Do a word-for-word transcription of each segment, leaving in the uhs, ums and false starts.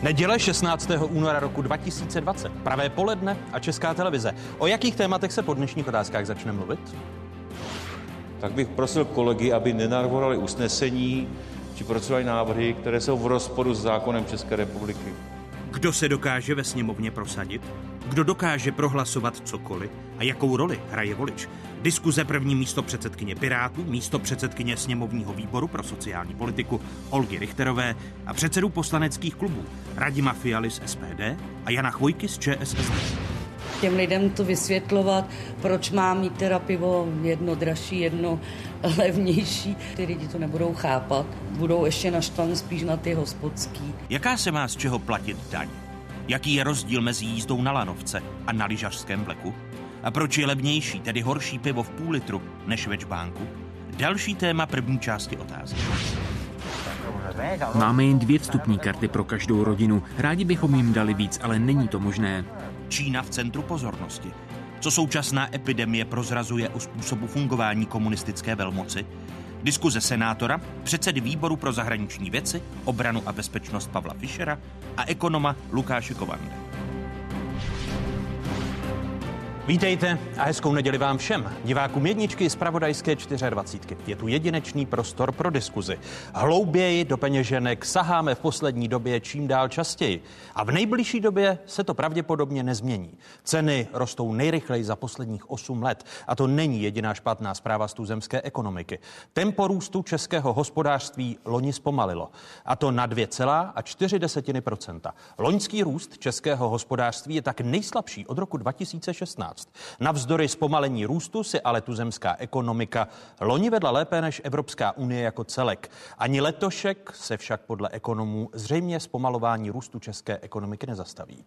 Neděle šestnáctého února roku dva tisíce dvacet. Pravé poledne a Česká televize. O jakých tématech se po dnešních otázkách začne mluvit? Tak bych prosil kolegy, aby nenavrhovali usnesení či procedurální návrhy, které jsou v rozporu s zákonem České republiky. Kdo se dokáže ve sněmovně prosadit? Kdo dokáže prohlasovat cokoliv? A jakou roli hraje volič? Diskuze první místopředsedkyně Pirátů, místopředsedkyně sněmovního výboru pro sociální politiku Olgy Richterové a předsedů poslaneckých klubů Radima Fialy z S P D a Jana Chvojky z Č S S D. Těm lidem to vysvětlovat, proč má mít teda pivo jedno dražší, jedno levnější. Ty lidi to nebudou chápat, budou ještě naštvaní spíš na ty hospodský. Jaká se má z čeho platit daň? Jaký je rozdíl mezi jízdou na lanovce a na lyžařském vleku? A proč je levnější, tedy horší pivo v půl litru než ve čbánku? Další téma první části otázky. Máme jen dvě vstupní karty pro každou rodinu. Rádi bychom jim dali víc, ale není to možné. Čína v centru pozornosti. Co současná epidemie prozrazuje o způsobu fungování komunistické velmoci? Diskuze senátora, předsedy výboru pro zahraniční věci, obranu a bezpečnost Pavla Fischera a ekonoma Lukáše Kovanda. Vítejte a hezkou neděli vám všem. Divákům jedničky z zpravodajské dvacítky čtyři. Je tu jedinečný prostor pro diskuzi. Hlouběji do peněženek saháme v poslední době čím dál častěji. A v nejbližší době se to pravděpodobně nezmění. Ceny rostou nejrychleji za posledních osm let. A to není jediná špatná zpráva z tuzemské ekonomiky. Tempo růstu českého hospodářství loni zpomalilo. A to na dvě celá čtyři procenta. Loňský růst českého hospodářství je tak nejslabší od roku dva tisíce šestnáct. Navzdory zpomalení růstu si ale tuzemská ekonomika loni vedla lépe než Evropská unie jako celek. Ani letošek se však podle ekonomů zřejmě zpomalování růstu české ekonomiky nezastaví.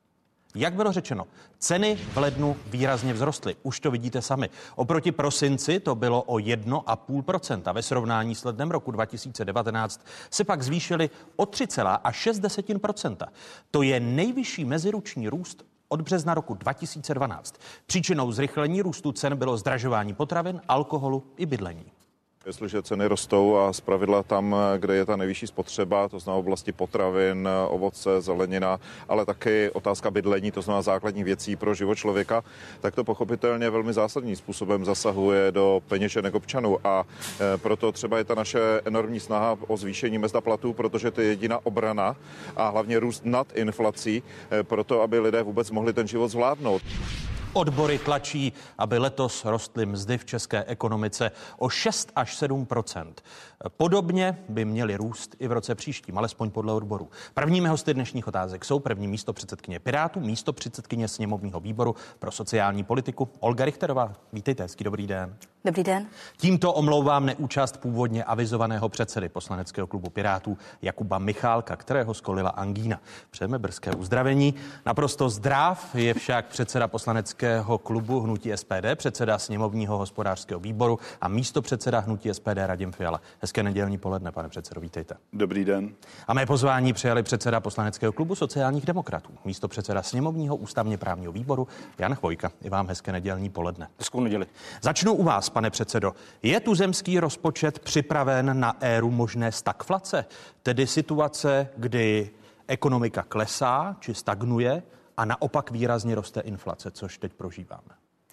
Jak bylo řečeno, ceny v lednu výrazně vzrostly. Už to vidíte sami. Oproti prosinci to bylo o jedna celá pět procenta. Ve srovnání s lednem roku dva tisíce devatenáct se pak zvýšily o tři celá šest procenta. To je nejvyšší meziroční růst od března roku dva tisíce dvanáct. Příčinou zrychlení růstu cen bylo zdražování potravin, alkoholu i bydlení. Jestliže ceny rostou a zpravidla tam, kde je ta nejvyšší spotřeba, to znamená oblasti potravin, ovoce, zelenina, ale taky otázka bydlení, to znamená základní věcí pro život člověka, tak to pochopitelně velmi zásadním způsobem zasahuje do peněženek občanů a proto třeba je ta naše enormní snaha o zvýšení mezda platů, protože to je jediná obrana a hlavně růst nad inflací, proto aby lidé vůbec mohli ten život zvládnout. Odbory tlačí, aby letos rostly mzdy v české ekonomice o šest až sedm procent. Podobně by měly růst i v roce příštím, alespoň podle odborů. Prvními hosty dnešních otázek jsou první místopředsedkyně Pirátů, místopředsedkyně sněmovního výboru pro sociální politiku Olga Richterová. Vítejte, hezký dobrý den. Dobrý den. Tímto omlouvám neúčast původně avizovaného předsedy poslaneckého klubu Pirátů Jakuba Michálka, kterého skolila angína. Přejeme brzké uzdravení. Naprosto zdrav je však předseda poslaneckého klubu hnutí S P D, předseda sněmovního hospodářského výboru a místopředseda hnutí S P D Radim Fiala. Hezké nedělní poledne, pane předsedo, vítejte. Dobrý den. A mé pozvání přijali předseda poslaneckého klubu sociálních demokratů, místopředseda sněmovního ústavně právního výboru Jan Chvojka. I vám hezké nedělní poledne. Hezkou neděli. Začnu u vás, pane předsedo. Je tuzemský rozpočet připraven na éru možné stagflace, tedy situace, kdy ekonomika klesá či stagnuje a naopak výrazně roste inflace, což teď prožíváme?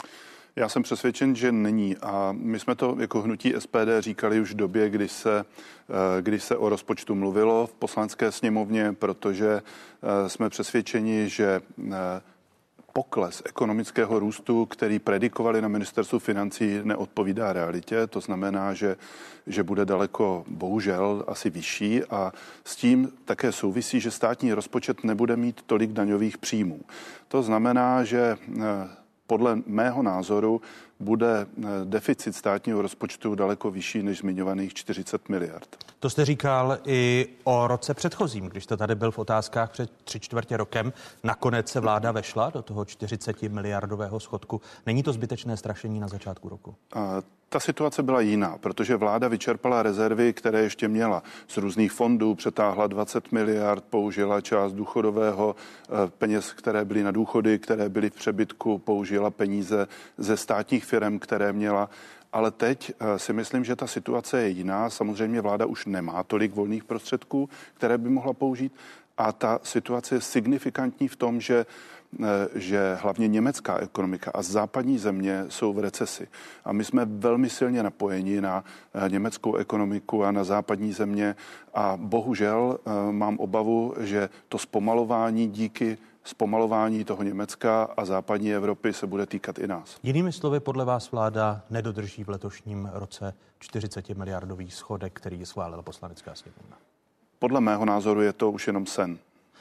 Já jsem přesvědčen, že není. A my jsme to jako hnutí S P D říkali už v době, kdy se, kdy se o rozpočtu mluvilo v poslanecké sněmovně, protože jsme přesvědčeni, že pokles ekonomického růstu, který predikovali na ministerstvu financí, neodpovídá realitě. To znamená, že, že bude daleko, bohužel, asi vyšší a s tím také souvisí, že státní rozpočet nebude mít tolik daňových příjmů. To znamená, že podle mého názoru bude deficit státního rozpočtu daleko vyšší než zmiňovaných čtyřicet miliard. To jste říkal i o roce předchozím, když jste tady byl v otázkách před tři čtvrtě rokem. Nakonec se vláda vešla do toho čtyřicet miliardového schodku. Není to zbytečné strašení na začátku roku? A ta situace byla jiná, protože vláda vyčerpala rezervy, které ještě měla z různých fondů, přetáhla dvacet miliard, použila část důchodového peněz, které byly na důchody, které byly v přebytku, použila peníze ze státních firem, které měla. Ale teď si myslím, že ta situace je jiná. Samozřejmě vláda už nemá tolik volných prostředků, které by mohla použít. A ta situace je signifikantní v tom, že že hlavně německá ekonomika a západní země jsou v recesi. A my jsme velmi silně napojeni na německou ekonomiku a na západní země a bohužel mám obavu, že to zpomalování díky zpomalování toho Německa a západní Evropy se bude týkat i nás. Jinými slovy, podle vás vláda nedodrží v letošním roce čtyřicet miliardový schodek, který schválila Poslanecká sněmovna? Podle mého názoru je to už jenom sen.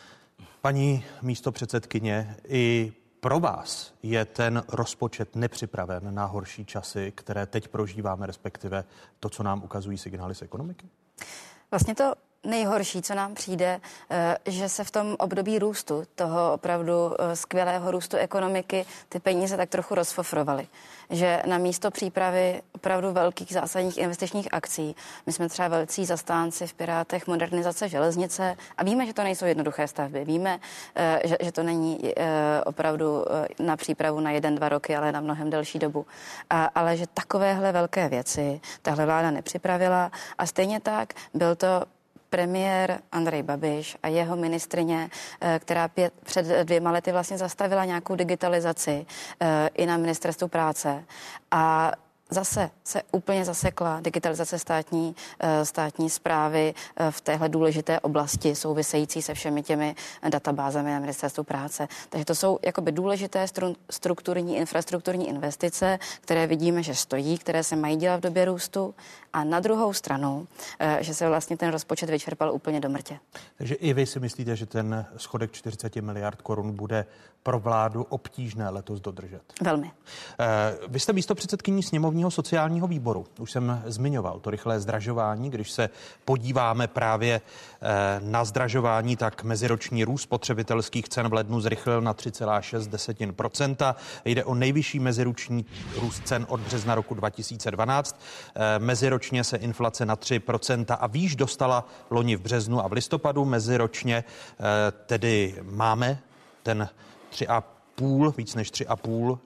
Paní místopředsedkyně, i pro vás je ten rozpočet nepřipraven na horší časy, které teď prožíváme, respektive to, co nám ukazují signály z ekonomiky? Vlastně to nejhorší, co nám přijde, že se v tom období růstu, toho opravdu skvělého růstu ekonomiky, ty peníze tak trochu rozfofrovaly. Že na místo přípravy opravdu velkých zásadních investičních akcí, my jsme třeba velcí zastánci v Pirátech modernizace železnice a víme, že to nejsou jednoduché stavby. Víme, že, že to není opravdu na přípravu na jeden, dva roky, ale na mnohem delší dobu. A, ale že takovéhle velké věci tahle vláda nepřipravila a stejně tak byl to premiér Andrej Babiš a jeho ministryně, která pět, před dvěma lety vlastně zastavila nějakou digitalizaci i na ministerstvu práce a zase se úplně zasekla digitalizace státní, státní správy v téhle důležité oblasti související se všemi těmi databázemi na ministerstvu práce. Takže to jsou jakoby důležité strukturní, infrastrukturní investice, které vidíme, že stojí, které se mají dělat v době růstu. A na druhou stranu, že se vlastně ten rozpočet vyčerpal úplně do mrtě. Takže i vy si myslíte, že ten schodek čtyřicet miliard korun bude pro vládu obtížné letos dodržet? Velmi. Vy jste místopředsedkyní sněmovního sociálního výboru. Už jsem zmiňoval to rychlé zdražování. Když se podíváme právě na zdražování, tak meziroční růst spotřebitelských cen v lednu zrychlil na tři celá šest procenta. Jde o nejvyšší meziroční růst cen od března roku dva tisíce dvanáct. Meziroční Meziročně se inflace na tři procenta a výš dostala loni v březnu a v listopadu. Meziročně tedy máme ten tři a půl, víc než tři a půl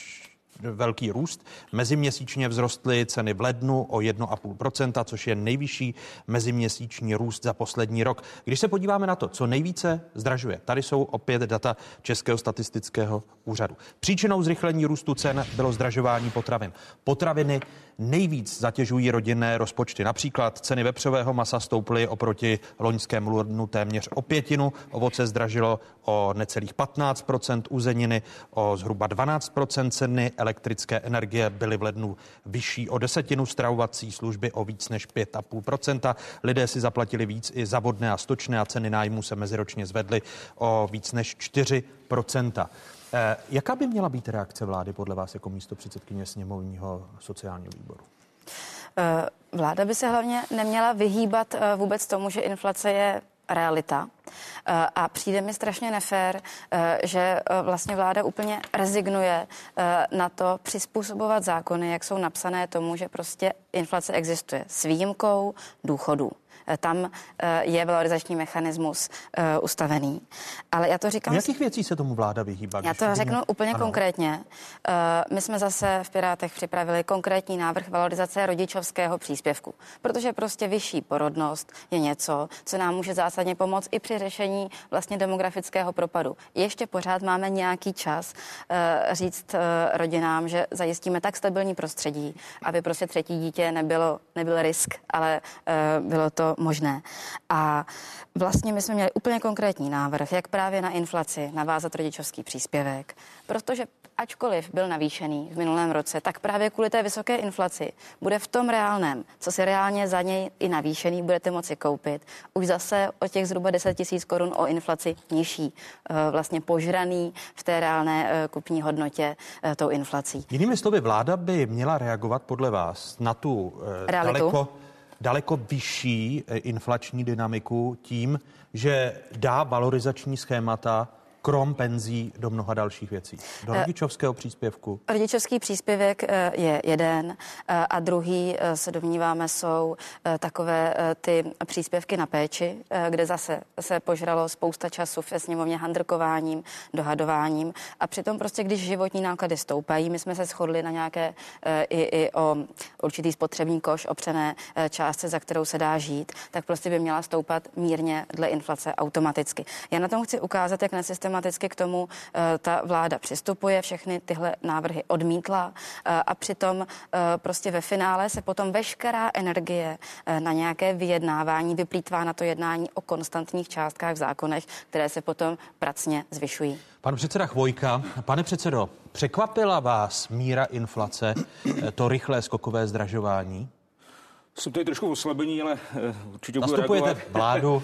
velký růst. Meziměsíčně vzrostly ceny v lednu o jedna celá pět procenta, což je nejvyšší meziměsíční růst za poslední rok. Když se podíváme na to, co nejvíce zdražuje, tady jsou opět data Českého statistického úřadu. Příčinou zrychlení růstu cen bylo zdražování potravin. Potraviny nejvíc zatěžují rodinné rozpočty. Například ceny vepřového masa stouply oproti loňskému lednu téměř o pětinu, ovoce zdražilo o necelých patnáct procent, uzeniny o zhruba dvanáct procent, ceny elektrické energie byly v lednu vyšší o desetinu, stravovací služby o víc než pět celá pět procenta. Lidé si zaplatili víc i za vodné a stočné a ceny nájmu se meziročně zvedly o víc než čtyři procenta. Eh, jaká by měla být reakce vlády podle vás jako místopředsedkyně sněmovního sociálního výboru? Vláda by se hlavně neměla vyhýbat vůbec tomu, že inflace je realita. A přijde mi strašně nefér, že vlastně vláda úplně rezignuje na to přizpůsobovat zákony, jak jsou napsané tomu, že prostě inflace existuje s výjimkou důchodů. Tam je valorizační mechanismus ustavený. Ale já to říkám... V jakých věcí se tomu vláda vyhýbá? Já to řeknu vidíme... úplně ano. konkrétně. My jsme zase v Pirátech připravili konkrétní návrh valorizace rodičovského příspěvku, protože prostě vyšší porodnost je něco, co nám může zásadně pomoct i při řešení vlastně demografického propadu. Ještě pořád máme nějaký čas říct rodinám, že zajistíme tak stabilní prostředí, aby prostě třetí dítě nebylo, nebyl risk, ale bylo to možné. A vlastně my jsme měli úplně konkrétní návrh, jak právě na inflaci navázat rodičovský příspěvek, protože ačkoliv byl navýšený v minulém roce, tak právě kvůli té vysoké inflaci bude v tom reálném, co si reálně za něj i navýšený budete moci koupit, už zase o těch zhruba deset tisíc korun o inflaci nižší, vlastně požraný v té reálné kupní hodnotě tou inflací. Jinými slovy, vláda by měla reagovat podle vás na tu realitu. daleko daleko vyšší inflační dynamiku tím, že dá valorizační schémata krom penzí do mnoha dalších věcí? Do rodičovského příspěvku? Rodičovský příspěvek je jeden a druhý, se domníváme, jsou takové ty příspěvky na péči, kde zase se požralo spousta času ve sněmovně handrkováním, dohadováním a přitom prostě, když životní náklady stoupají, my jsme se shodli na nějaké i, i o určitý spotřební koš opřené částce, za kterou se dá žít, tak prostě by měla stoupat mírně dle inflace automaticky. Já na tom chci ukázat, jak nesystematicky k tomu ta vláda přistupuje, všechny tyhle návrhy odmítla a přitom prostě ve finále se potom veškerá energie na nějaké vyjednávání vyplýtvá na to jednání o konstantních částkách v zákonech, které se potom pracně zvyšují. Pan předseda Chvojka, pane předsedo, překvapila vás míra inflace, to rychlé skokové zdražování? Jsem tady trošku oslabení, ale určitě budu reagovat. Zastupujete vládu?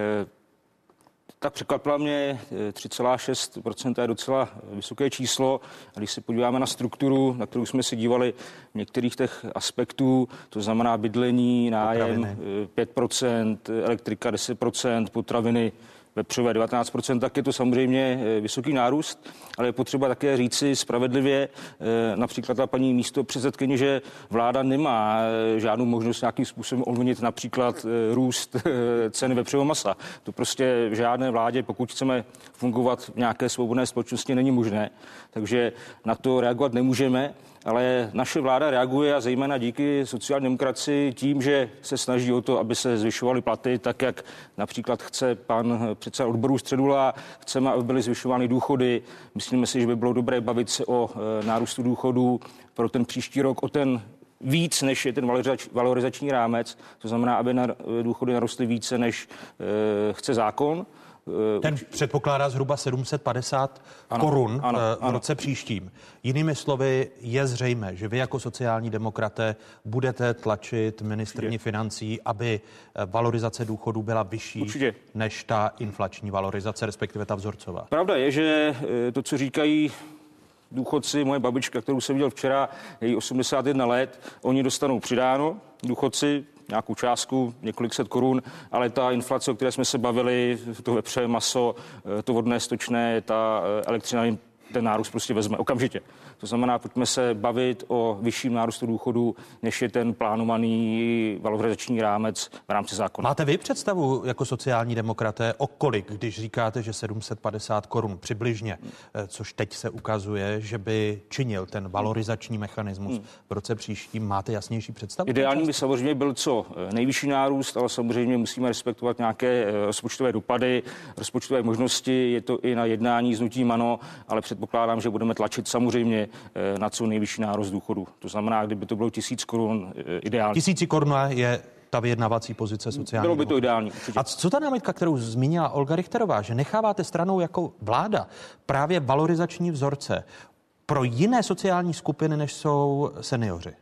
Tak překvapila mě tři celá šest procenta je docela vysoké číslo. A když se podíváme na strukturu, na kterou jsme se dívali v některých těch aspektů, to znamená bydlení, nájem potraviny. pět procent, elektrika deset procent, potraviny vepřové devatenáct procent, tak je to samozřejmě vysoký nárůst, ale je potřeba také říci spravedlivě, například ta paní místopředsedkyně, že vláda nemá žádnou možnost nějakým způsobem ovlivnit například růst ceny vepřového masa. To prostě v žádné vládě, pokud chceme fungovat v nějaké svobodné společnosti, není možné. Takže na to reagovat nemůžeme, ale naše vláda reaguje a zejména díky sociální demokracii tím, že se snaží o to, aby se zvyšovaly platy, tak jak například chce pan předseda odboru Středula, chceme, aby byly zvyšovány důchody. Myslíme si, že by bylo dobré bavit se o e, nárůstu důchodů pro ten příští rok, o ten víc, než je ten valorizač, valorizační rámec, to znamená, aby na, důchody narostly více, než e, chce zákon. Ten předpokládá zhruba sedm set padesát ano, korun ano, v ano. roce příštím. Jinými slovy, je zřejmé, že vy jako sociální demokraté budete tlačit ministryni financí, aby valorizace důchodů byla vyšší Určitě. než ta inflační valorizace, respektive ta vzorcová. Pravda je, že to, co říkají důchodci, moje babička, kterou jsem viděl včera, je jí osmdesát jedna let, oni dostanou přidáno, důchodci, nějakou částku, několik set korun, ale ta inflace, o které jsme se bavili, to vepře maso, to vodné, stočné, ta elektřina, ten nárůst prostě vezme okamžitě. To znamená, pojďme se bavit o vyšším nárůstu důchodů, než je ten plánovaný valorizační rámec v rámci zákona. Máte vy představu jako sociální demokraté, o kolik, když říkáte, že sedm set padesát korun přibližně, což teď se ukazuje, že by činil ten valorizační mechanismus hmm. v roce příštím, máte jasnější představu? Ideální by samozřejmě byl co nejvyšší nárůst, ale samozřejmě musíme respektovat nějaké rozpočtové dopady, rozpočtové možnosti, je to i na jednání s hnutím ANO, ale předpokládám, že budeme tlačit samozřejmě na co nejvyšší nárůst důchodu. To znamená, kdyby to bylo tisíc korun, ideální. Tisíci korun je ta vyjednávací pozice sociální. Bylo by to ideální. Určitě. A co ta námitka, kterou zmínila Olga Richterová, že necháváte stranou jako vláda právě valorizační vzorce pro jiné sociální skupiny, než jsou seniori?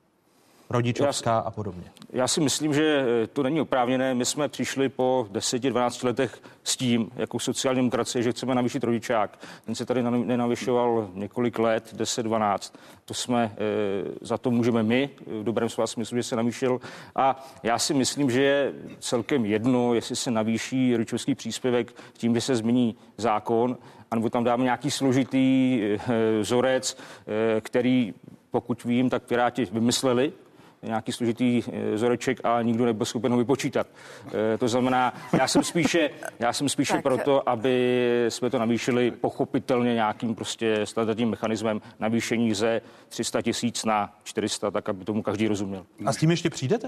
Rodičovská a podobně. Já si myslím, že to není oprávněné. My jsme přišli po deseti dvanácti letech s tím, jako sociální demokracie, že chceme navýšit rodičák. Ten se tady nenavyšoval několik let, deset dvanáct. To jsme, za to můžeme my, v dobrém slova smyslu, že se navýšil. A já si myslím, že je celkem jedno, jestli se navýší rodičovský příspěvek tím, že se změní zákon, anebo tam dáme nějaký složitý vzorec, který, pokud vím, tak Piráti vymysleli, nějaký složitý vzoreček a nikdo nebyl schopen ho vypočítat. E, to znamená, já jsem spíše, já jsem spíše proto, aby jsme to navýšili pochopitelně nějakým prostě standardním mechanismem navýšení ze tři sta tisíc na čtyři sta, tak aby tomu každý rozuměl. A s tím ještě přijdete?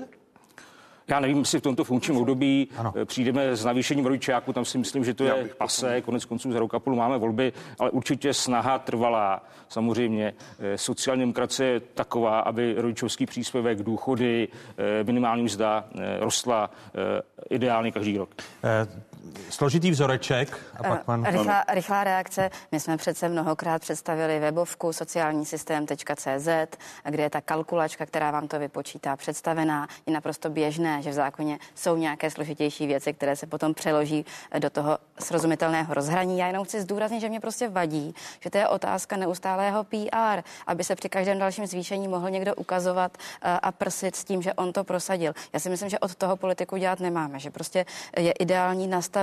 Já nevím, jestli v tomto funkčním období ano. přijdeme s navýšením rodičáku, tam si myslím, že to je pasé, konec konců za rok a půl máme volby, ale určitě snaha trvalá. Samozřejmě sociální demokracie je taková, aby rodičovský příspěvek, důchody, minimální mzda rostla ideálně každý rok. Eh, složitý vzoreček a pak pan... Rychlá, rychlá reakce. My jsme přece mnohokrát představili webovku sociální systém tečka cé zet, kde je ta kalkulačka, která vám to vypočítá, představená. Je naprosto běžné, že v zákoně jsou nějaké složitější věci, které se potom přeloží do toho srozumitelného rozhraní. Já jenom chci zdůraznit, že mě prostě vadí, že to je otázka neustálého P R, aby se při každém dalším zvýšení mohl někdo ukazovat a prsit s tím, že on to prosadil. Já si myslím, že od toho politiku dělat nemáme, že prostě je ideální nastavit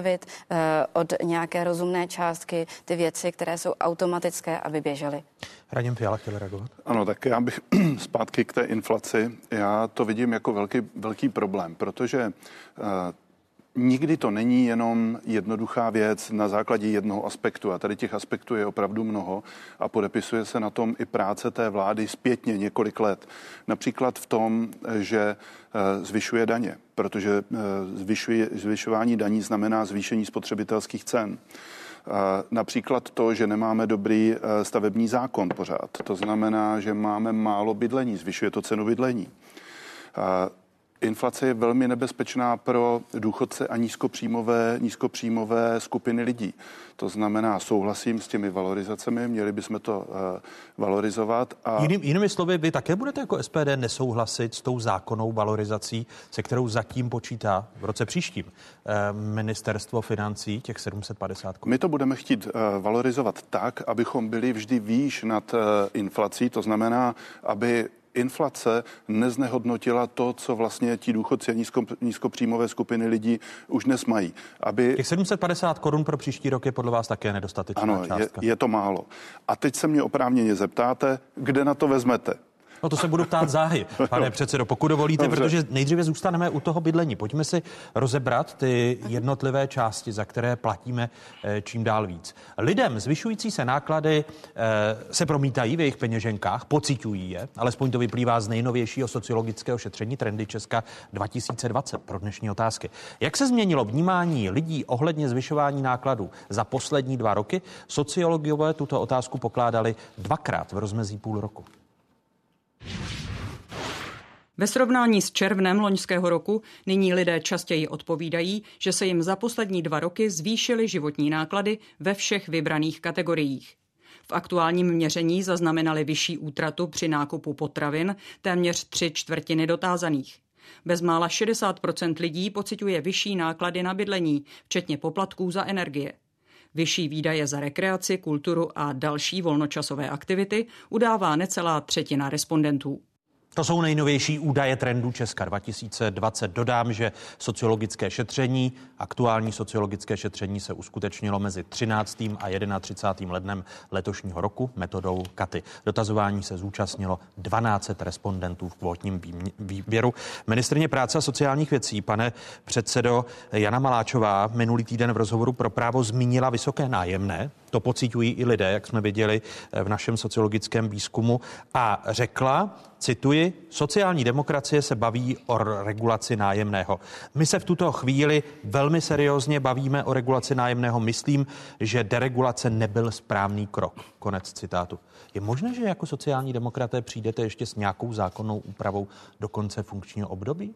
odstavit od nějaké rozumné částky ty věci, které jsou automatické, aby běžely. Radim Fiala chtěl reagovat. Ano, tak já bych zpátky k té inflaci. Já to vidím jako velký, velký problém, protože uh, nikdy to není jenom jednoduchá věc na základě jednoho aspektu a tady těch aspektů je opravdu mnoho a podepisuje se na tom i práce té vlády zpětně několik let. Například v tom, že zvyšuje daně, protože zvyšuje, zvyšování daní znamená zvýšení spotřebitelských cen. Například to, že nemáme dobrý stavební zákon pořád. To znamená, že máme málo bydlení, zvyšuje to cenu bydlení. Inflace je velmi nebezpečná pro důchodce a nízkopříjmové, nízkopříjmové skupiny lidí. To znamená, souhlasím s těmi valorizacemi, měli bychom to uh, valorizovat. A... Jiným, jinými slovy, vy také budete jako S P D nesouhlasit s tou zákonnou valorizací, se kterou zatím počítá v roce příštím eh, ministerstvo financí, těch sedm set padesát korun. My to budeme chtít uh, valorizovat tak, abychom byli vždy výš nad uh, inflací, to znamená, aby inflace neznehodnotila to, co vlastně ti důchodci a nízko, nízkopříjmové skupiny lidí už dnes mají. Aby... Těch sedm set padesát korun pro příští rok je podle vás také nedostatečná ano, částka. Je, je to málo. A teď se mě oprávněně zeptáte, kde na to vezmete? No to se budu ptát záhy, pane předsedo, pokud dovolíte, Dobře. Protože nejdříve zůstaneme u toho bydlení. Pojďme si rozebrat ty jednotlivé části, za které platíme čím dál víc. Lidem zvyšující se náklady se promítají v jejich peněženkách, pociťují je, alespoň to vyplývá z nejnovějšího sociologického šetření Trendy Česka dva tisíce dvacet pro dnešní otázky. Jak se změnilo vnímání lidí ohledně zvyšování nákladů za poslední dva roky? Sociologové tuto otázku pokládali dvakrát v rozmezí půl roku. Ve srovnání s červnem loňského roku nyní lidé častěji odpovídají, že se jim za poslední dva roky zvýšily životní náklady ve všech vybraných kategoriích. V aktuálním měření zaznamenali vyšší útratu při nákupu potravin téměř tři čtvrtiny dotázaných. Bezmála šedesát procent lidí pociťuje vyšší náklady na bydlení, včetně poplatků za energie. Vyšší výdaje za rekreaci, kulturu a další volnočasové aktivity udává necelá třetina respondentů. To jsou nejnovější údaje Trendu Česka dva tisíce dvacet. Dodám, že sociologické šetření, aktuální sociologické šetření se uskutečnilo mezi třináctým a třicátým prvním lednem letošního roku metodou Katy. Dotazování se zúčastnilo dvanáct set respondentů v kvótním výběru. Ministryně práce a sociálních věcí, pane předsedo, Jana Maláčová minulý týden v rozhovoru pro Právo zmínila vysoké nájemné. To pociťují i lidé, jak jsme viděli v našem sociologickém výzkumu, a řekla, cituji, sociální demokracie se baví o regulaci nájemného. My se v tuto chvíli velmi seriózně bavíme o regulaci nájemného. Myslím, že deregulace nebyl správný krok. Konec citátu. Je možné, že jako sociální demokraté přijdete ještě s nějakou zákonnou úpravou do konce funkčního období?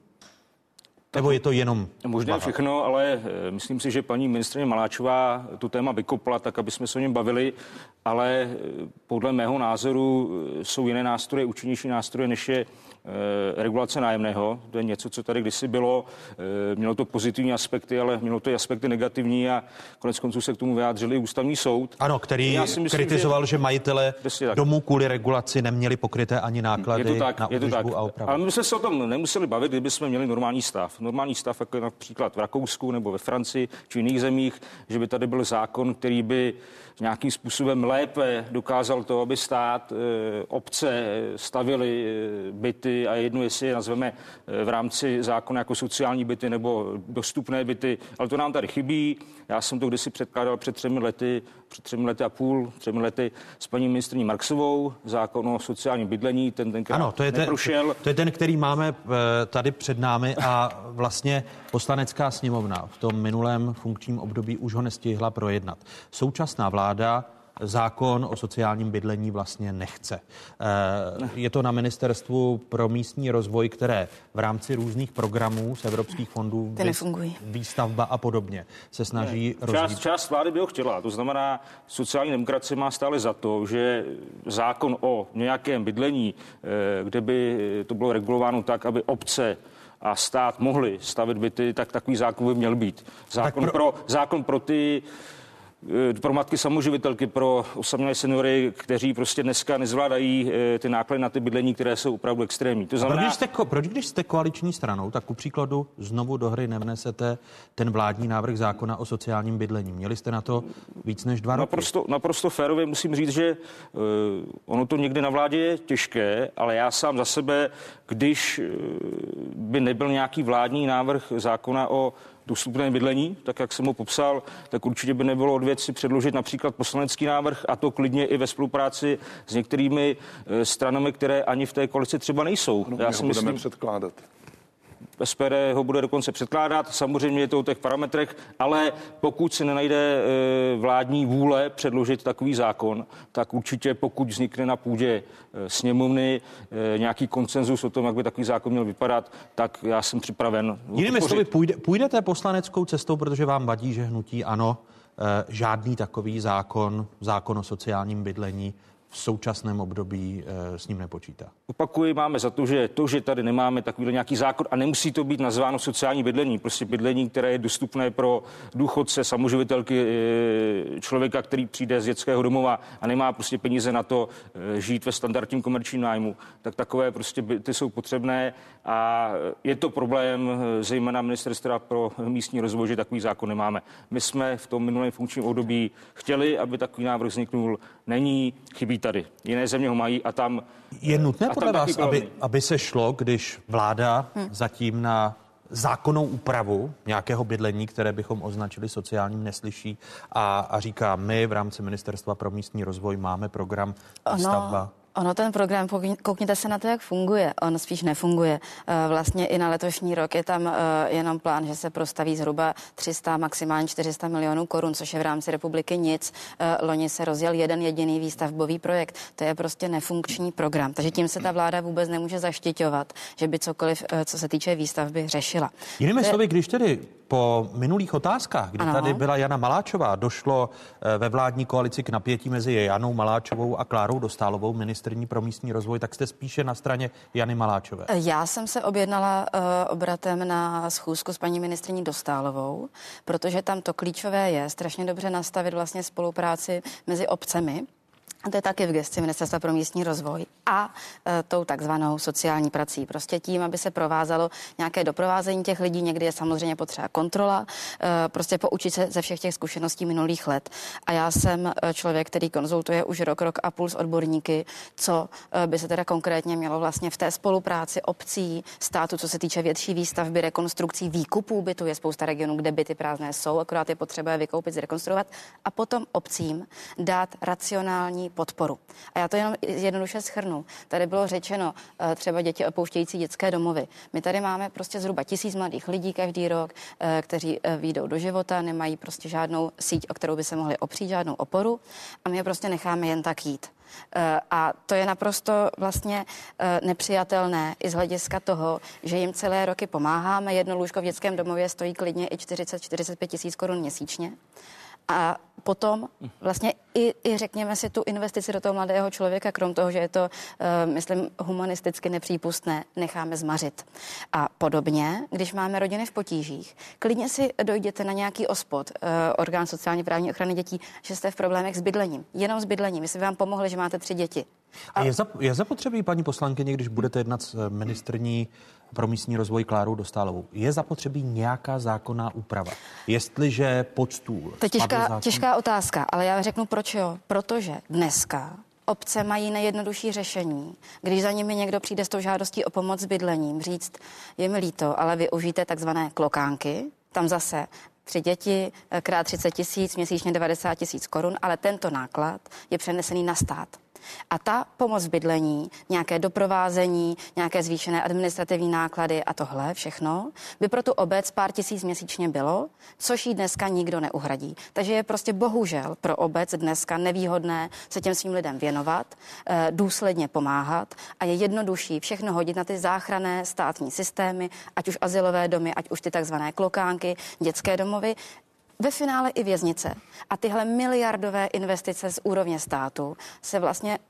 Nebo je to jenom možná všechno, ale myslím si, že paní ministryně Maláčová tu téma vykopla tak, aby jsme se o něm bavili, ale podle mého názoru jsou jiné nástroje, účinnější nástroje, než je regulace nájemného. To je něco, co tady kdysi bylo. Mělo to pozitivní aspekty, ale mělo to i aspekty negativní a konec konců se k tomu vyjádřili ústavní soud. Ano, který myslím, kritizoval, že, že majitele domů kvůli regulaci neměli pokryté ani náklady je to tak, na je to tak. a opravu. Ale my jsme se o tom nemuseli bavit, kdyby jsme měli normální stav. Normální stav, jako například v Rakousku nebo ve Francii či jiných zemích, že by tady byl zákon, který by nějakým způsobem lépe dokázal to, aby stát, obce stavily byty a jedno, jestli je nazveme v rámci zákona jako sociální byty nebo dostupné byty, ale to nám tady chybí. Já jsem to kdysi předkládal před třemi lety, před třemi lety a půl, třemi lety s paní ministryní Marksovou, zákon o sociálním bydlení, ten tenkrát ano, to je neprošel. Ten, to je ten, který máme tady před námi a vlastně Poslanecká sněmovna v tom minulém funkčním období už ho nestihla projednat. Současná vláda zákon o sociálním bydlení vlastně nechce. Je to na Ministerstvu pro místní rozvoj, které v rámci různých programů z evropských fondů, výstavba a podobně se snaží rozvíjet. Část, část vlády by ho chtěla. To znamená, sociální demokracie má stále za to, že zákon o nějakém bydlení, kde by to bylo regulováno tak, aby obce a stát mohli stavit byty, tak takový zákon by měl být. Zákon, pro... Pro, zákon pro ty pro matky samoživitelky, pro osamělé seniory, kteří prostě dneska nezvládají ty náklady na ty bydlení, které jsou opravdu extrémní. To znamená... proč, když jste, proč, když jste koaliční stranou, tak ku příkladu znovu do hry nevnesete ten vládní návrh zákona o sociálním bydlení? Měli jste na to víc než dva roky. Naprosto, naprosto férově musím říct, že uh, ono to někdy na vládě je těžké, ale já sám za sebe, když uh, by nebyl nějaký vládní návrh zákona o dostupné bydlení, tak jak jsem ho popsal, tak určitě by nebylo od věci předložit například poslanecký návrh, a to klidně i ve spolupráci s některými stranami, které ani v té koalici třeba nejsou. No, Já si budeme myslím, předkládat. S P D ho bude dokonce předkládat, samozřejmě je to o těch parametrech, ale pokud se nenajde vládní vůle předložit takový zákon, tak určitě pokud vznikne na půdě sněmovny nějaký konsenzus o tom, jak by takový zákon měl vypadat, tak já jsem připraven. Jinými slovy, půjde, půjdete poslaneckou cestou, protože vám vadí, že hnutí ANO žádný takový zákon, zákon o sociálním bydlení v současném období e, s ním nepočítá. Opakuji, máme za to, že to, že tady nemáme takovýhle nějaký zákon, a nemusí to být nazváno sociální bydlení, prostě bydlení, které je dostupné pro důchodce, samoživitelky, e, člověka, který přijde z dětského domova a nemá prostě peníze na to e, žít ve standardním komerčním nájmu, tak takové prostě byty jsou potřebné a je to problém zejména Ministerstva pro místní rozvoj, že takový zákon nemáme. My jsme v tom minulém funkčním období chtěli, aby takový návrh vzniknul, není, chybí tady. Jiné země ho mají a tam... Je nutné podle vás, aby, aby se šlo, když vláda hmm. zatím na zákonnou úpravu nějakého bydlení, které bychom označili sociálním, neslyší a, a říká, my v rámci Ministerstva pro místní rozvoj máme program stavba. Ono ten program, koukněte se na to, jak funguje. On spíš nefunguje. Vlastně i na letošní rok je tam jenom plán, že se prostaví zhruba tři sta, maximálně čtyři sta milionů korun, což je v rámci republiky nic. Loni se rozjel jeden jediný výstavbový projekt. To je prostě nefunkční program. Takže tím se ta vláda vůbec nemůže zaštiťovat, že by cokoliv, co se týče výstavby, řešila. Jinými to slovy, je... když tedy po minulých otázkách, kdy ano. tady byla Jana Maláčová, došlo ve vládní koalici k napětí mezi Janou Maláčovou a Klárou Dostálovou, ministryní pro místní rozvoj, tak jste spíše na straně Jany Maláčové. Já jsem se objednala uh, obratem na schůzku s paní ministryní Dostálovou, protože tam to klíčové je strašně dobře nastavit vlastně spolupráci mezi obcemi. A to je taky v gesci Ministerstva pro místní rozvoj a e, tou takzvanou sociální prací. Prostě tím, aby se provázalo nějaké doprovázení těch lidí, někdy je samozřejmě potřeba kontrola, e, prostě poučit se ze všech těch zkušeností minulých let. A já jsem člověk, který konzultuje už rok, rok a půl s odborníky, co e, by se teda konkrétně mělo vlastně v té spolupráci obcí, státu, co se týče větší výstavby, rekonstrukcí, výkupů bytu. Je spousta regionů, kde byty prázdné jsou, akorát je potřeba je vykoupit, zrekonstruovat a potom obcím dát racionální podporu. A já to jenom jednoduše shrnu. Tady bylo řečeno třeba děti opouštějící dětské domovy. My tady máme prostě zhruba tisíc mladých lidí každý rok, kteří výjdou do života, nemají prostě žádnou síť, o kterou by se mohli opřít, žádnou oporu a my je prostě necháme jen tak jít. A to je naprosto vlastně nepřijatelné i z hlediska toho, že jim celé roky pomáháme. Jedno lůžko v dětském domově stojí klidně i čtyřicet čtyřicet pět tisíc korun měsíčně. A potom vlastně i, i řekněme si tu investici do toho mladého člověka, krom toho, že je to, uh, myslím, humanisticky nepřípustné, necháme zmařit. A podobně, když máme rodiny v potížích, klidně si dojděte na nějaký ospod, uh, orgán sociálně právní ochrany dětí, že jste v problémech s bydlením. Jenom s bydlením. My jsme vám pomohli, že máte tři děti. A je, zap, je zapotřebí, paní poslankyně, když budete jednat s ministryní pro místní rozvoj Klárou Dostálovou, je zapotřebí nějaká zákonná úprava? Jestliže pod stůl... To je těžká, zákon... těžká otázka, ale já řeknu proč jo. Protože dneska obce mají nejjednodušší řešení. Když za nimi někdo přijde s tou žádostí o pomoc s bydlením, říct, je mi líto, ale využijte takzvané klokánky, tam zase tři děti, krát třicet tisíc, měsíčně devadesát tisíc korun, ale tento náklad je přenesený na stát. A ta pomoc v bydlení, nějaké doprovázení, nějaké zvýšené administrativní náklady a tohle všechno by pro tu obec pár tisíc měsíčně bylo, což jí dneska nikdo neuhradí. Takže je prostě bohužel pro obec dneska nevýhodné se těm svým lidem věnovat, důsledně pomáhat a je jednodušší všechno hodit na ty záchranné státní systémy, ať už azylové domy, ať už ty takzvané klokánky, dětské domovy, ve finále i věznice. A tyhle miliardové investice z úrovně státu se vlastně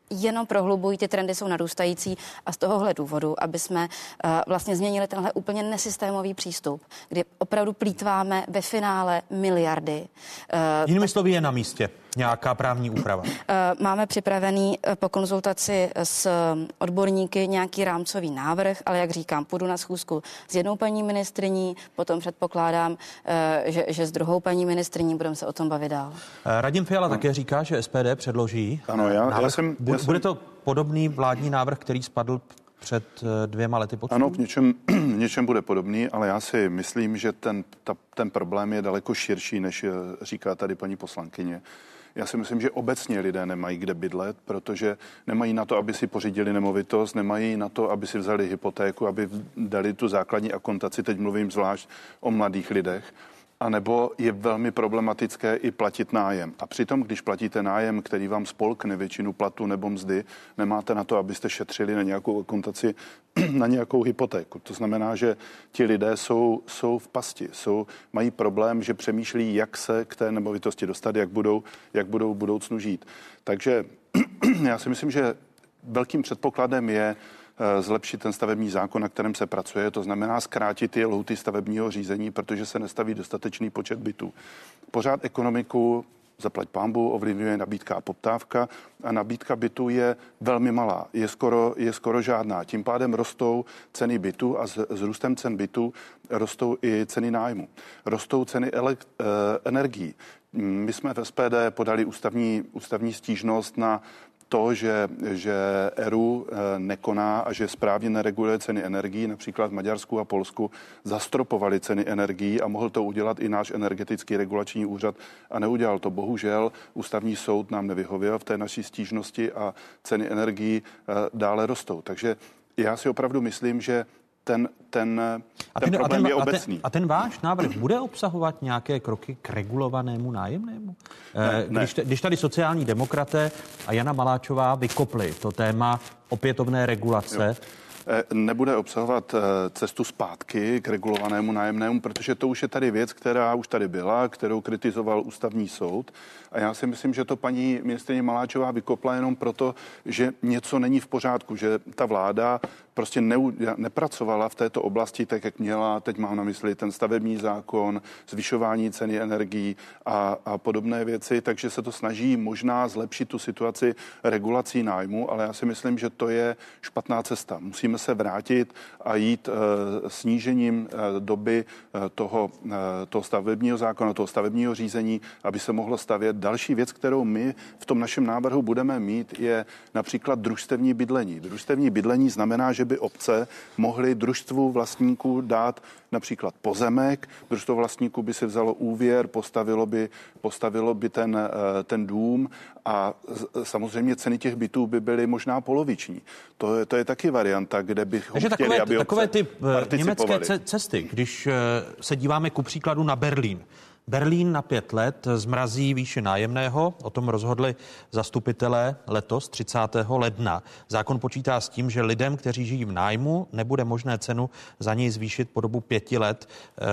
jenom prohlubují, ty trendy jsou narůstající a z tohohle důvodu, aby jsme uh, vlastně změnili tenhle úplně nesystémový přístup, kdy opravdu plýtváme ve finále miliardy. Uh, Jinými slovy je na místě nějaká právní úprava. Uh, máme připravený uh, po konzultaci s odborníky nějaký rámcový návrh, ale jak říkám, půjdu na schůzku s jednou paní ministryní, potom předpokládám, uh, že, že s druhou paní ministryní budeme se o tom bavit dál. Uh, Radim Fiala no. také říká, že S P D předloží. Ano, já, já jsem... Bude, bude to podobný vládní návrh, který spadl před dvěma lety pod stůl? Ano, v něčem, v něčem bude podobný, ale já si myslím, že ten, ta, ten problém je daleko širší, než říká tady paní poslankyně. Já si myslím, že obecně lidé nemají kde bydlet, protože nemají na to, aby si pořídili nemovitost, nemají na to, aby si vzali hypotéku, aby dali tu základní akontaci, teď mluvím zvlášť o mladých lidech. A nebo je velmi problematické i platit nájem. A přitom, když platíte nájem, který vám spolkne většinu platu nebo mzdy, nemáte na to, abyste šetřili na nějakou akontaci, na nějakou hypotéku. To znamená, že ti lidé jsou, jsou v pasti, jsou, mají problém, že přemýšlí, jak se k té nemovitosti dostat, jak budou, jak budou v budoucnu žít. Takže já si myslím, že velkým předpokladem je zlepšit ten stavební zákon, na kterém se pracuje, to znamená zkrátit ty lhůty stavebního řízení, protože se nestaví dostatečný počet bytů. Pořád ekonomiku, zaplať pánbu, ovlivňuje nabídka a poptávka a nabídka bytů je velmi malá, je skoro, je skoro žádná. Tím pádem rostou ceny bytů a s, s růstem cen bytů rostou i ceny nájmu. Rostou ceny elekt, eh, energií. My jsme v S P D podali ústavní, ústavní stížnost na to, že, že E R U nekoná a že správně nereguluje ceny energií, například v Maďarsku a Polsku zastropovali ceny energií a mohl to udělat i náš energetický regulační úřad a neudělal to. Bohužel ústavní soud nám nevyhověl v té naší stížnosti a ceny energií dále rostou. Takže já si opravdu myslím, že ten, ten, a ten, ten problém a ten, je obecný. A ten, a ten váš návrh bude obsahovat nějaké kroky k regulovanému nájemnému? Ne, ne. Když, když tady sociální demokraté a Jana Maláčová vykopli to téma opětovné regulace, jo. Nebude obsahovat cestu zpátky k regulovanému nájemnému, protože to už je tady věc, která už tady byla, kterou kritizoval ústavní soud. A já si myslím, že to paní ministryně Maláčová vykopla jenom proto, že něco není v pořádku, že ta vláda prostě ne, nepracovala v této oblasti tak, jak měla. Teď mám na mysli ten stavební zákon, zvyšování ceny energií a, a podobné věci, takže se to snaží možná zlepšit tu situaci regulací nájmu, ale já si myslím, že to je špatná cesta. Musíme se vrátit a jít uh, snížením uh, doby uh, toho, uh, toho stavebního zákona, toho stavebního řízení, aby se mohlo stavět. Další věc, kterou my v tom našem návrhu budeme mít, je například družstevní bydlení. Družstevní bydlení znamená, že by obce mohly družstvu vlastníků dát například pozemek, družstvo vlastníků by si vzalo úvěr, postavilo by, postavilo by ten, ten dům a samozřejmě ceny těch bytů by byly možná poloviční. To je, to je taky varianta, kde bychom Takže chtěli, takové, aby takové ty německé participovali. cesty, když se díváme ku příkladu na Berlín. Berlín na pět let zmrazí výši nájemného, o tom rozhodli zastupitelé letos třicátého ledna. Zákon počítá s tím, že lidem, kteří žijí v nájmu, nebude možné cenu za něj zvýšit po dobu pěti let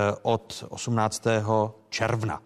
od osmnáctého června.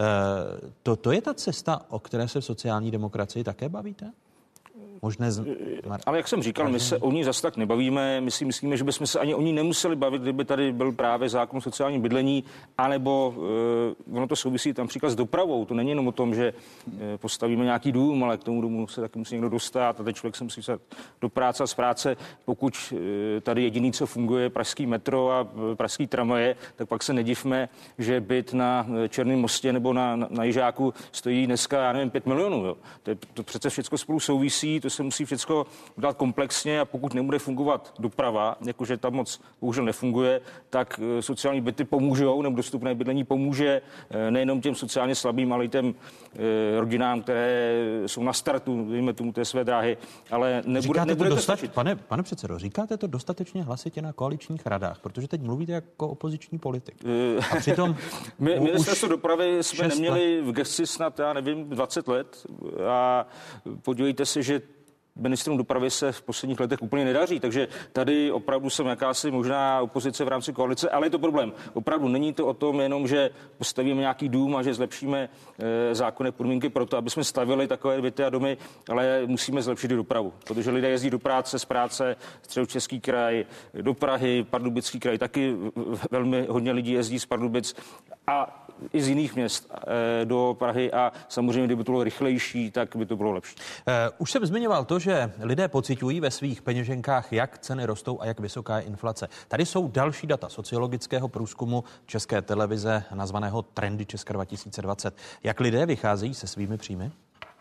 To, to je ta cesta, o které se v sociální demokracii také bavíte? Možné z... Ale jak jsem říkal, my se o ní zas tak nebavíme. My si myslíme, že bychom se ani o ní nemuseli bavit, kdyby tady byl právě zákon o sociálním bydlení, anebo uh, ono to souvisí tam příklad s dopravou. To není jenom o tom, že uh, postavíme nějaký dům, ale k tomu domu se taky musí někdo dostat a ten člověk se musí dostat do práce a z práce. Pokud uh, tady jediný, co funguje, pražský metro a uh, pražský tramvaje, tak pak se nedivme, že byt na Černém mostě nebo na, na, na Jižáku stojí dneska, já nevím, pět milionů. Jo. To, je, to přece všechno spolu souvisí, to se musí všechno udělat komplexně a pokud nebude fungovat doprava, jakože tam moc bohužel nefunguje, tak sociální byty pomůžou, nebo dostupné bydlení pomůže nejenom těm sociálně slabým, ale i těm rodinám, které jsou na startu, dejme tomu té své dráhy, ale nebude, říkáte nebude to to dostat, stačit. Pane, pane předsedo, říkáte to dostatečně hlasitě na koaličních radách, protože teď mluvíte jako opoziční politik. A přitom My, ministerstvo dopravy jsme neměli let. v gesci snad, já nevím, dvacet let a podívejte se, že ministrům dopravy se v posledních letech úplně nedaří, takže tady opravdu jsem jakási možná opozice v rámci koalice, ale je to problém. Opravdu není to o tom jenom, že postavíme nějaký dům a že zlepšíme e, zákonné podmínky pro to, aby jsme stavili takové byty a domy, ale musíme zlepšit i dopravu, protože lidé jezdí do práce, z práce, Středočeský kraj, do Prahy, Pardubický kraj, taky velmi hodně lidí jezdí z Pardubic a i z jiných měst e, do Prahy a samozřejmě, kdyby to bylo rychlejší, tak by to bylo lepší. E, už jsem zmiňoval to, že lidé pociťují ve svých peněženkách, jak ceny rostou a jak vysoká je inflace. Tady jsou další data sociologického průzkumu České televize nazvaného Trendy Česka dva tisíce dvacet. Jak lidé vycházejí se svými příjmy?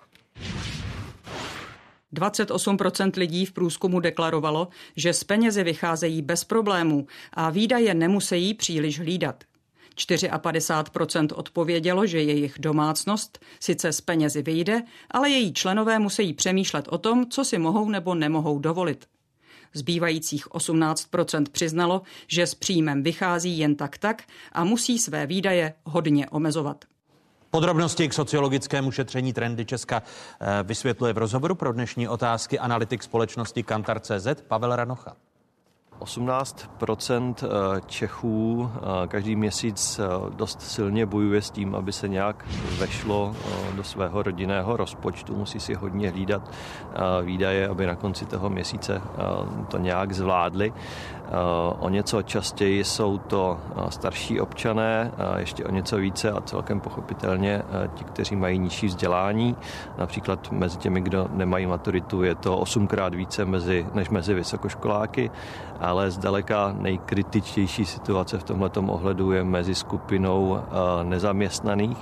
dvacet osm procent lidí v průzkumu deklarovalo, že z penězi vycházejí bez problémů a výdaje nemusí příliš hlídat. padesát čtyři procent odpovědělo, že jejich domácnost sice z penězi vyjde, ale její členové musí přemýšlet o tom, co si mohou nebo nemohou dovolit. Zbývajících osmnáct procent přiznalo, že s příjmem vychází jen tak tak a musí své výdaje hodně omezovat. Podrobnosti k sociologickému šetření Trendy Česka vysvětluje v rozhovoru pro dnešní otázky analytik společnosti Kantar tečka cé zet Pavel Ranocha. osmnáct procent Čechů každý měsíc dost silně bojuje s tím, aby se nějak vešlo do svého rodinného rozpočtu. Musí si hodně hlídat výdaje, aby na konci toho měsíce to nějak zvládli. O něco častěji jsou to starší občané, ještě o něco více a celkem pochopitelně ti, kteří mají nižší vzdělání. Například mezi těmi, kdo nemají maturitu, je to osmkrát více mezi, než mezi vysokoškoláky, ale zdaleka nejkritičtější situace v tomhletom ohledu je mezi skupinou nezaměstnaných.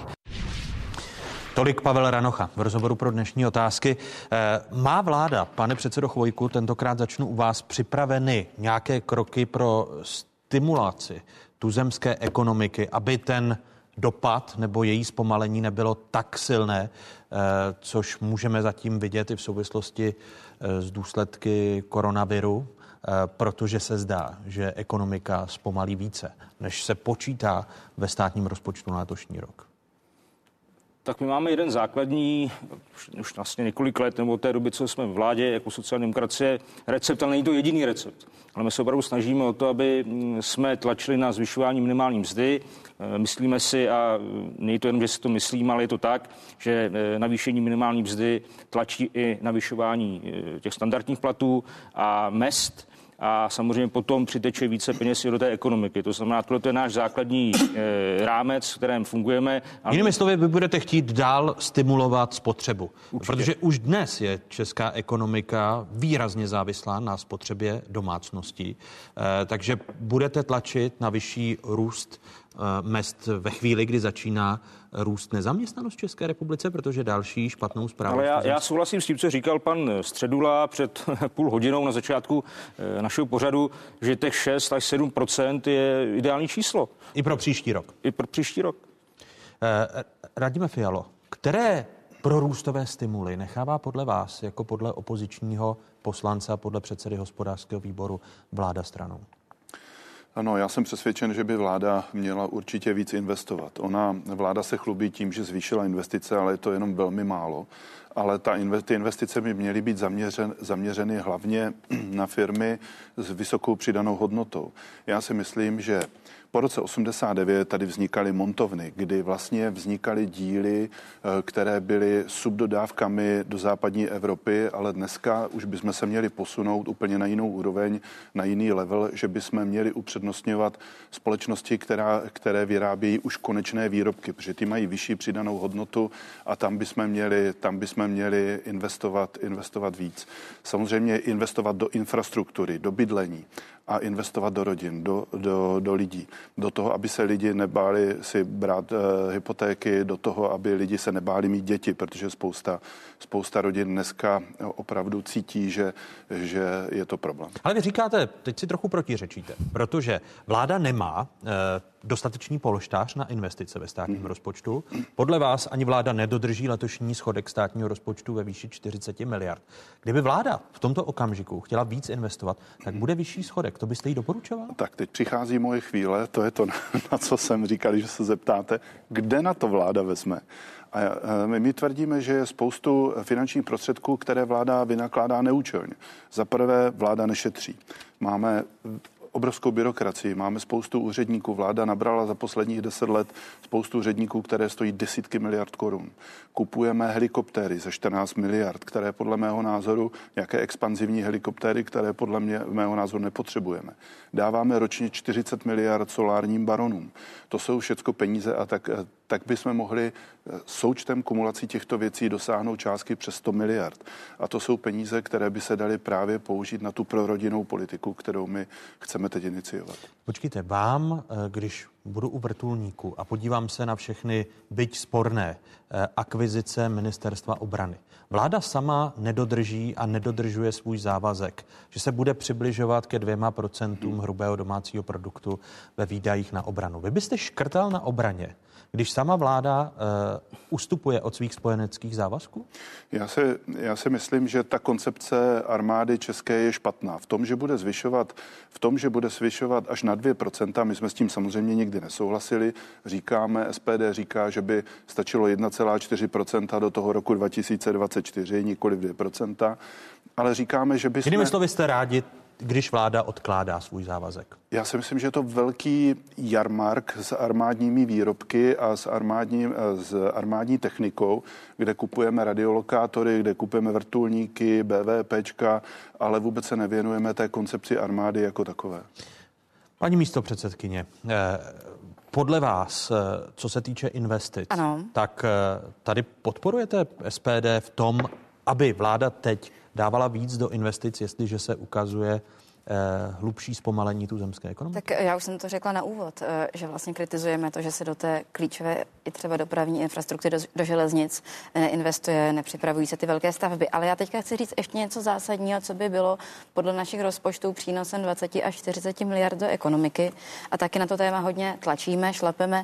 Tolik Pavel Ranocha v rozhovoru pro dnešní otázky. Má vláda, pane předsedo Chvojku, tentokrát začnu u vás, připraveny nějaké kroky pro stimulaci tuzemské ekonomiky, aby ten dopad nebo její zpomalení nebylo tak silné, což můžeme zatím vidět i v souvislosti s důsledky koronaviru, protože se zdá, že ekonomika zpomalí více, než se počítá ve státním rozpočtu na letošní rok? Tak my máme jeden základní, už vlastně několik let, nebo od té doby, co jsme v vládě jako sociální demokracie, recept, ale není to jediný recept. Ale my se opravdu snažíme o to, aby jsme tlačili na zvyšování minimální mzdy. Myslíme si, a není to jenom, že si to myslím, ale je to tak, že navýšení minimální mzdy tlačí i navyšování těch standardních platů a mezd. A samozřejmě potom přiteče více peněz do té ekonomiky. To znamená, tohle je náš základní e, rámec, v kterém fungujeme. Ale... Jinými slovy, vy budete chtít dál stimulovat spotřebu. Určitě. Protože už dnes je česká ekonomika výrazně závislá na spotřebě domácností. E, takže budete tlačit na vyšší růst e, mezd ve chvíli, kdy začíná růst nezaměstnanost v České republice, protože další špatnou zprávu. Ale já, já souhlasím s tím, co říkal pan Středula před půl hodinou na začátku e, našeho pořadu, že těch šest až sedm procent je ideální číslo. I pro příští rok. I pro příští rok. E, Radime Fialo, které prorůstové stimuly nechává podle vás, jako podle opozičního poslance a podle předsedy hospodářského výboru, vláda stranou? Ano, já jsem přesvědčen, že by vláda měla určitě víc investovat. Ona, vláda se chlubí tím, že zvýšila investice, ale je to jenom velmi málo. Ale ta, ty investice by měly být zaměřen, zaměřeny hlavně na firmy s vysokou přidanou hodnotou. Já si myslím, že po roce osmdesát devět tady vznikaly montovny, kdy vlastně vznikaly díly, které byly subdodávkami do západní Evropy, ale dneska už bychom se měli posunout úplně na jinou úroveň, na jiný level, že bychom měli upřednostňovat společnosti, která, které vyrábějí už konečné výrobky, protože ty mají vyšší přidanou hodnotu a tam bychom měli, tam bychom měli investovat, investovat víc. Samozřejmě investovat do infrastruktury, do bydlení a investovat do rodin, do, do, do lidí. Do toho, aby se lidi nebáli si brát uh, hypotéky, do toho, aby lidi se nebáli mít děti, protože spousta, spousta rodin dneska opravdu cítí, že, že je to problém. Ale vy říkáte, teď si trochu protiřečíte, protože vláda nemá uh, dostatečný polštář na investice ve státním hmm. rozpočtu. Podle vás ani vláda nedodrží letošní schodek státního rozpočtu ve výši čtyřicet miliard. Kdyby vláda v tomto okamžiku chtěla víc investovat, tak bude vyšší schodek. To byste jí doporučoval? Tak teď přichází moje chvíle, to je to, na co jsem říkal, že se zeptáte, kde na to vláda vezme. A my, my tvrdíme, že je spoustu finančních prostředků, které vláda vynakládá neúčelně. Za prvé vláda nešetří. Máme obrovskou byrokracii, máme spoustu úředníků. Vláda nabrala za posledních deset let spoustu úředníků, které stojí desítky miliard korun. Kupujeme helikoptéry za čtrnáct miliard, které podle mého názoru, nějaké expanzivní helikoptéry, které podle mě, mého názoru nepotřebujeme. Dáváme ročně čtyřicet miliard solárním baronům. To jsou všechno peníze a tak, tak bychom mohli součtem kumulací těchto věcí dosáhnout částky přes sto miliard. A to jsou peníze, které by se daly právě použít na tu prorodinnou politiku, kterou my chceme teď iniciovat. Počkejte, vám, když budu u vrtulníku a podívám se na všechny, byť sporné, akvizice Ministerstva obrany. Vláda sama nedodrží a nedodržuje svůj závazek, že se bude přibližovat ke dvěma procentům hrubého domácího produktu ve výdajích na obranu. Vy byste škrtal na obraně, když sama vláda uh, ustupuje od svých spojeneckých závazků? Já si, já si myslím, že ta koncepce armády české je špatná. V tom, že bude zvyšovat, v tom, že bude zvyšovat až na dvě procenta, my jsme s tím samozřejmě nikdy nesouhlasili. Říkáme, S P D říká, že by stačilo jedna celá čtyři procenta do toho roku dva tisíce dvacet čtyři, nikoli dvě procenta, ale říkáme, že by jsme... Jinými slovy jste rádi, když vláda odkládá svůj závazek? Já si myslím, že je to velký jarmark s armádními výrobky a s, armádním, s armádní technikou, kde kupujeme radiolokátory, kde kupujeme vrtulníky, BVPčka, ale vůbec se nevěnujeme té koncepci armády jako takové. Paní místopředsedkyně, podle vás, co se týče investic, ano. tak tady podporujete S P D v tom, aby vláda teď dávala víc do investic, jestliže se ukazuje eh, hlubší zpomalení tuzemské ekonomiky? Tak já už jsem to řekla na úvod, eh, že vlastně kritizujeme to, že se do té klíčové i třeba dopravní infrastruktury do, do železnic neinvestuje, nepřipravují se ty velké stavby. Ale já teďka chci říct ještě něco zásadního, co by bylo podle našich rozpočtů přínosem dvacet až čtyřicet miliard do ekonomiky. A taky na to téma hodně tlačíme, šlapeme.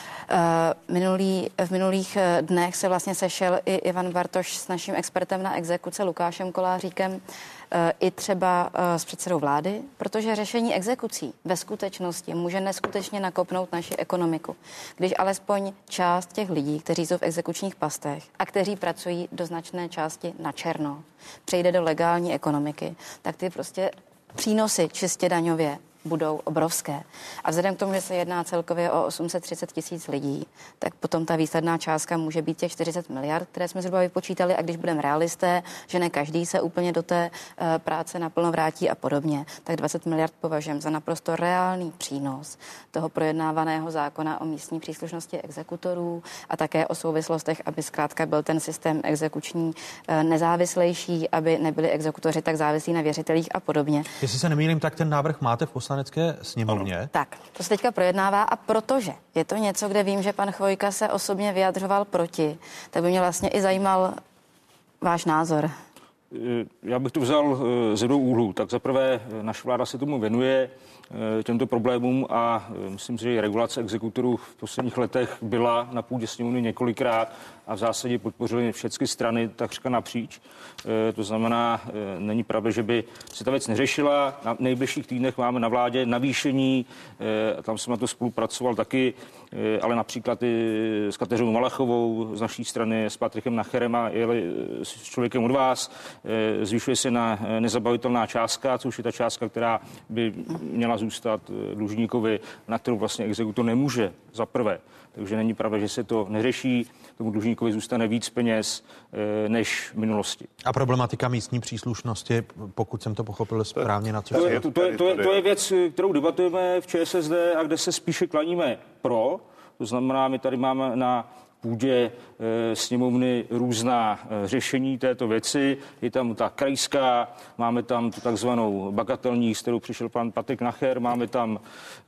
Minulý, v minulých dnech se vlastně sešel i Ivan Bartoš s naším expertem na exekuce Lukášem Koláříkem, i třeba s předsedou vlády, protože řešení exekucí ve skutečnosti může neskutečně nakopnout naši ekonomiku. Když alespoň část těch lidí, kteří jsou v exekučních pastech a kteří pracují do značné části na černo, přejde do legální ekonomiky, tak ty prostě přínosy čistě daňově budou obrovské. A vzhledem k tomu, že se jedná celkově o osm set třicet tisíc lidí, tak potom ta výsledná částka může být těch čtyřicet miliard, které jsme zhruba vypočítali, a když budeme realisté, že ne každý se úplně do té uh, práce naplno vrátí a podobně, tak dvacet miliard považujeme za naprosto reálný přínos toho projednávaného zákona o místní příslušnosti exekutorů a také o souvislostech, aby zkrátka byl ten systém exekuční uh, nezávislejší, aby nebyli exekutoři tak závislí na věřitelích a podobně. Jestli se nemýlím, tak ten návrh máte v poslanecké sněmovně. Tak, to se teďka projednává, a protože je to něco, kde vím, že pan Chvojka se osobně vyjadřoval proti, tak by mě vlastně i zajímal váš názor. Já bych to vzal ze dvou úhlů. Tak za prvé, naše vláda se tomu věnuje, těmto problémům, a myslím si, že regulace exekutorů v posledních letech byla na půdě sněmovny několikrát a v zásadě podpořili všechny strany takřka napříč. To znamená, není pravda, že by se ta věc neřešila. Na nejbližších týdnech máme na vládě navýšení, tam jsem na to spolupracoval taky, ale například i s Kateřinou Malachovou z naší strany, s Patrikem Nacherem a s člověkem od vás. Zvyšuje se na nezabavitelná částka, což je ta částka, která by měla zůstat dlužníkovi, na kterou vlastně exekutor nemůže za prvé. Takže není pravda, že se to neřeší. Tomu dlužníkovi zůstane víc peněz než v minulosti. A problematika místní příslušnosti, pokud jsem to pochopil správně, na co to je, to, to, je, to, je, to je věc, kterou debatujeme v ČSSD a kde se spíše klaníme pro. To znamená, my tady máme na půdě e, sněmovny různá e, řešení této věci. Je tam ta krajská, máme tam tu takzvanou bagatelní, s kterou přišel pan Patrik Nacher, máme tam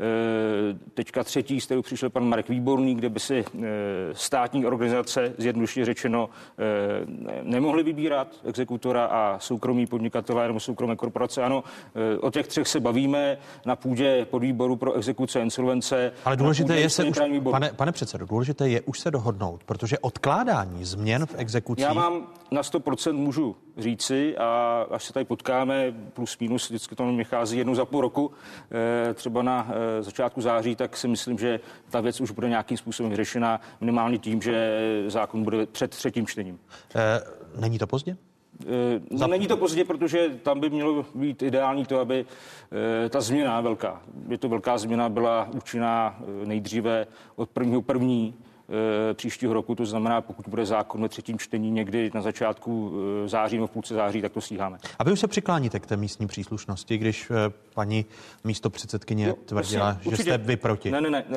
e, teďka třetí, s kterou přišel pan Marek Výborný, kde by si e, státní organizace, zjednodušeně řečeno, e, nemohly vybírat exekutora a soukromí podnikatelé nebo soukromé korporace. Ano, e, o těch třech se bavíme na půdě podvýboru pro exekuce a insolvence. Ale důležité je se už, pane, pane předsedo, důležité je už se dohodnout dohodnout? Protože odkládání změn v exekucích... Já vám na sto procent můžu říci a až se tady potkáme, plus minus, vždycky to vychází jednou za půl roku, třeba na začátku září, tak si myslím, že ta věc už bude nějakým způsobem vyřešena, minimálně tím, že zákon bude před třetím čtením. Není to pozdě? No, není to pozdě, protože tam by mělo být ideální to, aby ta změna velká, je to velká změna, byla účinná nejdříve od prvního první příštího roku, to znamená, pokud bude zákon ve třetím čtení někdy na začátku září nebo v půlce září, tak to stíháme. A vy už se přikláníte k té místní příslušnosti, když paní místopředsedkyně tvrdila, Jasně, že jste vy proti. Ne, ne, ne,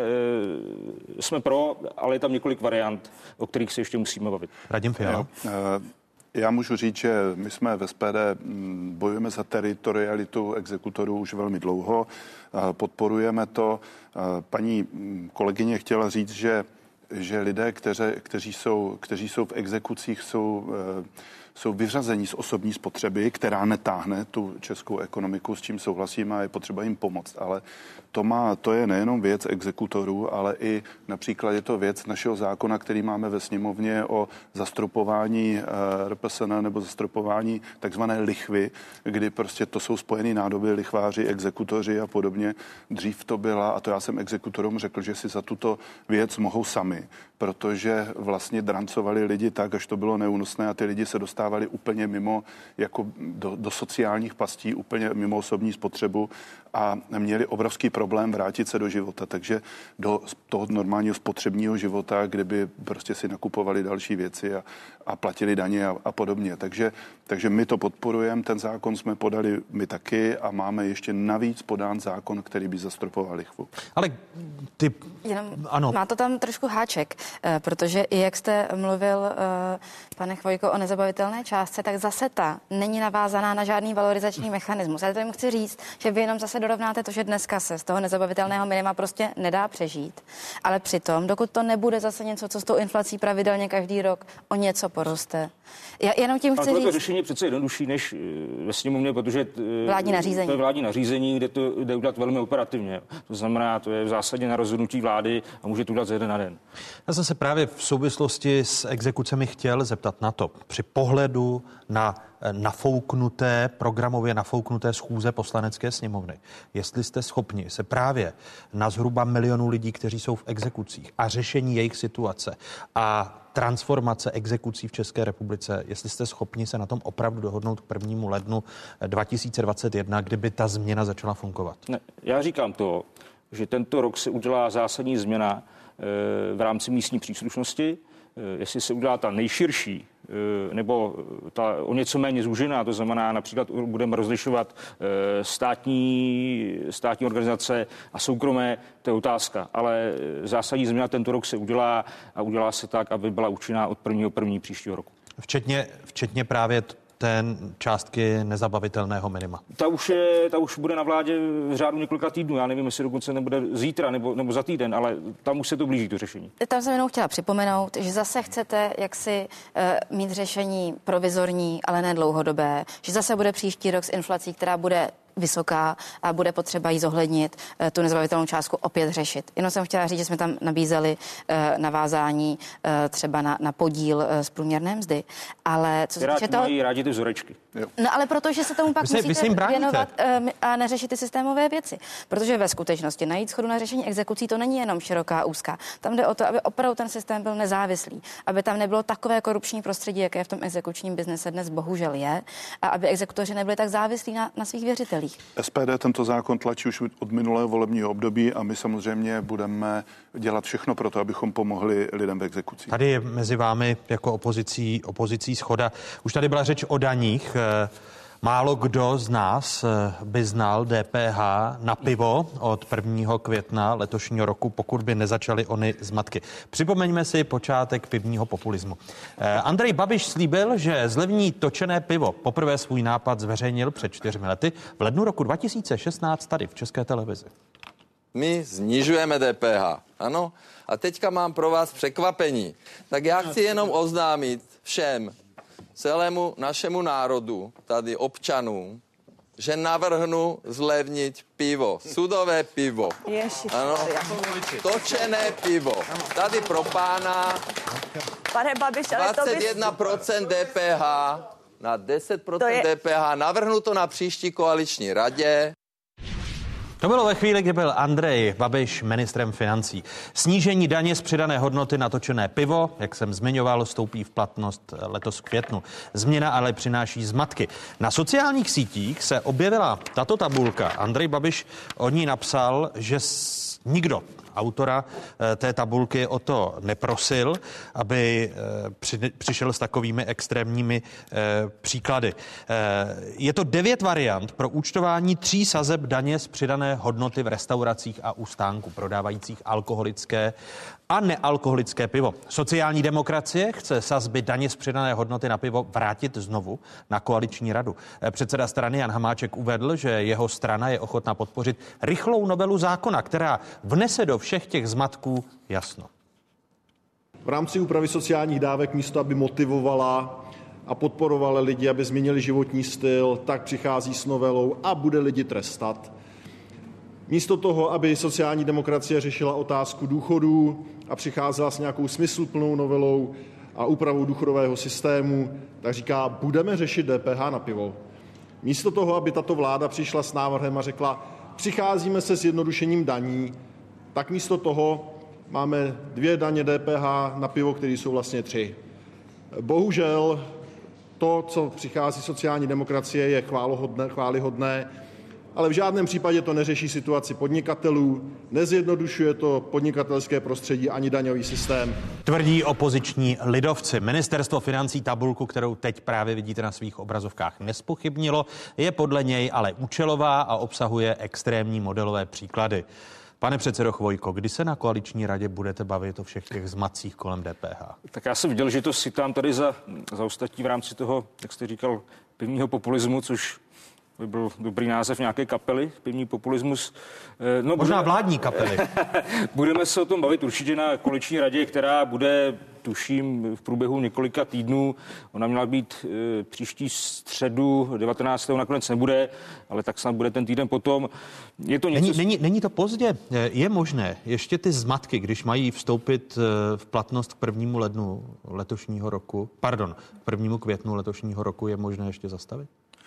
jsme pro, ale je tam několik variant, o kterých se ještě musíme bavit. Radim Fiala. Já můžu říct, že my jsme v S P D bojujeme za teritorialitu exekutorů už velmi dlouho, podporujeme to. Paní kolegyně chtěla říct, že že lidé, kteří, kteří, jsou, kteří jsou v exekucích, jsou, jsou vyřazeni z osobní spotřeby, která netáhne tu českou ekonomiku, s čím souhlasím a je potřeba jim pomoct. Ale to, má, to je nejenom věc exekutorů, ale i například je to věc našeho zákona, který máme ve sněmovně o zastropování R P S N nebo zastropování takzvané lichvy, kdy prostě to jsou spojený nádoby, lichváři, exekutoři a podobně. Dřív to byla, a to já jsem exekutorům řekl, že si za tuto věc mohou sami, protože vlastně drancovali lidi tak, až to bylo neúnosné a ty lidi se dostávali úplně mimo, jako do, do sociálních pastí, úplně mimo osobní spotřebu a měli obrovský problém vrátit se do života, takže do toho normálního spotřebního života, kde by prostě si nakupovali další věci a, a platili daně a, a podobně. Takže, takže my to podporujeme, ten zákon jsme podali my taky a máme ještě navíc podán zákon, který by zastropoval lichvu. Ale ty... Jenom ano. Má to tam trošku háček, protože i jak jste mluvil, pane Chvojko, o nezabavitelné částce, tak zase ta není navázaná na žádný valorizační mechanismus. Já tady chci říct, že vy jenom zase dorovnáte to, že dneska se z toho nezabavitelného minima prostě nedá přežít. Ale přitom, dokud to nebude zase něco, co s tou inflací pravidelně každý rok o něco poroste. Já jenom tím chci říct... To řešení je přece jednodušší než ve sněmovně, protože vládní nařízení. To je vládní nařízení, kde to jde udělat velmi operativně. To znamená, to je v zásadě na rozhodnutí vlády a může to udělat ze den na den. Já jsem se právě v souvislosti s exekucemi chtěl zeptat na to. Při pohledu na nafouknuté, programově nafouknuté schůze Poslanecké sněmovny, jestli jste schopni se právě na zhruba milionu lidí, kteří jsou v exekucích a řešení jejich situace a transformace exekucí v České republice, jestli jste schopni se na tom opravdu dohodnout k prvnímu lednu dva tisíce dvacet jedna, kdyby ta změna začala fungovat. Ne, já říkám to, že tento rok se udělá zásadní změna e, v rámci místní příslušnosti. E, jestli se udělá ta nejširší e, nebo ta o něco méně zúžená, to znamená například budeme rozlišovat e, státní, státní organizace a soukromé, to je otázka. Ale zásadní změna tento rok se udělá a udělá se tak, aby byla účinná od prvního prvního příštího roku. Včetně, včetně právě ten částky nezabavitelného minima. Ta už, je, ta už bude na vládě v řádu několika týdnů. Já nevím, jestli dokonce nebude zítra nebo, nebo za týden, ale tam už se to blíží do řešení. Tam jsem jenom chtěla připomenout, že zase chcete jaksi uh, mít řešení provizorní, ale ne dlouhodobé. Že zase bude příští rok s inflací, která bude vysoká a bude potřeba jí zohlednit, tu nezabavitelnou částku opět řešit. Jenom jsem chtěla říct, že jsme tam nabízeli navázání třeba na, na podíl z průměrné mzdy, ale co se týče toho... mají rádi ty vzorečky. No ale protože se tomu pak se, musíte věnovat a neřešit ty systémové věci. Protože ve skutečnosti najít shodu na řešení exekucí to není jenom široká úzká. Tam jde o to, aby opravdu ten systém byl nezávislý, aby tam nebylo takové korupční prostředí, jaké v tom exekučním biznise dnes bohužel je, a aby exekutoři nebyli tak závislí na, na svých věřitelích. S P D tento zákon tlačí už od minulého volebního období a my samozřejmě budeme dělat všechno pro to, abychom pomohli lidem v exekuci. Tady je mezi vámi jako opozicí, opozicí shoda. Už tady byla řeč o daních. Málo kdo z nás by znal D P H na pivo od prvního května letošního roku, pokud by nezačaly ony zmatky. Připomeňme si počátek pivního populismu. Andrej Babiš slíbil, že zlevní točené pivo. Poprvé svůj nápad zveřejnil před čtyřmi lety v lednu roku dva tisíce šestnáct tady v České televizi. My snižujeme D P H, ano? A teďka mám pro vás překvapení. Tak já chci jenom oznámit všem, celému našemu národu, tady občanům, že navrhnu zlevnit pivo, sudové pivo. Ježiš, ano, točené pivo. Tady pro pána Pane Babiš, ale to dvacet jedna procent D P H na deset procent je... D P H. Navrhnu to na příští koaliční radě. To bylo ve chvíli, kdy byl Andrej Babiš ministrem financí. Snížení daně z přidané hodnoty na točené pivo, jak jsem zmiňoval, vstoupí v platnost letos v květnu. Změna ale přináší zmatky. Na sociálních sítích se objevila tato tabulka. Andrej Babiš o ní napsal, že nikdo autora té tabulky o to neprosil, aby při, přišel s takovými extrémními příklady. Je to devět variant pro účtování tří sazeb daně z přidané hodnoty v restauracích a u stánku prodávajících alkoholické a nealkoholické pivo. Sociální demokracie chce sazby daně z přidané hodnoty na pivo vrátit znovu na koaliční radu. Předseda strany Jan Hamáček uvedl, že jeho strana je ochotná podpořit rychlou novelu zákona, která vnese do všech těch zmatků jasno. V rámci úpravy sociálních dávek místo, aby motivovala a podporovala lidi, aby změnili životní styl, tak přichází s novelou a bude lidi trestat. Místo toho, aby sociální demokracie řešila otázku důchodů a přicházela s nějakou smysluplnou novelou a úpravou důchodového systému, tak říká, budeme řešit D P H na pivo. Místo toho, aby tato vláda přišla s návrhem a řekla, přicházíme se zjednodušením daní, tak místo toho máme dvě daně D P H na pivo, které jsou vlastně tři. Bohužel to, co přichází sociální demokracie, je chválihodné, chválihodné, ale v žádném případě to neřeší situaci podnikatelů, nezjednodušuje to podnikatelské prostředí ani daňový systém. Tvrdí opoziční lidovci. Ministerstvo financí tabulku, kterou teď právě vidíte na svých obrazovkách, nespochybnilo, je podle něj ale účelová a obsahuje extrémní modelové příklady. Pane předsedo Chvojko, kdy se na koaliční radě budete bavit o všech těch zmatcích kolem D P H? Tak já jsem viděl, že to sitám tady za, za ostatní v rámci toho, jak jste říkal, pivního populismu, což by byl dobrý název nějaké kapely, pivní populismus. No, možná budeme, vládní kapely. Budeme se o tom bavit určitě na koaliční radě, která bude, tuším, v průběhu několika týdnů. Ona měla být e, příští středu devatenáctého nakonec nebude, ale tak snad bude ten týden potom. Je to něco... Není, není, není to pozdě. Je možné ještě ty zmatky, když mají vstoupit v platnost k prvnímu lednu letošního roku, pardon, prvnímu květnu letošního roku, je možné ještě zastavit?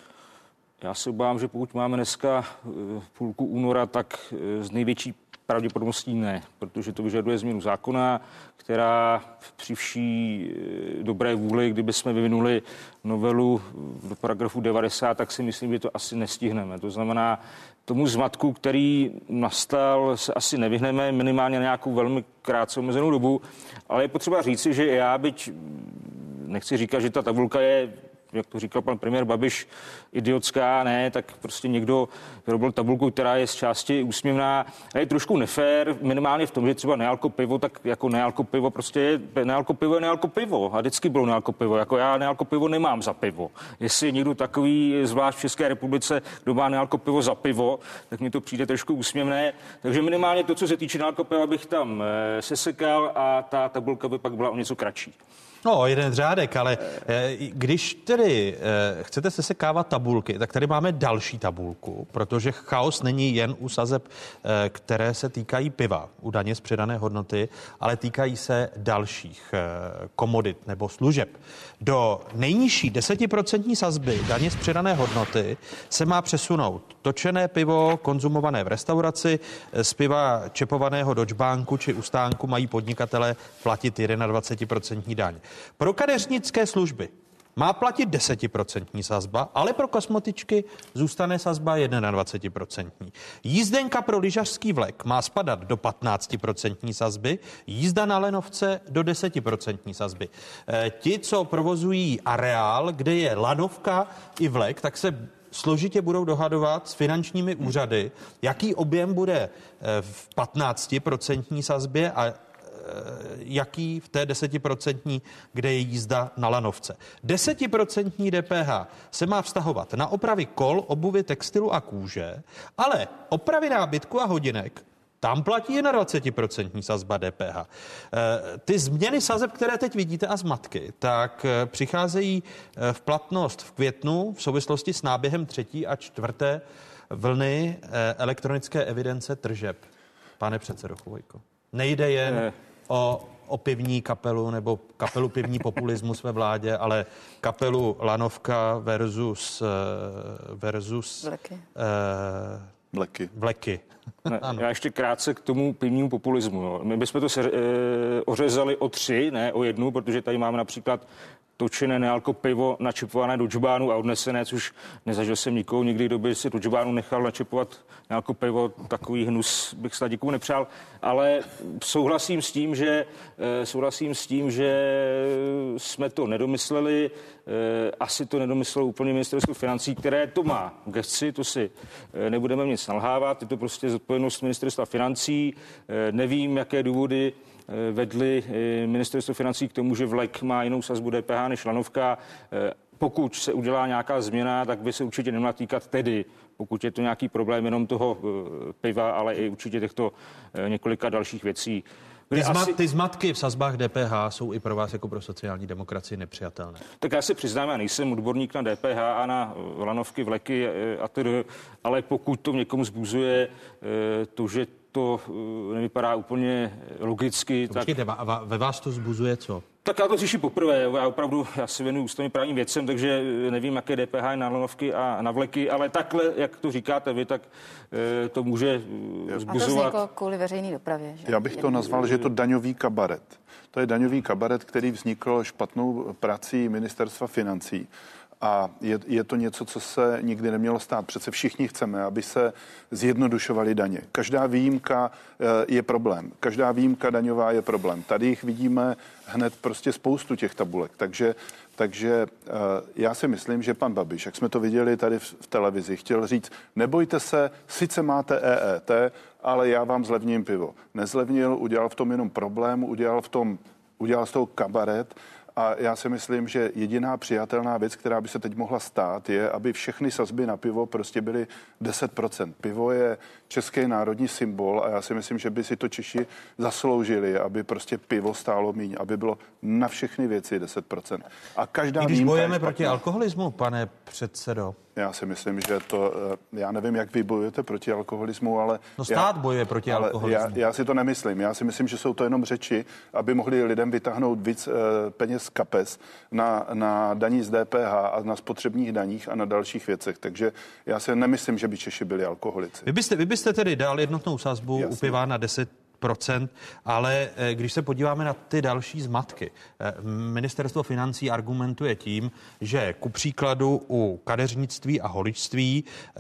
Já se obávám, že pokud máme dneska půlku února, tak z největší pravděpodobností ne, protože to vyžaduje změnu zákona, která při vší dobré vůli, kdyby jsme vyvinuli novelu do paragrafu devadesát, tak si myslím, že to asi nestihneme. To znamená, tomu zmatku, který nastal, se asi nevyhneme minimálně na nějakou velmi krátce omezenou dobu, ale je potřeba říci, že já byť nechci říkat, že ta tabulka je, jak to říkal pan premiér Babiš, idiotská, ne, tak prostě někdo vyrobil tabulku, která je z části úsměvná a je trošku nefér, minimálně v tom, že třeba nealko pivo, tak jako nealko pivo prostě je, nealko pivo je nealko pivo a vždycky bylo nealko pivo, jako já nealko pivo nemám za pivo. Jestli je někdo takový, zvlášť v České republice, kdo má nealko pivo za pivo, tak mi to přijde trošku úsměvné, takže minimálně to, co se týče nealko piva, bych tam e, sesekal a ta tabulka by pak byla o něco kratší. No, jeden řádek, ale eh, když tedy eh, chcete sesekávat tabulky, tak tady máme další tabulku, protože chaos není jen u sazeb, eh, které se týkají piva, u daně z přidané hodnoty, ale týkají se dalších eh, komodit nebo služeb. Do nejnižší desetiprocentní sazby daně z přidané hodnoty se má přesunout točené pivo konzumované v restauraci, z piva čepovaného do džbánku či u stánku mají podnikatelé platit dvacetiprocentní daň. Pro kadeřnické služby má platit desetiprocentní sazba, ale pro kosmetičky zůstane sazba dvacetiprocentní. Jízdenka pro lyžařský vlek má spadat do patnáctiprocentní sazby, jízda na lenovce do desetiprocentní sazby. E, ti, co provozují areál, kde je lanovka i vlek, tak se složitě budou dohadovat s finančními úřady, jaký objem bude v patnáctiprocentní sazbě a jaký v té desetiprocentní, kde je jízda na lanovce. Desetiprocentní D P H se má vztahovat na opravy kol, obuvy, textilu a kůže, ale opravy nábytku a hodinek, tam platí dvacetiprocentní sazba D P H. Ty změny sazeb, které teď vidíte a zmatky, tak přicházejí v platnost v květnu v souvislosti s náběhem třetí a čtvrté vlny elektronické evidence tržeb. Pane předsedo Chvojko, nejde jen o, o pivní kapelu nebo kapelu pivní populismus ve vládě, ale kapelu Lanovka versus versus Vleky. Eh, Vleky. Vleky. Ne, já ještě krátce k tomu pivnímu populismu. No. My bychom to se, e, ořezali o tři, ne o jednu, protože tady máme například točené nealko pivo načipované do džbánu a odnesené, což nezažil jsem nikoho nikdy, kdo by si do džbánu nechal načipovat nealko pivo, takový hnus bych snad nikomu nepřál, ale souhlasím s tím, že souhlasím s tím, že jsme to nedomysleli, asi to nedomyslelo úplně ministerstvo financí, které to má v gesci, to si nebudeme nic nalhávat, je to prostě zodpovědnost ministerstva financí, nevím, jaké důvody vedli ministerstvo financí k tomu, že Vlek má jinou sazbu D P H než Lanovka. Pokud se udělá nějaká změna, tak by se určitě neměla týkat tedy, pokud je to nějaký problém jenom toho piva, ale i určitě těchto několika dalších věcí. Ty, zma, asi... ty zmatky v sazbách D P H jsou i pro vás jako pro sociální demokracii nepřijatelné. Tak já se přiznám, já nejsem odborník na D P H a na lanovky, vleky a tedy, ale pokud to někomu zbuzuje to, že to nevypadá úplně logicky. To počkejte, tak... ve vás to zbuzuje co? Tak já to řeším poprvé. Já opravdu, já si věnuju ústavně právním věcem, takže nevím, jaké D P H je na lanovky a na vleky, ale takhle, jak to říkáte vy, tak e, to může zbuzovat. A to vzniklo kvůli veřejné dopravě. Že? Já bych to nazval, že je to daňový kabaret. To je daňový kabaret, který vznikl špatnou prací ministerstva financí. A je, je to něco, co se nikdy nemělo stát. Přece všichni chceme, aby se zjednodušovaly daně. Každá výjimka je problém. Každá výjimka daňová je problém. Tady jich vidíme hned prostě spoustu těch tabulek. Takže, takže já si myslím, že pan Babiš, jak jsme to viděli tady v, v televizi, chtěl říct, nebojte se, sice máte E E T, ale já vám zlevním pivo. Nezlevnil, udělal v tom jenom problém, udělal v tom, udělal z toho kabaret. A já si myslím, že jediná přijatelná věc, která by se teď mohla stát, je, aby všechny sazby na pivo prostě byly deset procent. Pivo je český národní symbol a já si myslím, že by si to Češi zasloužili, aby prostě pivo stálo míň, aby bylo na všechny věci deset procent. A každá I když bojujeme proti alkoholismu, pane předsedo. Já si myslím, že to, já nevím, jak vy bojujete proti alkoholismu, ale... No stát já, bojuje proti ale alkoholismu. Já, já si to nemyslím. Já si myslím, že jsou to jenom řeči, aby mohli lidem vytáhnout víc e, peněz z kapes na, na daní z D P H a na spotřebních daních a na dalších věcech. Takže já si nemyslím, že by Češi byli alkoholici. Vy byste, vy byste tedy dal jednotnou sazbu u piva na deset procent, ale když se podíváme na ty další zmatky, ministerstvo financí argumentuje tím, že ku příkladu u kadeřnictví a holičství eh,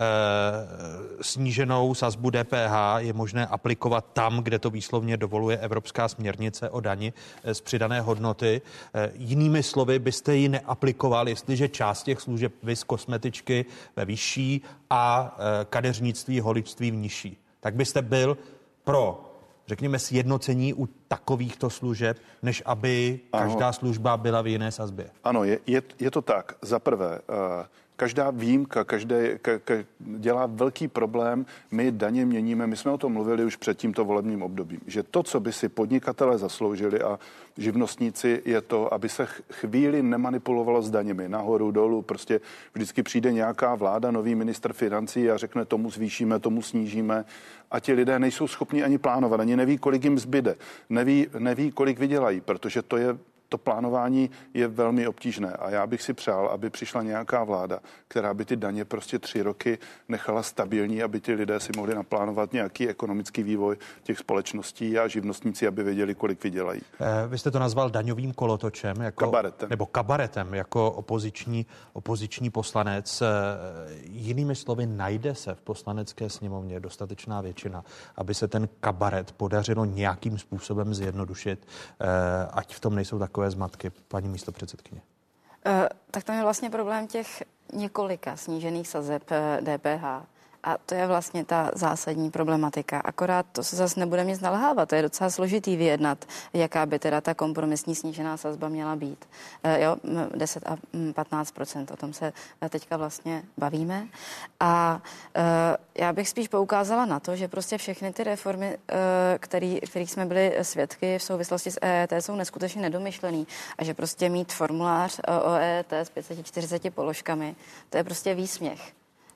sníženou sazbu D P H je možné aplikovat tam, kde to výslovně dovoluje Evropská směrnice o dani z přidané hodnoty. Eh, jinými slovy byste ji neaplikoval, jestliže část těch služeb vys kosmetičky ve vyšší a eh, kadeřnictví, holičství v nižší. Tak byste byl pro, řekněme, sjednocení u takovýchto služeb, než aby každá ano. služba byla v jiné sazbě. Ano, je, je, je to tak. Za prvé, uh, každá výjimka, každé ka, ka, dělá velký problém. My daně měníme, my jsme o tom mluvili už před tímto volebním obdobím, že to, co by si podnikatelé zasloužili a živnostníci, je to, aby se chvíli nemanipulovalo s daněmi nahoru, dolů. Prostě vždycky přijde nějaká vláda, nový ministr financí a řekne, tomu zvýšíme, tomu snížíme. A ti lidé nejsou schopni ani plánovat, ani neví, kolik jim zbyde, neví, neví, kolik vydělají, protože to je to plánování je velmi obtížné a já bych si přál, aby přišla nějaká vláda, která by ty daně prostě tři roky nechala stabilní, aby ti lidé si mohli naplánovat nějaký ekonomický vývoj těch společností a živnostníci, aby věděli, kolik vydělají. Vy jste to nazval daňovým kolotočem, jako, kabaretem. nebo kabaretem, jako opoziční, opoziční poslanec. Jinými slovy, najde se v poslanecké sněmovně dostatečná většina, aby se ten kabaret podařilo nějakým způsobem zjednodušit, ať v tom nejsou takové zmatky, paní místopředsedkyně? Uh, tak tam je vlastně problém těch několika snížených sazeb D P H. A to je vlastně ta zásadní problematika. Akorát to se zase nebude nic nalhávat. To je docela složitý vyjednat, jaká by teda ta kompromisní snížená sazba měla být. E, jo, deset a patnáct procent, o tom se teďka vlastně bavíme. A e, já bych spíš poukázala na to, že prostě všechny ty reformy, e, který, kterých jsme byli svědky v souvislosti s E E T, jsou neskutečně nedomyšlený. A že prostě mít formulář o E E T s pět set čtyřiceti položkami, to je prostě výsměch.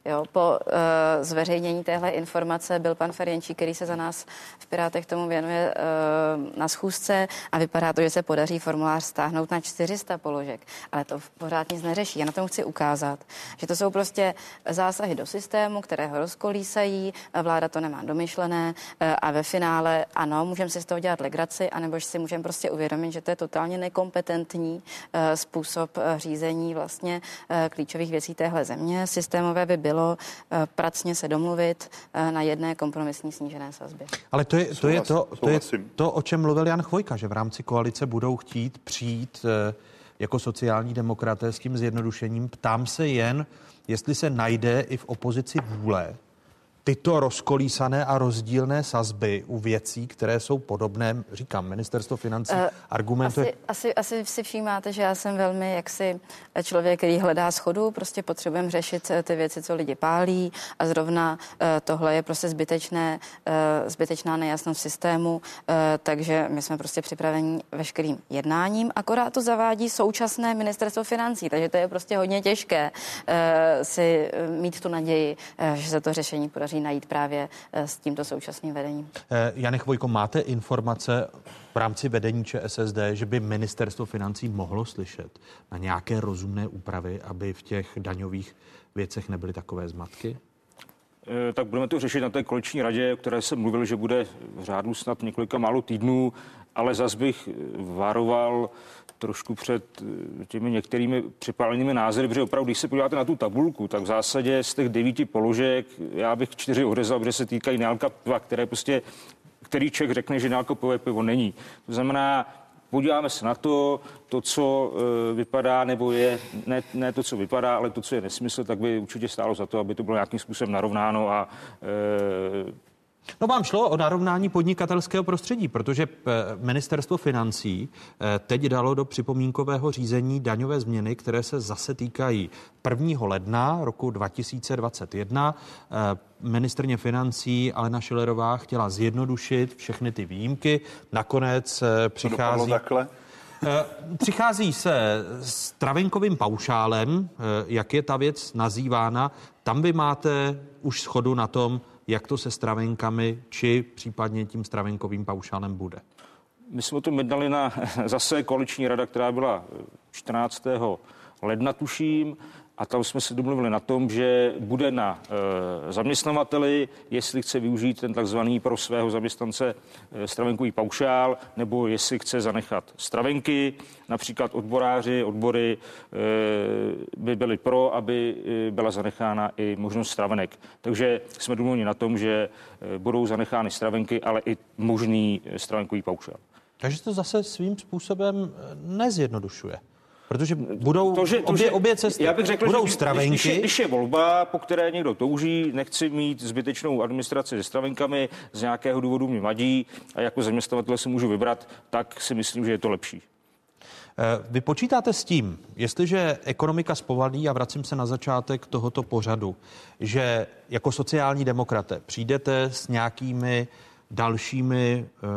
Jo, po uh, zveřejnění téhle informace byl pan Ferjenčík, který se za nás v Pirátech tomu věnuje uh, na schůzce a vypadá to, že se podaří formulář stáhnout na čtyři sta položek, ale to pořád nic neřeší. Já na tom chci ukázat, že to jsou prostě zásahy do systému, které ho rozkolísají, vláda to nemá domyšlené uh, a ve finále ano, můžeme si z toho dělat legraci, anebo si můžeme prostě uvědomit, že to je totálně nekompetentní uh, způsob uh, řízení vlastně uh, klíčových věcí téhle země. Systémové by bylo uh, pracně se domluvit uh, na jedné kompromisní snížené sazbě. Ale to je to, je to, to, je to, o čem mluvil Jan Chvojka, že v rámci koalice budou chtít přijít uh, jako sociální demokraté s tím zjednodušením. Ptám se jen, jestli se najde i v opozici vůle tyto rozkolísané a rozdílné sazby u věcí, které jsou podobné, říkám, ministerstvo financí uh, argumentuje. Asi, asi, asi si všímáte, že já jsem velmi jaksi člověk, který hledá schodu, prostě potřebujeme řešit ty věci, co lidi pálí a zrovna uh, tohle je prostě zbytečné, uh, zbytečná nejasnost systému, uh, takže my jsme prostě připraveni veškerým jednáním, akorát to zavádí současné ministerstvo financí, takže to je prostě hodně těžké uh, si mít tu naději, uh, že se to řešení podaří najít právě s tímto současným vedením. Jane Chvojko, máte informace v rámci vedení ČSSD, že by ministerstvo financí mohlo slyšet na nějaké rozumné úpravy, aby v těch daňových věcech nebyly takové zmatky? Tak budeme to řešit na té koaliční radě, o které jsem mluvil, že bude v řádu snad několika málo týdnů, ale zas bych varoval trošku před těmi některými připálenými názory, protože opravdu, když se podíváte na tu tabulku, tak v zásadě z těch devíti položek já bych čtyři odezal, protože se týkají nealkoholové, které prostě, který Čech řekne, že nealkoholové pivo není. To znamená, podíváme se na to, to, co e, vypadá, nebo je, ne, ne to, co vypadá, ale to, co je nesmysl, tak by určitě stálo za to, aby to bylo nějakým způsobem narovnáno a e, No vám šlo o narovnání podnikatelského prostředí, protože ministerstvo financí teď dalo do připomínkového řízení daňové změny, které se zase týkají prvního ledna roku dva tisíce dvacet jedna. Ministryně financí Alena Schillerová chtěla zjednodušit všechny ty výjimky. Nakonec přichází... Přichází se s travinkovým paušálem, jak je ta věc nazývána. Tam vy máte už shodu na tom, jak to se stravenkami, či případně tím stravenkovým paušálem bude? My jsme o tom jednali na zase koaliční rada, která byla čtrnáctého ledna, tuším, a tam jsme se domluvili na tom, že bude na e, zaměstnavateli, jestli chce využít ten takzvaný pro svého zaměstnance e, stravenkový paušál, nebo jestli chce zanechat stravenky. Například odboráři, odbory e, by byli pro, aby e, byla zanechána i možnost stravenek. Takže jsme domluvili na tom, že e, budou zanechány stravenky, ale i možný stravenkový paušál. Takže to zase svým způsobem nezjednodušuje. Protože budou to, že, to, obě, že, obě cesty. Já bych řekl, budou že stravenky. Když, když, když je volba, po které někdo touží, nechci mít zbytečnou administraci se stravenkami, z nějakého důvodu mě vadí a jako zaměstnavatel si můžu vybrat, tak si myslím, že je to lepší. Vy počítáte s tím, jestliže ekonomika zpomalí, a vracím se na začátek tohoto pořadu, že jako sociální demokraté přijdete s nějakými dalšími e,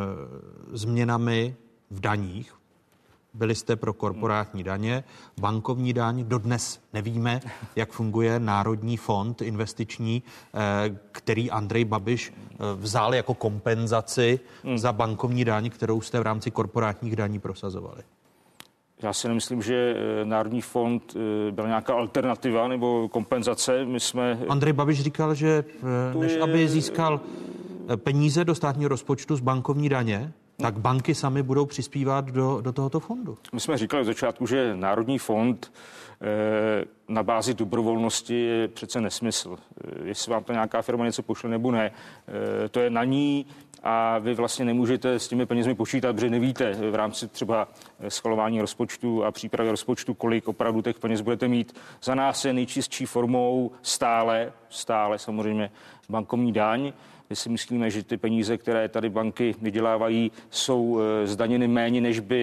změnami v daních. Byli jste pro korporátní daně, bankovní daň, dodnes nevíme, jak funguje Národní fond investiční, který Andrej Babiš vzal jako kompenzaci hmm. za bankovní daň, kterou jste v rámci korporátních daní prosazovali. Já si nemyslím, že Národní fond byl nějaká alternativa nebo kompenzace. My jsme... Andrej Babiš říkal, že než je... aby získal peníze do státního rozpočtu z bankovní daně, tak banky sami budou přispívat do, do tohoto fondu. My jsme říkali od začátku, že Národní fond e, na bázi dobrovolnosti je přece nesmysl. E, jestli vám to nějaká firma něco pošle nebo ne, e, to je na ní a vy vlastně nemůžete s těmi penězmi počítat, protože nevíte v rámci třeba schvalování rozpočtu a přípravy rozpočtu, kolik opravdu těch peněz budete mít. Za nás je nejčistší formou stále, stále samozřejmě bankovní daň. My si myslíme, že ty peníze, které tady banky vydělávají, jsou zdaněny méně, než by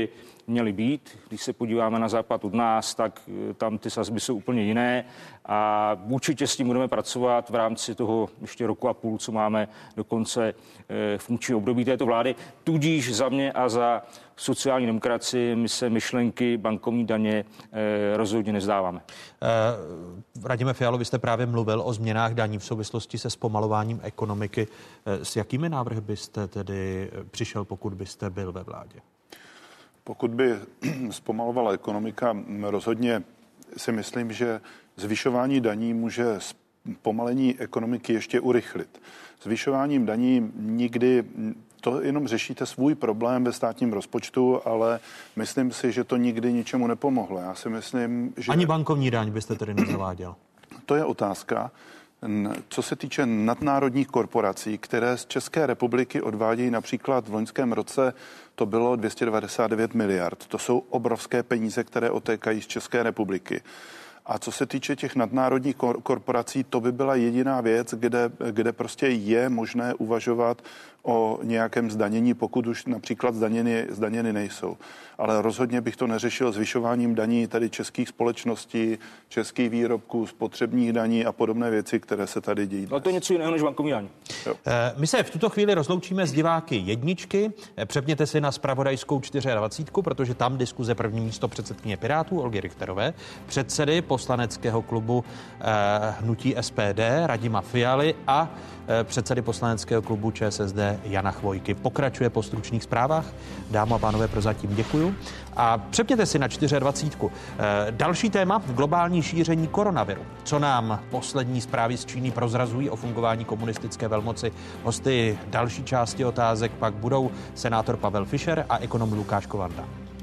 měly být. Když se podíváme na západ od nás, tak tam ty sazby jsou úplně jiné a určitě s tím budeme pracovat v rámci toho ještě roku a půl, co máme do konce funkčního období této vlády. Tudíž za mě a za sociální demokracii my se myšlenky bankovní daně eh, rozhodně nezdáváme. Eh, Radime Fialo, vy jste právě mluvil o změnách daní v souvislosti se zpomalováním ekonomiky. Eh, s jakými návrhy byste tedy přišel, pokud byste byl ve vládě? Pokud by zpomalovala ekonomika, rozhodně si myslím, že zvyšování daní může zpomalení ekonomiky ještě urychlit. Zvyšováním daní nikdy to jenom řešíte svůj problém ve státním rozpočtu, ale myslím si, že to nikdy ničemu nepomohlo. Já si myslím, že... Ani bankovní daň byste tedy nezaváděl. To je otázka. Co se týče nadnárodních korporací, které z České republiky odvádějí například v loňském roce, to bylo dvě stě devadesát devět miliard. To jsou obrovské peníze, které otékají z České republiky. A co se týče těch nadnárodních korporací, to by byla jediná věc, kde, kde prostě je možné uvažovat o nějakém zdanění, pokud už například zdaněny, zdaněny nejsou. Ale rozhodně bych to neřešil zvyšováním daní tady českých společností, českých výrobků, spotřebních daní a podobné věci, které se tady dějí. Ale to je něco jiného než bankovní daň. My se v tuto chvíli rozloučíme s diváky jedničky. Přepněte si na zpravodajskou dvacet čtyři, protože tam diskuze první místo předsedkyně Pirátů Olgy Richterové, předsedy poslaneckého klubu eh, hnutí S P D Radima Fialy a eh, předsedy poslaneckého klubu Č S S D Jana Chvojky. Pokračuje po stručných zprávách. Dámy a pánové, prozatím děkuju. A přepněte si na dvacet čtyři. Eh, další téma, globální šíření koronaviru. Co nám poslední zprávy z Číny prozrazují o fungování komunistické velmoci? Hosty další části otázek pak budou senátor Pavel Fischer a ekonom Lukáš Kovanda.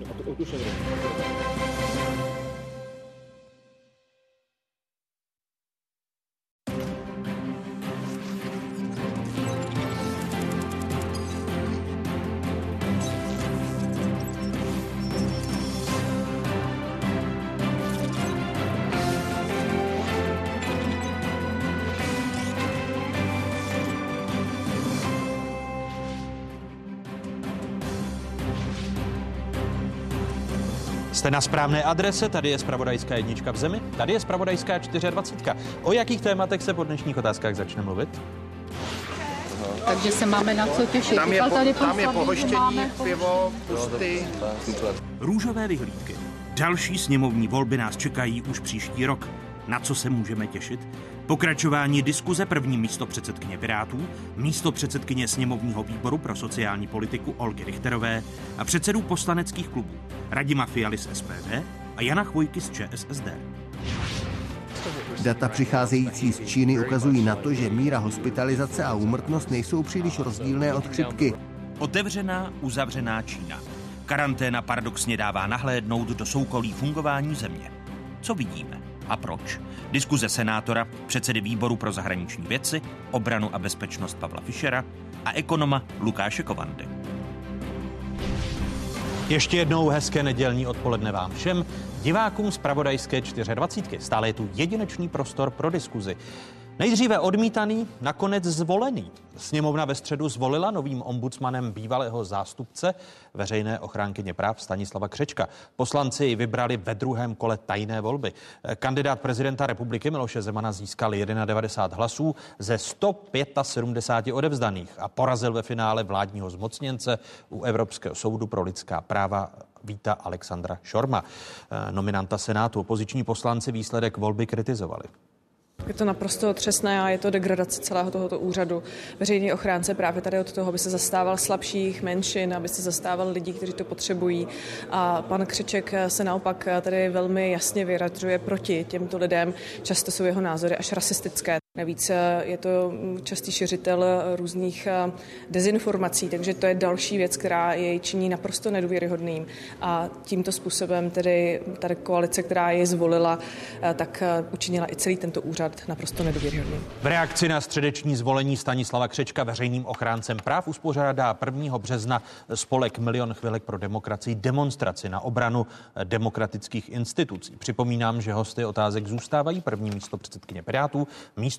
Jste na správné adrese, tady je zpravodajská jednička v zemi, tady je zpravodajská dvacet čtyři. O jakých tématech se po dnešních otázkách začne mluvit? Takže se máme na co těšit. Tam je, po, tam je pohoštění, pivo, pusty. Růžové vyhlídky. Další sněmovní volby nás čekají už příští rok. Na co se můžeme těšit? Pokračování diskuze první místo předsedkyně Pirátů, místo předsedkyně sněmovního výboru pro sociální politiku Olgy Richterové a předsedů poslaneckých klubů Radima Fialy z S P D a Jana Chvojky z Č S S D. Data přicházející z Číny ukazují na to, že míra hospitalizace a úmrtnost nejsou příliš rozdílné od chřipky. Otevřená, uzavřená Čína. Karanténa paradoxně dává nahlédnout do soukolí fungování země. Co vidíme? A proč? Diskuze senátora, předsedy výboru pro zahraniční věci, obranu a bezpečnost Pavla Fischera a ekonoma Lukáše Kovandy. Ještě jednou hezké nedělní odpoledne vám všem, divákům zpravodajské dvacet čtyři. Stále je tu jedinečný prostor pro diskuzi. Nejdříve odmítaný, nakonec zvolený. Sněmovna ve středu zvolila novým ombudsmanem bývalého zástupce veřejné ochránkyně práv Stanislava Křečka. Poslanci ji vybrali ve druhém kole tajné volby. Kandidát prezidenta republiky Miloše Zemana získal devadesát jedna hlasů ze sto sedmdesát pět odevzdaných a porazil ve finále vládního zmocněnce u Evropského soudu pro lidská práva Víta Alexandra Šorma, nominanta Senátu. Opoziční poslanci výsledek volby kritizovali. Je to naprosto otřesné a je to degradace celého tohoto úřadu. Veřejný ochránce právě tady od toho, aby se zastával slabších, menšin, aby se zastával lidí, kteří to potřebují. A pan Křeček se naopak tady velmi jasně vyjadřuje proti těmto lidem. Často jsou jeho názory až rasistické. Navíc je to častý šiřitel různých dezinformací, takže to je další věc, která jej činí naprosto nedůvěryhodným. A tímto způsobem tedy tady koalice, která jej zvolila, tak učinila i celý tento úřad naprosto nedůvěryhodným. V reakci na středeční zvolení Stanislava Křečka veřejným ochráncem práv uspořádá prvního března spolek Milion chvilek pro demokracii demonstraci na obranu demokratických institucí. Připomínám, že hosty otázek zůstávají první místo předsedkyně Pirátů, místo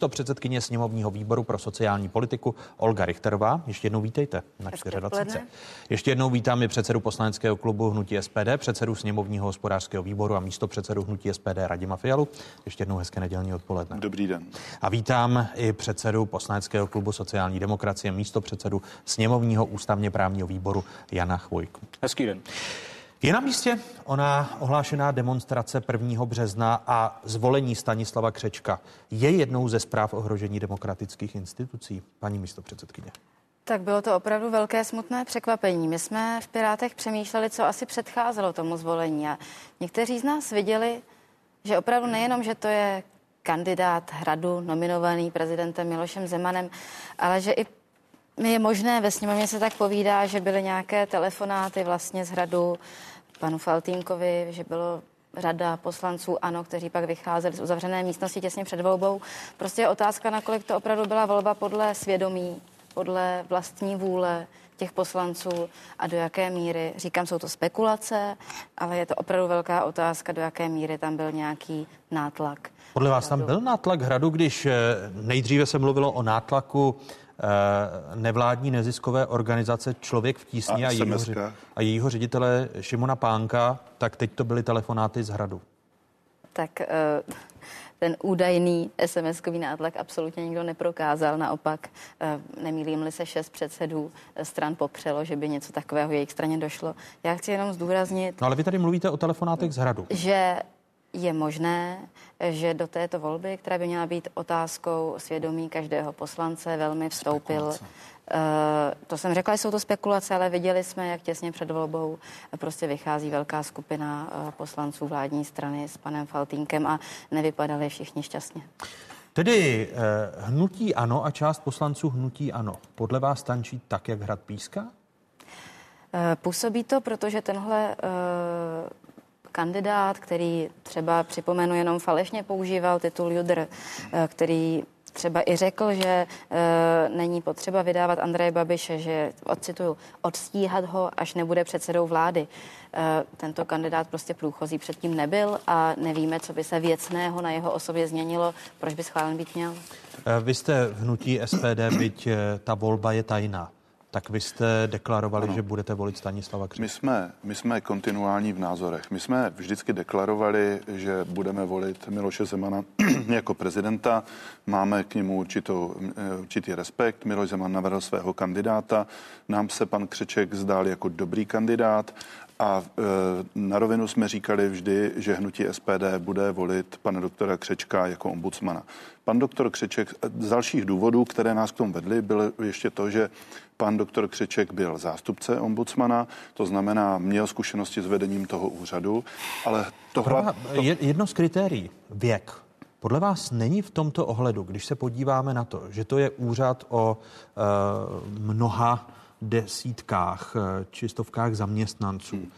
místo předsedkyně sněmovního výboru pro sociální politiku Olga Richterová. Ještě jednou vítejte na dvacet čtyři. Ještě jednou vítám i předsedu poslaneckého klubu hnutí S P D, předsedu sněmovního hospodářského výboru a místo předsedu hnutí S P D Radima Fialu. Ještě jednou hezké nedělní odpoledne. Dobrý den. A vítám i předsedu poslaneckého klubu sociální demokracie, místo předsedu sněmovního ústavně právního výboru Jana Chvojku. Hezký den. Je na místě ona ohlášená demonstrace prvního března a zvolení Stanislava Křečka je jednou ze zpráv ohrožení demokratických institucí, paní místopředsedkyně? Tak bylo to opravdu velké smutné překvapení. My jsme v Pirátech přemýšleli, co asi předcházelo tomu zvolení a někteří z nás viděli, že opravdu nejenom, že to je kandidát Hradu nominovaný prezidentem Milošem Zemanem, ale že i je možné, ve sněmovně se tak povídá, že byly nějaké telefonáty vlastně z Hradu panu Faltýnkovi, že bylo řada poslanců ANO, kteří pak vycházeli z uzavřené místnosti těsně před volbou. Prostě je otázka, nakolik to opravdu byla volba podle svědomí, podle vlastní vůle těch poslanců a do jaké míry, říkám, jsou to spekulace, ale je to opravdu velká otázka, do jaké míry tam byl nějaký nátlak. Podle vás tam byl nátlak Hradu, když nejdříve se mluvilo o nátlaku nevládní neziskové organizace Člověk v tísni a, a, jejího, a jejího ředitele Šimona Pánka, tak teď to byly telefonáty z Hradu. Tak ten údajný es em eskový nátlak absolutně nikdo neprokázal. Naopak, nemýlím-li se, šest předsedů stran popřelo, že by něco takového jejich straně došlo. Já chci jenom zdůraznit... No ale vy tady mluvíte o telefonátech z Hradu. Že je možné, že do této volby, která by měla být otázkou svědomí každého poslance, velmi vstoupil. Uh, to jsem řekla, jsou to spekulace, ale viděli jsme, jak těsně před volbou prostě vychází velká skupina uh, poslanců vládní strany s panem Faltýnkem a nevypadali všichni šťastně. Tedy uh, hnutí ANO a část poslanců hnutí ANO podle vás tančí tak, jak Hrad píská? Uh, působí to, protože tenhle... Uh, kandidát, který třeba připomenu jenom falešně používal titul Judr, který třeba i řekl, že e, není potřeba vydávat Andreje Babiše, že, odcituju, odstíhat ho, až nebude předsedou vlády. E, tento kandidát prostě průchozí předtím nebyl a nevíme, co by se věcného na jeho osobě změnilo, proč by schválen být měl. Vy jste v hnutí S P D, byť ta volba je tajná. Tak vy jste deklarovali, ano, že budete volit Stanislava Křečka. My jsme, my jsme kontinuální v názorech. My jsme vždycky deklarovali, že budeme volit Miloše Zemana jako prezidenta. Máme k němu určitou, určitý respekt. Miloš Zeman navrhl svého kandidáta. Nám se pan Křeček zdál jako dobrý kandidát. A e, na rovinu jsme říkali vždy, že hnutí S P D bude volit pana doktora Křečka jako ombudsmana. Pan doktor Křeček, z dalších důvodů, které nás k tomu vedly, bylo ještě to, že pan doktor Křeček byl zástupce ombudsmana, to znamená, měl zkušenosti s vedením toho úřadu, ale tohle... To... Jedno z kritérií, věk. Podle vás není v tomto ohledu, když se podíváme na to, že to je úřad o e, mnoha desítkách či stovkách zaměstnanců, hmm.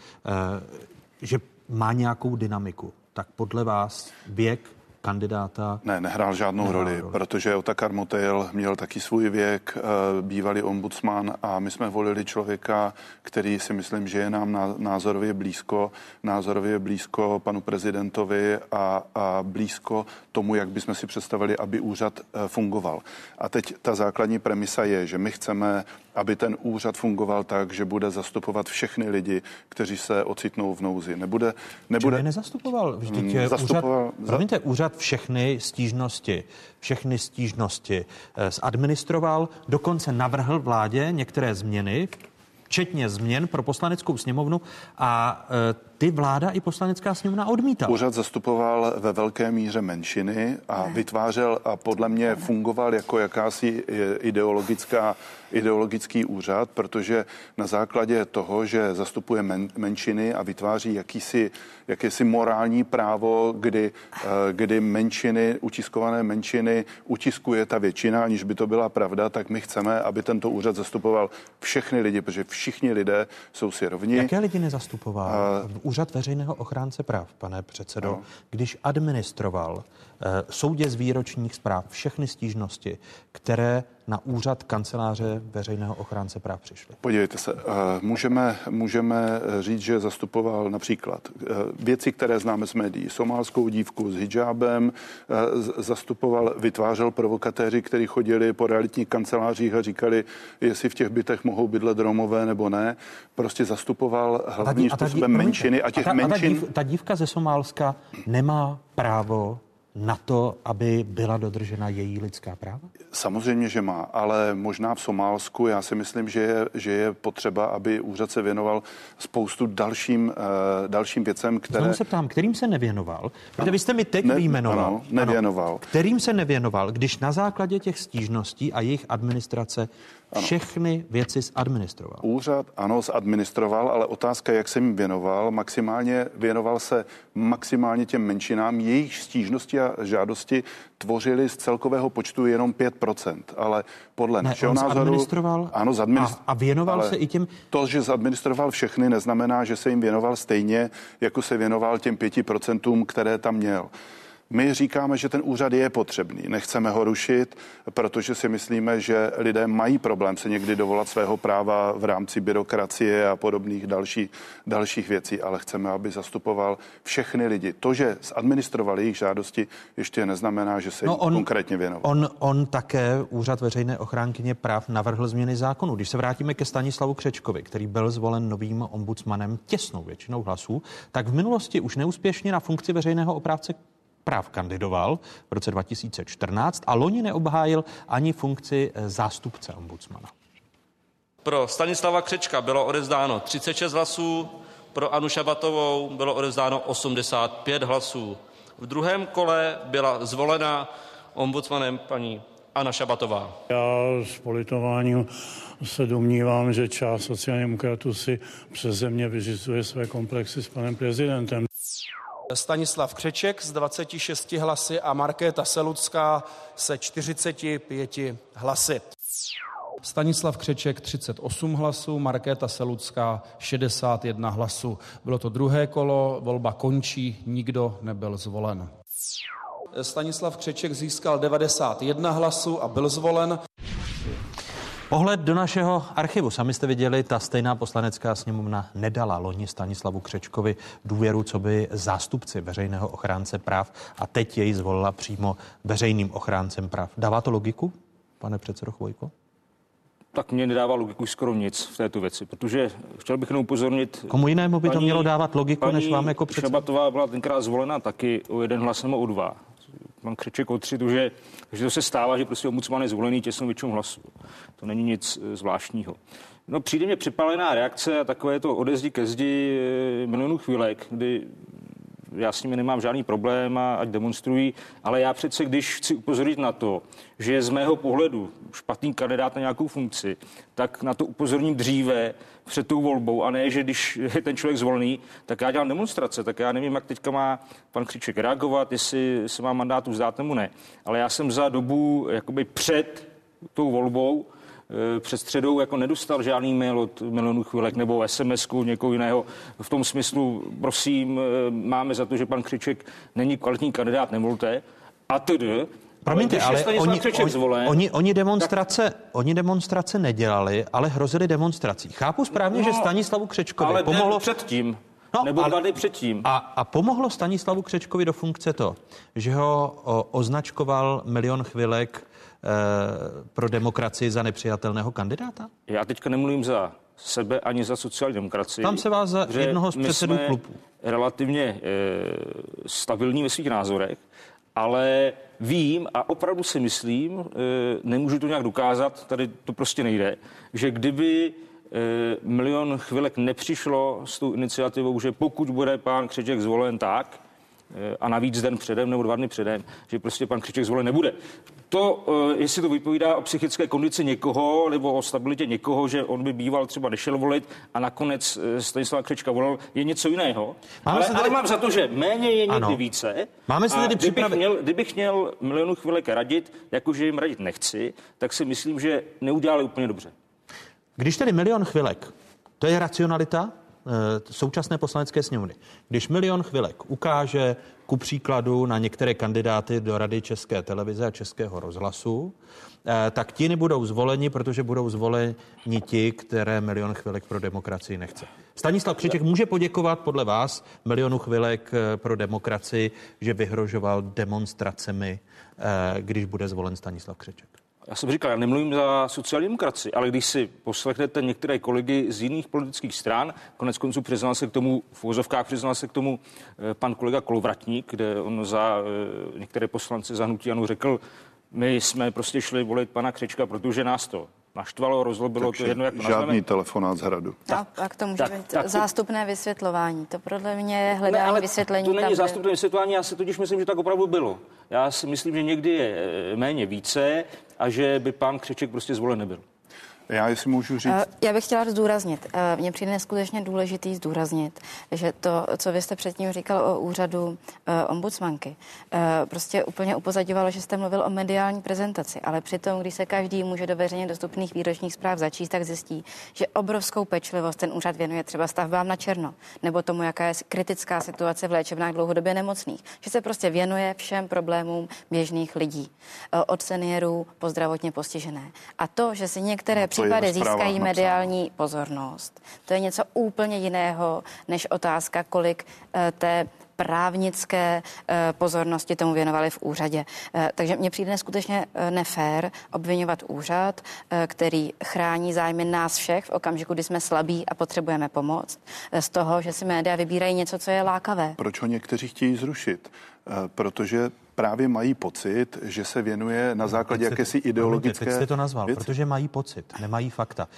že má nějakou dynamiku, tak podle vás věk kandidáta... Ne, nehrál žádnou nehrál roli, roli, protože Otakar Motejl měl taky svůj věk, bývalý ombudsman a my jsme volili člověka, který si myslím, že je nám názorově blízko, názorově blízko panu prezidentovi a, a blízko tomu, jak bychom si představili, aby úřad fungoval. A teď ta základní premisa je, že my chceme, aby ten úřad fungoval tak, že bude zastupovat všechny lidi, kteří se ocitnou v nouzi. Nebude... nebude... Čili nezastupoval? Vždyť hmm, zastupoval... úřad... Promiňte, úřad všechny stížnosti, všechny stížnosti zadministroval, dokonce navrhl vládě některé změny, včetně změn pro poslaneckou sněmovnu a e, ty vláda i poslanecká sněmovna odmítala. Úřad zastupoval ve velké míře menšiny a vytvářel a podle mě fungoval jako jakási ideologická, ideologický úřad, protože na základě toho, že zastupuje men, menšiny a vytváří jakýsi, jakési morální právo, kdy, kdy menšiny, utiskované menšiny utiskuje ta většina, aniž by to byla pravda, tak my chceme, aby tento úřad zastupoval všechny lidi, protože všichni lidé jsou si rovni. Jaké lidi nezastupoval? A... Úřad veřejného ochránce práv, pane předsedo, no. když administroval eh, soudě z výročních zpráv všechny stížnosti, které na úřad kanceláře veřejného ochránce práv přišli? Podívejte se, můžeme, můžeme říct, že zastupoval například věci, které známe z médií. Somálskou dívku s hidžábem, zastupoval, vytvářel provokatéři, kteří chodili po realitních kancelářích a říkali, jestli v těch bytech mohou bydlet Romové nebo ne. Prostě zastupoval hlavním způsobem menšiny a těch a ta, menšin... A ta, dív, ta dívka ze Somálska nemá právo na to, aby byla dodržena její lidská práva? Samozřejmě, že má, ale možná v Somálsku já si myslím, že je, že je potřeba, aby úřad se věnoval spoustu dalším, uh, dalším věcem, které... Znovu se ptám, kterým se nevěnoval? Protože vy jste mi teď ne, vyjmenoval. Ano, nevěnoval. Ano, kterým se nevěnoval, když na základě těch stížností a jejich administrace všechny věci zadministroval. Úřad, ano, zadministroval, ale otázka, jak se jim věnoval, maximálně věnoval se maximálně těm menšinám, jejich stížnosti a žádosti tvořily z celkového počtu jenom pět procent, ale podle ne, našeho on názoru... Zadministroval ano, zadministroval. A, a věnoval se i těm... To, že zadministroval všechny, neznamená, že se jim věnoval stejně, jako se věnoval těm pěti procentům, které tam měl. My říkáme, že ten úřad je potřebný, nechceme ho rušit, protože si myslíme, že lidé mají problém se někdy dovolat svého práva v rámci byrokracie a podobných další, dalších věcí, ale chceme, aby zastupoval všechny lidi. To, že zadministroval jejich žádosti, ještě neznamená, že se jim no on, konkrétně věnoval. On, on také, úřad veřejné ochránkyně práv, navrhl změny zákonu. Když se vrátíme ke Stanislavu Křečkovi, který byl zvolen novým ombudsmanem těsnou většinou hlasů, tak v minulosti už neúspěšně na funkci veřejného ochránce práv kandidoval v roce dva tisíce čtrnáct a loni neobhájil ani funkci zástupce ombudsmana. Pro Stanislava Křečka bylo odevzdáno třicet šest hlasů, pro Annu Šabatovou bylo odevzdáno osmdesát pět hlasů. V druhém kole byla zvolena ombudsmanem paní Anna Šabatová. Já s politováním se domnívám, že část sociálních demokratů si přes země vyřizuje své komplexy s panem prezidentem. Stanislav Křeček s dvaceti šesti hlasy a Markéta Selucká se čtyřiceti pěti hlasy. Stanislav Křeček třicet osm hlasů, Markéta Selucká šedesát jedna hlasů. Bylo to druhé kolo, volba končí, nikdo nebyl zvolen. Stanislav Křeček získal devadesát jedna hlasů a byl zvolen. Pohled do našeho archivu. Sami jste viděli, ta stejná poslanecká sněmovna nedala loni Stanislavu Křečkovi důvěru coby zástupci veřejného ochránce práv a teď jej zvolila přímo veřejným ochráncem práv. Dává to logiku, pane předsedo Chvojko? Tak mě nedává logiku skoro nic v této věci, protože chtěl bych jenom upozornit... Komu jinému by to mělo dávat logiku, než vám jako předsedo? Šabatová byla tenkrát zvolena taky o jeden hlas nebo o dva. Pan Křeček o tři, že, že to se stává, že prostě ombudsman je zvolený těsnou většinou hlasů. To není nic zvláštního. No, přijde mě připálená reakce a takové to ode zdi ke zdi milionů chvílek, kdy já s nimi nemám žádný problém a ať demonstrují, ale já přece, když chci upozornit na to, že je z mého pohledu špatný kandidát na nějakou funkci, tak na to upozorním dříve před tou volbou a ne, že když je ten člověk zvolený, tak já dělám demonstrace, tak já nevím, jak teďka má pan Křeček reagovat, jestli se má mandátu vzdát nebo ne. Ale já jsem za dobu jakoby před tou volbou před středou jako nedostal žádný mail od milionů chvílek nebo es em esku někoho jiného v tom smyslu, prosím, máme za to, že pan Křeček není kvalitní kandidát, nevolte. A tedy... Promiňte, ale, ale oni, oni, zvolen, oni, oni, demonstrace, tak... oni demonstrace nedělali, ale hrozili demonstrací. Chápu správně, no, že Stanislavu Křečkovi ale pomohlo... předtím. No, nebo ale, dva dny předtím. A, a pomohlo Stanislavu Křečkovi do funkce to, že ho o, označkoval milion chvilek e, pro demokracii za nepřijatelného kandidáta? Já teďka nemluvím za sebe ani za sociální demokracii. Tam se vás za jednoho z předsedů klubu. Relativně e, stabilní ve svých názorech, ale vím a opravdu si myslím, e, nemůžu to nějak dokázat, tady to prostě nejde, že kdyby e, milion chvilek nepřišlo s tou iniciativou, že pokud bude pán Křeček zvolen tak, e, a navíc den předem nebo dva dny předem, že prostě pan Křeček zvolen nebude. To, e, jestli to vypovídá o psychické kondici někoho nebo o stabilitě někoho, že on by býval třeba nešel volit a nakonec e, Stanislava Křečka volil, je něco jiného. Ale, tady... ale mám za to, že méně je někdy ano. více. Máme se tedy kdybych, připravit... měl, kdybych měl milionu chvilek radit, jakože jim radit nechci, tak si myslím, že neudělali úplně dobře. Když tedy milion chvilek, to je racionalita současné poslanecké sněmovny. Když Milion Chvilek ukáže ku příkladu na některé kandidáty do Rady České televize a Českého rozhlasu, tak ti nebudou zvoleni, protože budou zvoleni ti, které Milion Chvilek pro demokracii nechce. Stanislav Křeček může poděkovat podle vás Milionu Chvilek pro demokracii, že vyhrožoval demonstracemi, když bude zvolen Stanislav Křeček. Já jsem říkal, já nemluvím za sociální demokracii, ale když si poslechnete některé kolegy z jiných politických stran, konec konců přiznal se k tomu, v uvozovkách přiznal se k tomu pan kolega Kolovratník, kde on za některé poslance za hnutí ANO řekl, my jsme prostě šli volit pana Křečka, protože nás to naštvalo, rozlobilo to jedno, jak to žádný nazveme. telefonát z Hradu. Tak, a k tomu může tak, být tak, zástupné vysvětlování. To podle mě je hledání ne, ale vysvětlení. To není tam, zástupné vysvětlování, já si totiž myslím, že tak opravdu bylo. Já si myslím, že někdy je méně více a že by pan Křeček prostě zvolen nebyl. Já, jestli můžu říct... Já bych chtěla zdůraznit, mně přijde neskutečně důležitý zdůraznit, že to, co vy jste předtím říkal o úřadu ombudsmanky, prostě úplně upozadňovalo, že jste mluvil o mediální prezentaci, ale přitom, když se každý může do veřejně dostupných výročních zpráv začíst, tak zjistí, že obrovskou pečlivost ten úřad věnuje třeba stavbám na černo, nebo tomu, jaká je kritická situace v léčebnách dlouhodobě nemocných, že se prostě věnuje všem problémům běžných lidí, od seniorů po zdravotně postižené. A to, že si některé případy získají mediální pozornost. To je něco úplně jiného, než otázka, kolik té právnické pozornosti tomu věnovali v úřadě. Takže mně přijde neskutečně nefér obvinovat úřad, který chrání zájmy nás všech v okamžiku, kdy jsme slabí a potřebujeme pomoc, z toho, že si média vybírají něco, co je lákavé. Proč ho někteří chtějí zrušit? Protože právě mají pocit, že se věnuje na základě teď jakési jste, ideologické... Teď jste to nazval, věci. Protože mají pocit, nemají fakta.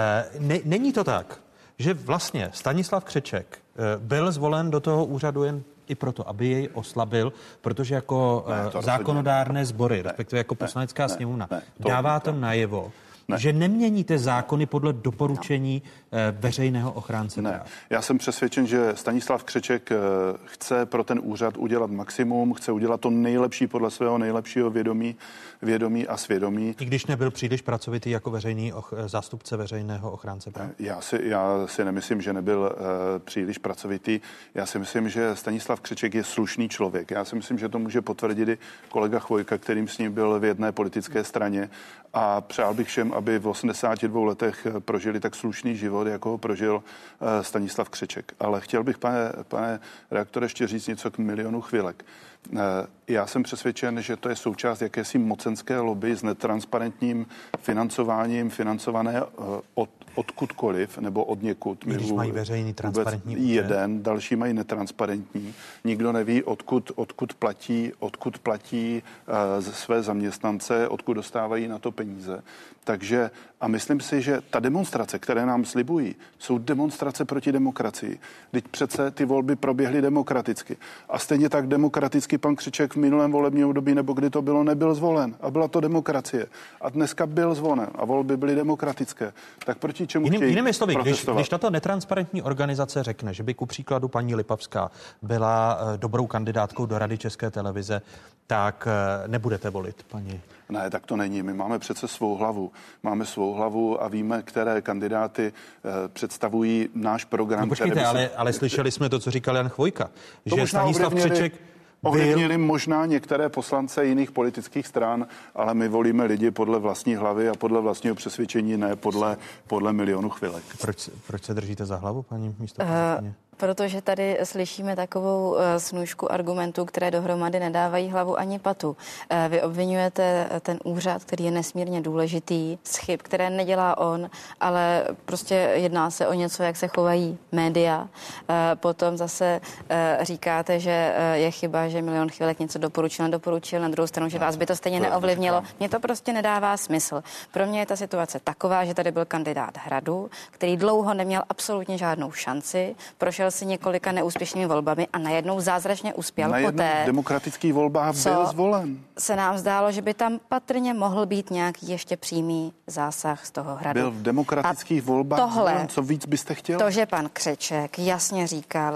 Ne, není to tak, že vlastně Stanislav Křeček byl zvolen do toho úřadu jen i proto, aby jej oslabil, protože jako ne, zákonodárné sbory, respektive jako poslanecká ne, sněmovna, ne, to dává to najevo, ne. že neměníte zákony podle doporučení no. veřejného ochránce ne. práv. Já jsem přesvědčen, že Stanislav Křeček chce pro ten úřad udělat maximum, chce udělat to nejlepší podle svého nejlepšího vědomí, vědomí a svědomí. I když nebyl příliš pracovitý jako veřejný och, zástupce veřejného ochránce práv. Já si, já si nemyslím, že nebyl uh, příliš pracovitý. Já si myslím, že Stanislav Křeček je slušný člověk. Já si myslím, že to může potvrdit i kolega Chvojka, kterým s ním byl v jedné politické straně. A přál bych všem, aby v osmdesáti dvou letech prožili tak slušný život, jako ho prožil uh, Stanislav Křeček. Ale chtěl bych, pane, pane redaktore, ještě říct něco k Milionu Chvilek. Uh, já jsem přesvědčen, že to je součást jakési mocenské lobby s netransparentním financováním, financované uh, od, odkudkoliv nebo od někud. I když mají veřejný transparentní účet. Jeden, další mají netransparentní. Nikdo neví, odkud, odkud platí, odkud platí uh, své zaměstnance, odkud dostávají na to peníze. Takže a myslím si, že ta demonstrace, které nám slibují, jsou demonstrace proti demokracii. Vždyť přece ty volby proběhly demokraticky. A stejně tak demokraticky pan Křeček v minulém volebním období, nebo kdy to bylo, nebyl zvolen. A byla to demokracie. A dneska byl zvolen a volby byly demokratické. Tak proti čemu Jiným, chtějí jinými slovy, když, protestovat? když tato netransparentní organizace řekne, že by ku příkladu paní Lipavská byla uh, dobrou kandidátkou do Rady České televize, tak uh, nebudete volit, paní. Ne, tak to není. My máme přece svou hlavu. Máme svou hlavu a víme, které kandidáty uh, představují náš program. No počkejte, se... ale, ale slyšeli jsme to, co říkal Jan Chvojka, to že Stanislav Křeček ovlivnili byl... možná některé poslance jiných politických stran, ale my volíme lidi podle vlastní hlavy a podle vlastního přesvědčení, ne podle, podle Milionu Chvilek. Proč, proč se držíte za hlavu, paní místopředsedkyně? Uh... Protože tady slyšíme takovou uh, snůšku argumentů, které dohromady nedávají hlavu ani patu. Uh, vy obvinujete ten úřad, který je nesmírně důležitý, z chyb, které nedělá on, ale prostě jedná se o něco, jak se chovají média. Uh, potom zase uh, říkáte, že uh, je chyba, že Milion Chvilek něco doporučil, nedoporučil, na druhou stranu, že vás by to stejně neovlivnilo. Mně to prostě nedává smysl. Pro mě je ta situace taková, že tady byl kandidát Hradu, který dlouho neměl absolutně žádnou šanci, prošel si několika neúspěšnými volbami a najednou zázračně uspěl na poté. V demokratických volbách byl zvolen. Se nám zdálo, že by tam patrně mohl být nějaký ještě přímý zásah z toho Hradu. Byl v demokratických a volbách tohle, zvolen. Co víc byste chtěl? To, že pan Křeček jasně říkal,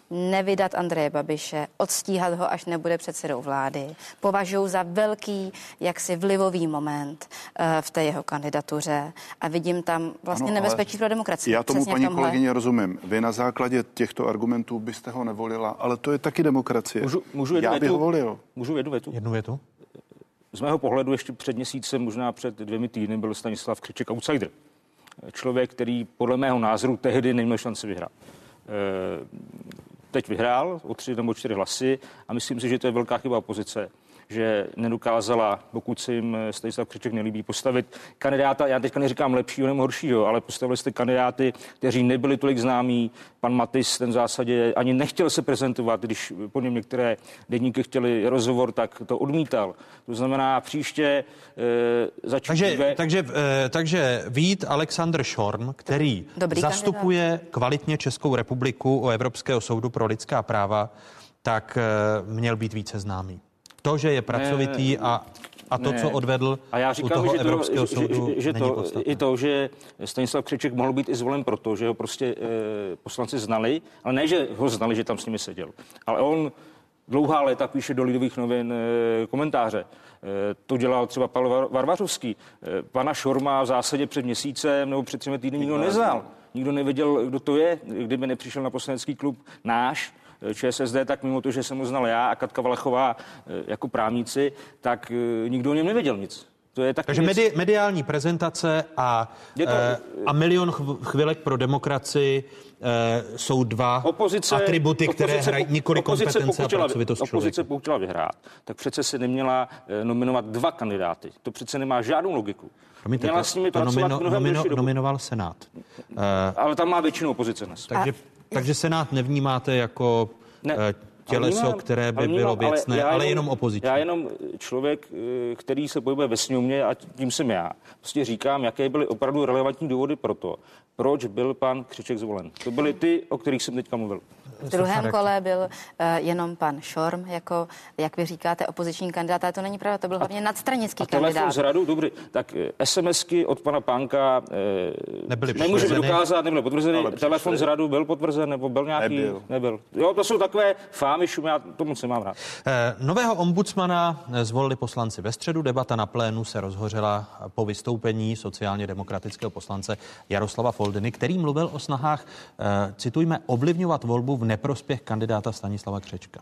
nevydat Andreje Babiše, odstíhat ho, až nebude předsedou vlády. Považuji za velký jaksi vlivový moment uh, v té jeho kandidatuře a vidím tam vlastně ano, nebezpečí pro demokracii. Já tomu, Přesně paní kolegyně, rozumím. Vy na základě těchto argumentů byste ho nevolila, ale to je taky demokracie. Můžu, můžu Já bych větu? ho volil. Můžu jednu větu? Jednu větu? Z mého pohledu ještě před měsícem, možná před dvěmi týdny, byl Stanislav Křeček outsider. Člověk, který podle mého názoru tehdy neměl šanci vyhrát. Teď vyhrál o tři nebo čtyři hlasy a myslím si, že to je velká chyba opozice, že nedokázala, pokud se jim Stanislav Křeček nelíbí, postavit kandidáta, já teďka neříkám lepšího nebo horšího, ale postavili jste kandidáty, kteří nebyli tolik známí. Pan Matys ten v zásadě ani nechtěl se prezentovat, když po něm některé deníky chtěli rozhovor, tak to odmítal. To znamená příště e, začít... Takže, ve... takže, e, takže Vít Alexander Schorm, který Dobrý zastupuje kandidát. kvalitně Českou republiku u Evropského soudu pro lidská práva, tak e, měl být více známý. To, že je pracovitý ne, a, a to, ne. co odvedl a já říkám, u toho že Evropského to, soudu, že, že není to, podstatné. i to, že Stanislav Křeček mohl být i zvolen proto, že ho prostě e, poslanci znali, ale ne, že ho znali, že tam s nimi seděl. Ale on dlouhá léta píše do Lidových novin e, komentáře. E, to dělal třeba Pavel Varvařovský. E, pana Šorma v zásadě před měsícem nebo před třemi týdny nikdo neznal. Nikdo nevěděl, kdo to je, kdyby nepřišel na poslanecký klub náš ČSSD, tak mimo to, že jsem ho znal já a Katka Valachová jako právníci, tak nikdo o něm nevěděl nic. To je Takže věc... medi- mediální prezentace a, to... e, a milion chvilek pro demokracii e, jsou dva opozice, atributy, které opozice, hrají nikoli kompetence a pracovitost člověka. Opozice pokud chtěla vyhrát, tak přece se neměla nominovat dva kandidáty. To přece nemá žádnou logiku. Promiňte, měla to, s nimi to pracovat nomino, mnohem nomino, dobu. nominoval Senát. E, Ale tam má většinu opozice dnes. Takže, takže Senát nevnímáte jako ne, těleso, vnímám, které by vnímám, bylo věcné, ale, ale jenom opoziční. Já jenom člověk, který se pohybuje ve sněmovně, a tím jsem já, prostě říkám, jaké byly opravdu relevantní důvody pro to, proč byl pan Křeček zvolen. To byly ty, o kterých jsem teďka mluvil. V druhém kole byl uh, jenom pan Šorm, jako, jak vy říkáte, opoziční kandidát, ale to není pravda, to byl hlavně nadstranický a telefon kandidát. z radu, dobrý, tak SMSky od pana Pánka eh, nemůžeme dokázat, nebyly potvrzeny. Telefon z radu byl potvrzen, nebo byl nějaký? Nebyl. Nebyl. Jo, to jsou takové fámy, šum, já to moc nemám rád. Eh, nového ombudsmana zvolili poslanci ve středu, debata na plénu se rozhořela po vystoupení sociálně demokratického poslance Jaroslava Foldyny, který mluvil o snahách, eh, citujme, ovlivňovat volbu v neprospěch kandidáta Stanislava Křečka.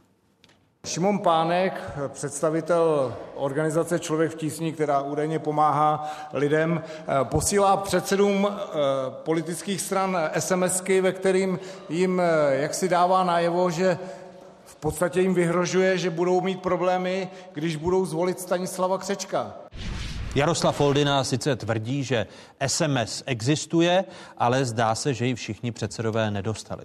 Šimon Pánek, představitel organizace Člověk v tísni, která údajně pomáhá lidem, posílá předsedům politických stran SMSky, ve kterým jim jaksi dává najevo, že v podstatě jim vyhrožuje, že budou mít problémy, když budou zvolit Stanislava Křečka. Jaroslav Foldyna sice tvrdí, že S M S existuje, ale zdá se, že ji všichni předsedové nedostali.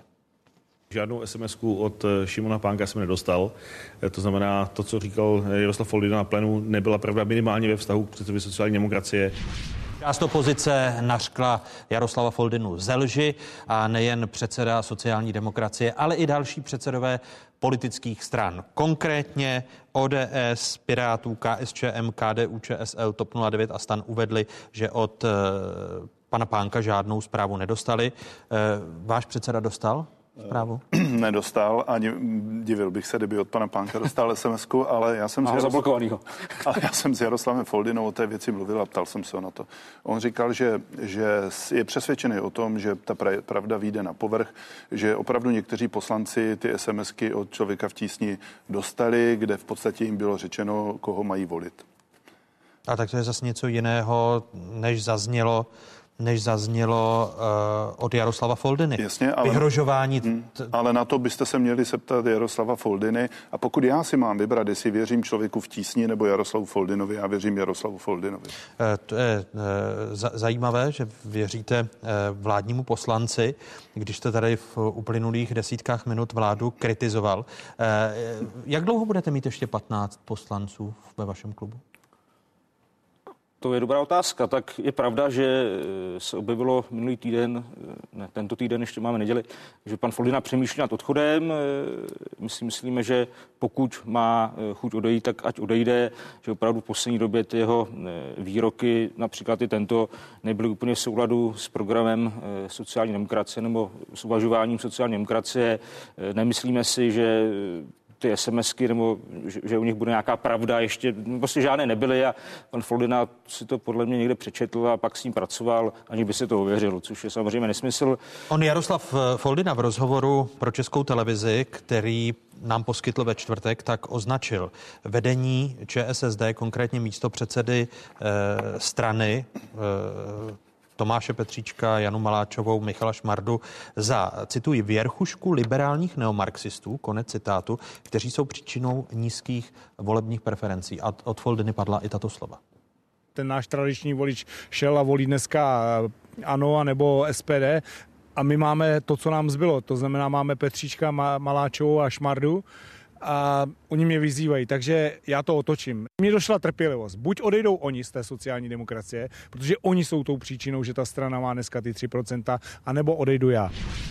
Žádnou SMSku od Šimona Pánka jsem nedostal. To znamená, to, co říkal Jaroslav Foldyna na plénu, nebyla pravda minimálně ve vztahu k předsedovi sociální demokracie. Část opozice nařkla Jaroslava Foldynu ze lži a nejen předseda sociální demokracie, ale i další předsedové politických stran. Konkrétně O D S, Pirátů, K S Č M, K D U Č S L, TOP nula devět a STAN uvedli, že od e, pana Pánka žádnou zprávu nedostali. E, váš předseda dostal zprávu? Nedostal, ani divil bych se, kdyby od pana Pánka dostal SMSku, ale já jsem, s Jaroslav... ale já jsem s Jaroslavem Foldynou o té věci mluvil a ptal jsem se na to. On říkal, že, že je přesvědčený o tom, že ta pravda vyjde na povrch, že opravdu někteří poslanci ty SMSky od Člověka v tísni dostali, kde v podstatě jim bylo řečeno, koho mají volit. A tak to je zase něco jiného, než zaznělo než zaznělo uh, od Jaroslava Foldyny. Jasně, ale, Vyhrožování. T- hmm, ale na to byste se měli septat Jaroslava Foldyny. A pokud já si mám vybrat, jestli věřím Člověku v tísni nebo Jaroslavu Foldynovi, já věřím Jaroslavu Foldynovi. Uh, to je uh, za- zajímavé, že věříte uh, vládnímu poslanci, když jste tady v uplynulých desítkách minut vládu kritizoval. Uh, jak dlouho budete mít ještě patnáct poslanců ve vašem klubu? To je dobrá otázka. Tak je pravda, že se objevilo minulý týden, ne, tento týden ještě máme neděli, že pan Foldyna přemýšlí nad odchodem. My si myslíme, že pokud má chuť odejít, tak ať odejde, že opravdu v poslední době ty jeho výroky, například i tento, nebyly úplně v souladu s programem sociální demokracie nebo s uvažováním sociální demokracie. Nemyslíme si, že ty SMSky, nebo že, že u nich bude nějaká pravda, ještě prostě žádné nebyly a pan Foldyna si to podle mě někde přečetl a pak s ním pracoval, ani by se to ověřilo, což je samozřejmě nesmysl. On Jaroslav Foldyna v rozhovoru pro Českou televizi, který nám poskytl ve čtvrtek, tak označil vedení ČSSD, konkrétně místopředsedy eh, strany eh, Tomáše Petříčka, Janu Maláčovou, Michala Šmardu za, cituji, věrchušku liberálních neomarxistů, konec citátu, kteří jsou příčinou nízkých volebních preferencí. A od Foldyny padla i tato slova. Ten náš tradiční volič šel a volí dneska ANO nebo S P D a my máme to, co nám zbylo. To znamená, máme Petříčka, Maláčovou a Šmardu a oni mě vyzývají, takže já to otočím. Mně došla trpělivost. Buď odejdou oni z té sociální demokracie, protože oni jsou tou příčinou, že ta strana má dneska ty tři procenta, anebo odejdu já.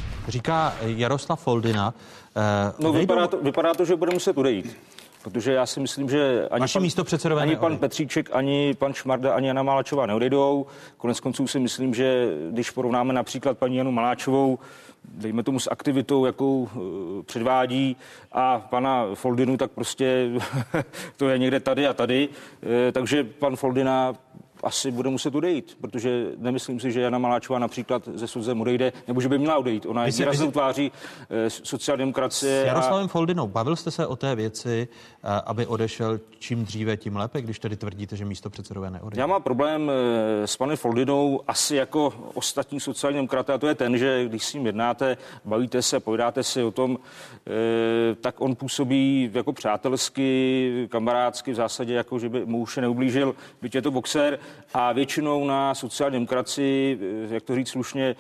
Říká Jaroslav Foldyna. Eh, no odejdou... vypadá, to, vypadá to, že bude muset odejít. Protože já si myslím, že ani, pan, ani pan Petříček, ani pan Šmarda, ani Jana Maláčová neodejdou. Konec konců si myslím, že když porovnáme například paní Janu Maláčovou, dejme tomu s aktivitou, jakou uh, předvádí, a pana Foldynu, tak prostě to je někde tady a tady. Uh, takže pan Foldyna asi bude muset odejít, protože nemyslím si, že Jana Maláčová například ze sodzem odejde, nebo že by měla odejít. Ona je výraznou tváří e, sociální demokracie. S Jaroslavem a... Foldynou bavil jste se o té věci, aby odešel čím dříve, tím lépe, když tedy tvrdíte, že místo předsedové neodejde? Já mám problém e, s panem Foldynou asi jako ostatní sociální demokraté, a to je ten, že když s ním jednáte, bavíte se, povídáte si o tom, e, tak on působí jako přátelsky, kamarádsky, v zásadě jako, že by mu už neublížil, byť je to boxer. A většinou na sociální demokracii, jak to říct slušně,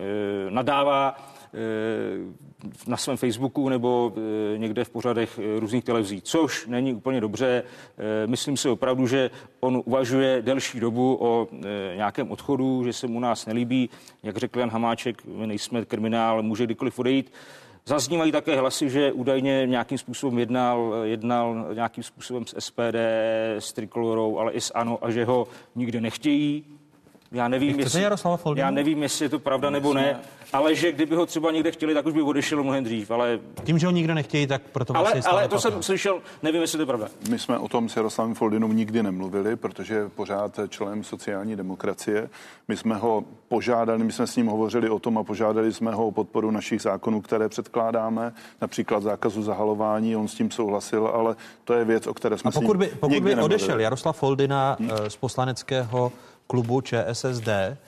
nadává na svém Facebooku nebo někde v pořadech různých televizí, což není úplně dobře. Myslím si opravdu, že on uvažuje delší dobu o nějakém odchodu, že se mu nás nelíbí. Jak řekl Jan Hamáček, my nejsme kriminál, může kdykoliv odejít. Zaznívají také hlasy, že údajně nějakým způsobem jednal, jednal nějakým způsobem s S P D, s Trikolorou, ale i s ANO a že ho nikde nechtějí. Já nevím, jestli, já nevím, jestli je to pravda nebo ne, ale že kdyby ho třeba někde chtěli, tak už by odešel mnohem dřív. Ale tím, že ho nikdo nechtějí, tak proto ale, vlastně ale to papá. Jsem slyšel, nevím, jestli to je pravda. My jsme o tom s Jaroslavem Foldynou nikdy nemluvili, protože je pořád členem sociální demokracie. My jsme ho požádali, my jsme s ním hovořili o tom a požádali jsme ho o podporu našich zákonů, které předkládáme, například zákazu zahalování, on s tím souhlasil, ale to je věc, o které jsme a pokud by, s ním pokud nikdy by odešel nemluvili. Jaroslav Foldyna hmm. z poslaneckého klubu ČSSD,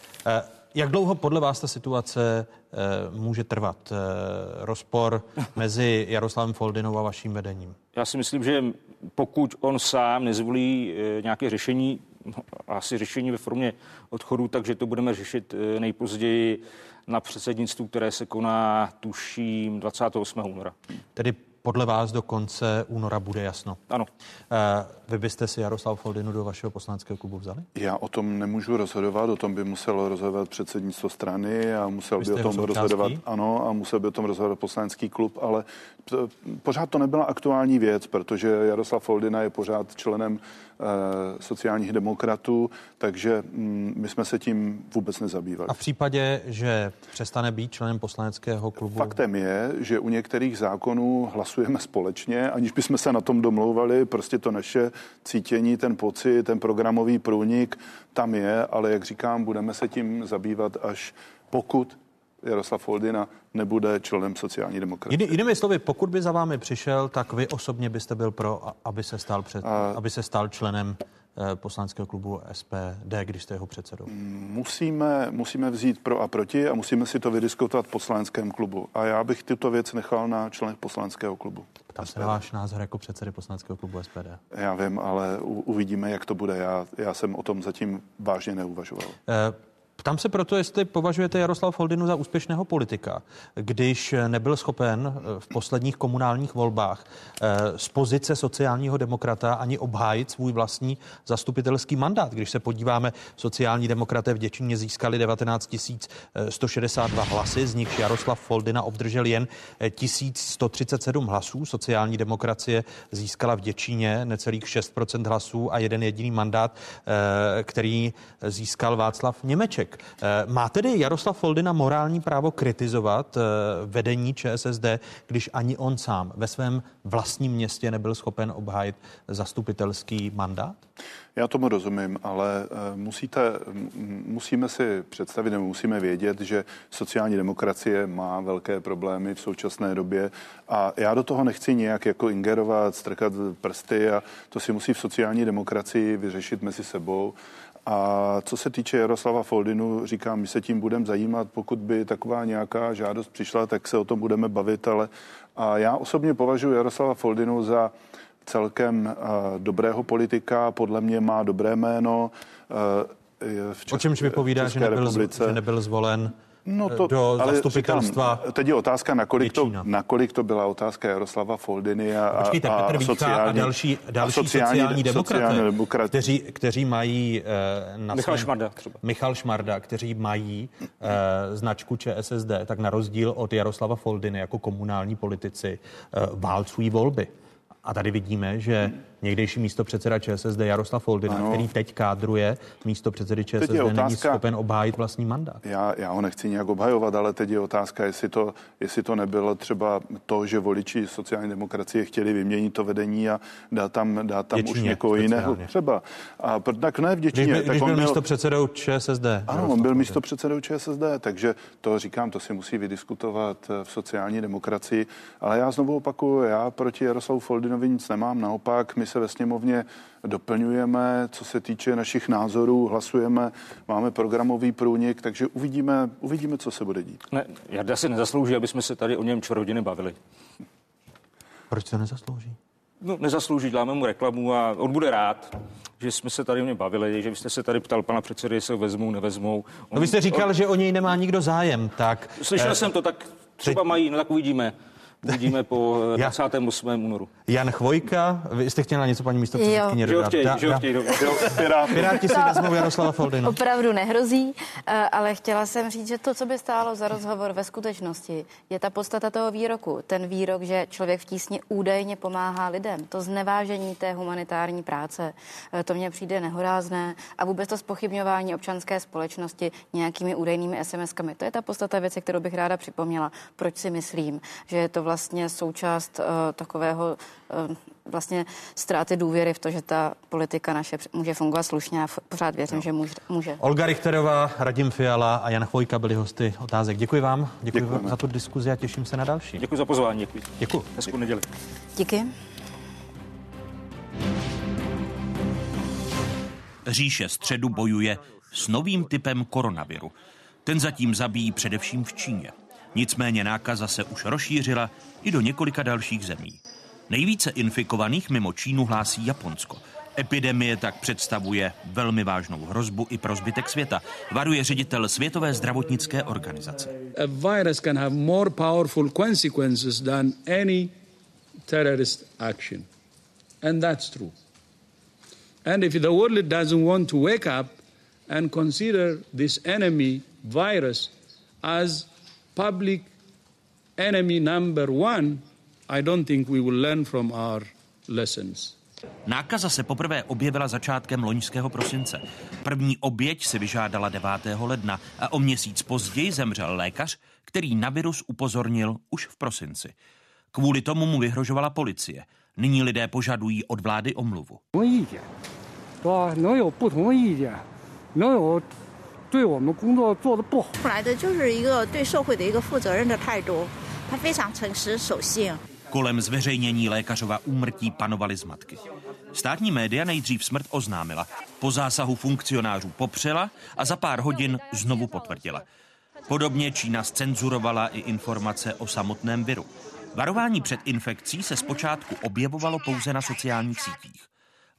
jak dlouho podle vás ta situace může trvat? Rozpor mezi Jaroslavem Foldynou a vaším vedením? Já si myslím, že pokud on sám nezvolí nějaké řešení, asi řešení ve formě odchodu, takže to budeme řešit nejpozději na předsednictvu, které se koná, tuším, dvacátého osmého února. Tedy podle vás do konce února bude jasno? Ano. Vy byste si Jaroslav Foldynu do vašeho poslaneckého klubu vzali? Já o tom nemůžu rozhodovat, o tom by muselo rozhodovat předsednictvo strany a musel by o tom rozhodovat, ano, a musel by o tom rozhodovat poslanecký klub, ale to, pořád to nebyla aktuální věc, protože Jaroslav Foldyna je pořád členem eh, sociálních demokratů, takže mm, my jsme se tím vůbec nezabývali. A v případě, že přestane být členem poslaneckého klubu? Faktem je, že u některých zákonů hlasujeme společně, aniž bychom se na tom domlouvali, prostě to naše cítění, ten pocit, ten programový průnik tam je, ale jak říkám, budeme se tím zabývat, až pokud Jaroslav Foldyna nebude členem sociální demokracie. Jiný, jinými slovy, pokud by za vámi přišel, tak vy osobně byste byl pro, aby se stal, před, a... aby se stal členem poslaneckého klubu S P D, když jste jeho předsedou? Musíme, musíme vzít pro a proti a musíme si to vydiskutovat v poslaneckém klubu. A já bych tyto věc nechal na členech poslaneckého klubu. Ptám se na váš názor jako předsedy poslaneckého klubu S P D. Já vím, ale u, uvidíme, jak to bude. Já, já jsem o tom zatím vážně neuvažoval. Eh, Ptám se proto, jestli považujete Jaroslava Foldynu za úspěšného politika, když nebyl schopen v posledních komunálních volbách z pozice sociálního demokrata ani obhájit svůj vlastní zastupitelský mandát. Když se podíváme, sociální demokraté v Děčíně získali devatenáct tisíc sto šedesát dva hlasy, z nich Jaroslav Foldyna obdržel jen tisíc sto třicet sedm hlasů. Sociální demokracie získala v Děčíně necelých šest procent hlasů a jeden jediný mandát, který získal Václav Němeček. Má tedy Jaroslav Foldyna morální právo kritizovat vedení ČSSD, když ani on sám ve svém vlastním městě nebyl schopen obhájit zastupitelský mandát? Já tomu rozumím, ale musíte, musíme si představit, nebo musíme vědět, že sociální demokracie má velké problémy v současné době a já do toho nechci nějak jako ingerovat, strkat prsty a to si musí v sociální demokracii vyřešit mezi sebou. A co se týče Jaroslava Foldynu, říkám, my se tím budeme zajímat, pokud by taková nějaká žádost přišla, tak se o tom budeme bavit, ale a já osobně považuji Jaroslava Foldynu za celkem uh, dobrého politika, podle mě má dobré jméno. Uh, v České, o čemž vypovídá, že nebyl, že nebyl zvolen no to, do zastupitelstva. Říkám, teď je otázka, nakolik to, nakolik to byla otázka Jaroslava Foldyny a, Počkejte, a, Petr Vítka sociální, a další, další a sociální, sociální demokraté, sociální demokrat. kteří, kteří mají eh, na Michal svém, Šmarda třeba. Michal Šmarda, kteří mají eh, značku ČSSD, tak na rozdíl od Jaroslava Foldyny jako komunální politici eh, válcují volby. A tady vidíme, že někdejší místopředseda ČSSD Jaroslav Foldyna, ano. který teď kádruje místopředsedy ČSSD, otázka, není schopen obhájit vlastní mandát. Já, já ho nechci nějak obhajovat, ale teď je otázka, jestli to, jestli to nebylo třeba to, že voliči sociální demokracie chtěli vyměnit to vedení a dát tam, dát tam Děčíně, už někoho jiného třeba. A tak ne v Děčíně. Když, by, tak když on byl byl místopředsedou ČSSD. Ano, on byl místopředsedou ČSSD, takže to říkám, to si musí vydiskutovat v sociální demokracii. Ale já znovu opakuju, já proti Jaroslavu Foldynovi nic nemám, naopak my se ve sněmovně doplňujeme, co se týče našich názorů, hlasujeme, máme programový průnik, takže uvidíme, uvidíme, co se bude dít. Ne, Jarda si nezaslouží, aby jsme se tady o něm čtvrt hodiny bavili. Proč se nezaslouží? No, nezaslouží, děláme mu reklamu a on bude rád, že jsme se tady o něm bavili, že vy jste se tady ptal pana předsedy, jestli ho vezmou, nevezmou. On, no vy jste říkal, on, že o něj nemá nikdo zájem, tak... Slyšel eh, jsem to, tak třeba teď... mají, no tak uvidíme. Uvidíme po dvacátém osmém únoru. Jan Chvojka, vy jste chtěla něco, paní místopředsedkyně, dodat? Že ho chtějí, Piráti si vezmou Jaroslava Foldynu. Opravdu nehrozí, ale chtěla jsem říct, že to, co by stálo za rozhovor ve skutečnosti, je ta podstata toho výroku. Ten výrok, že člověk v tísni údajně pomáhá lidem. To znevážení té humanitární práce, to mně přijde nehorázné a vůbec to zpochybňování občanské společnosti nějakými údajnými es em eskami. To je ta podstata věci, kterou bych ráda připomněla. Proč si myslím, že je to vlastně součást uh, takového uh, vlastně ztráty důvěry v to, že ta politika naše může fungovat slušně a pořád věřím, no. že může, může. Olga Richterová, Radim Fiala a Jan Chvojka byli hosty Otázek. Děkuji vám, děkuji vám za tu diskuzi a těším se na další. Děkuji za pozvání, děkuji. Děkuji. Hezkou neděli. Díky. Říše středu bojuje s novým typem koronaviru. Ten zatím zabíjí především v Číně. Nicméně nákaza se už rozšířila i do několika dalších zemí. Nejvíce infikovaných mimo Čínu hlásí Japonsko. Epidemie tak představuje velmi vážnou hrozbu i pro zbytek světa, varuje ředitel Světové zdravotnické organizace. A virus can have more powerful consequences than any terrorist action. And that's true. And if the world doesn't want to wake up and consider this enemy virus as public enemy number one, I don't think we will learn from our lessons. Nákaza se poprvé objevila začátkem loňského prosince. První oběť si vyžádala devátého ledna a o měsíc později zemřel lékař, který na virus upozornil už v prosinci. Kvůli tomu mu vyhrožovala policie. Nyní lidé požadují od vlády omluvu. 对我们工作做得不好。出来的就是一个对社会的一个负责任的态度，他非常诚实守信。 Kolem zveřejnění lékařova úmrtí panovaly zmatky. Státní média nejdřív smrt oznámila, po zásahu funkcionářů popřela a za pár hodin znovu potvrdila. Podobně Čína zcenzurovala i informace o samotném viru. Varování před infekcí se zpočátku objevovalo pouze na sociálních sítích.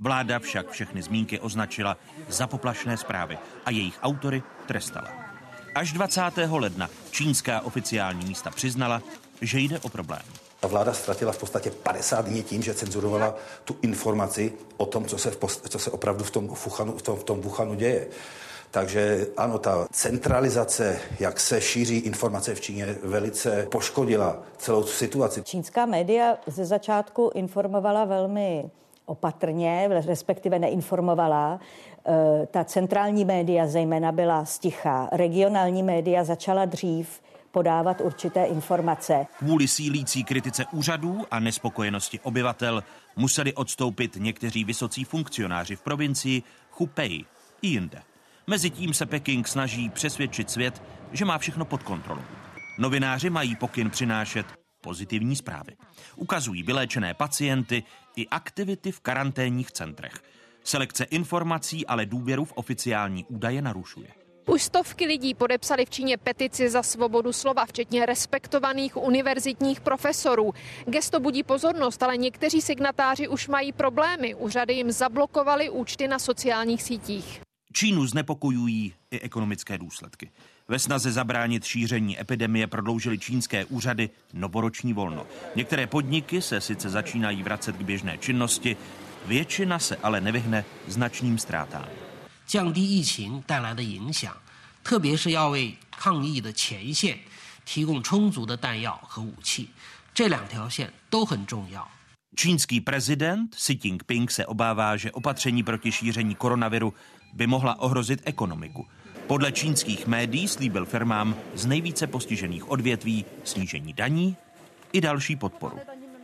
Vláda však všechny zmínky označila za poplašné zprávy a jejich autory trestala. Až dvacátého ledna čínská oficiální místa přiznala, že jde o problém. Ta vláda ztratila v podstatě padesát dní tím, že cenzurovala tu informaci o tom, co se, v post- co se opravdu v tom, Wuhanu, v tom, v tom Wuhanu děje. Takže ano, ta centralizace, jak se šíří informace v Číně, velice poškodila celou situaci. Čínská média ze začátku informovala velmi opatrně, respektive neinformovala. Ta centrální média zejména byla sticha. Regionální média začala dřív podávat určité informace. Kvůli sílící kritice úřadů a nespokojenosti obyvatel museli odstoupit někteří vysocí funkcionáři v provincii Hubei i jinde. Mezitím se Peking snaží přesvědčit svět, že má všechno pod kontrolou. Novináři mají pokyn přinášet pozitivní zprávy. Ukazují vyléčené pacienty i aktivity v karanténních centrech. Selekce informací ale důvěru v oficiální údaje narušuje. Už stovky lidí podepsali v Číně petici za svobodu slova, včetně respektovaných univerzitních profesorů. Gesto budí pozornost, ale někteří signatáři už mají problémy. Úřady jim zablokovaly účty na sociálních sítích. Čínu znepokojují i ekonomické důsledky. Ve snaze zabránit šíření epidemie prodloužily čínské úřady novoroční volno. Některé podniky se sice začínají vracet k běžné činnosti, většina se ale nevyhne značným ztrátám. 降低疫情带来的影响，特别是要为抗疫的前线提供充足的弹药和武器，这两条线都很重要。 Čínský prezident Xi Jinping se obává, že opatření proti šíření koronaviru by mohla ohrozit ekonomiku. Podle čínských médií slíbil firmám z nejvíce postižených odvětví snížení daní i další podporu.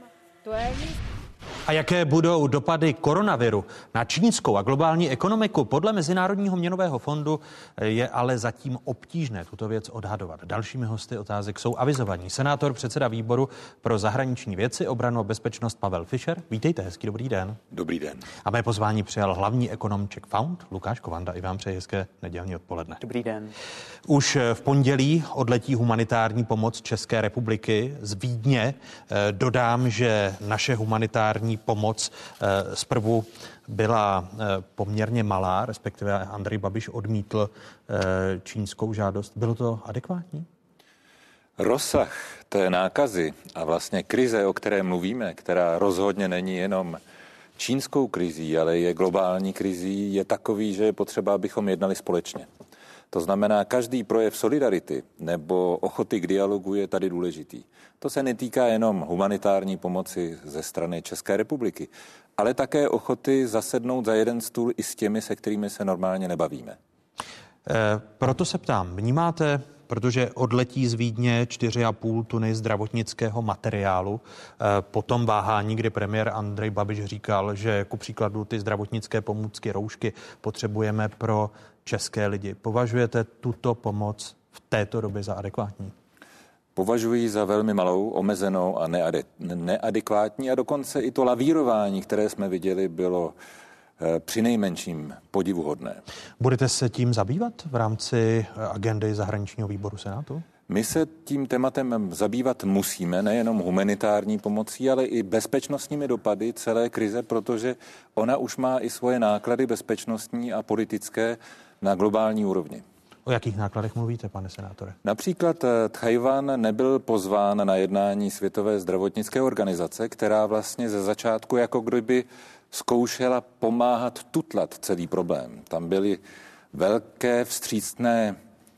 A jaké budou dopady koronaviru na čínskou a globální ekonomiku? Podle Mezinárodního měnového fondu je ale zatím obtížné tuto věc odhadovat. Dalšími hosty otázek jsou avizovaní senátor, předseda výboru pro zahraniční věci, obranu a bezpečnost Pavel Fischer. Vítejte, hezký dobrý den. Dobrý den. A mé pozvání přijal hlavní ekonom Czech Fund Lukáš Kovanda. I vám přeji hezké nedělní odpoledne. Dobrý den. Už v pondělí odletí humanitární pomoc České republiky z Vídně. Dodám, že naše humanitární pomoc zprvu byla poměrně malá, respektive Andrej Babiš odmítl čínskou žádost. Bylo to adekvátní? Rozsah té nákazy a vlastně krize, o které mluvíme, která rozhodně není jenom čínskou krizí, ale je globální krizí, je takový, že je potřeba, abychom jednali společně. To znamená, každý projev solidarity nebo ochoty k dialogu je tady důležitý. To se netýká jenom humanitární pomoci ze strany České republiky, ale také ochoty zasednout za jeden stůl i s těmi, se kterými se normálně nebavíme. E, proto se ptám, vnímáte, protože odletí z Vídně čtyři a půl tuny zdravotnického materiálu, e, potom váhání, kdy premiér Andrej Babiš říkal, že ku příkladu ty zdravotnické pomůcky, roušky potřebujeme pro české lidi. Považujete tuto pomoc v této době za adekvátní? Považuji za velmi malou, omezenou a neade- neadekvátní a dokonce i to lavírování, které jsme viděli, bylo e, přinejmenším podivuhodné. Budete se tím zabývat v rámci agendy zahraničního výboru Senátu? My se tím tématem zabývat musíme, nejenom humanitární pomocí, ale i bezpečnostními dopady celé krize, protože ona už má i svoje náklady bezpečnostní a politické na globální úrovni. O jakých nákladech mluvíte, pane senátore? Například Tchaj-wan nebyl pozván na jednání Světové zdravotnické organizace, která vlastně ze začátku jako kdyby zkoušela pomáhat tutlat celý problém. Tam byly velké vstřícné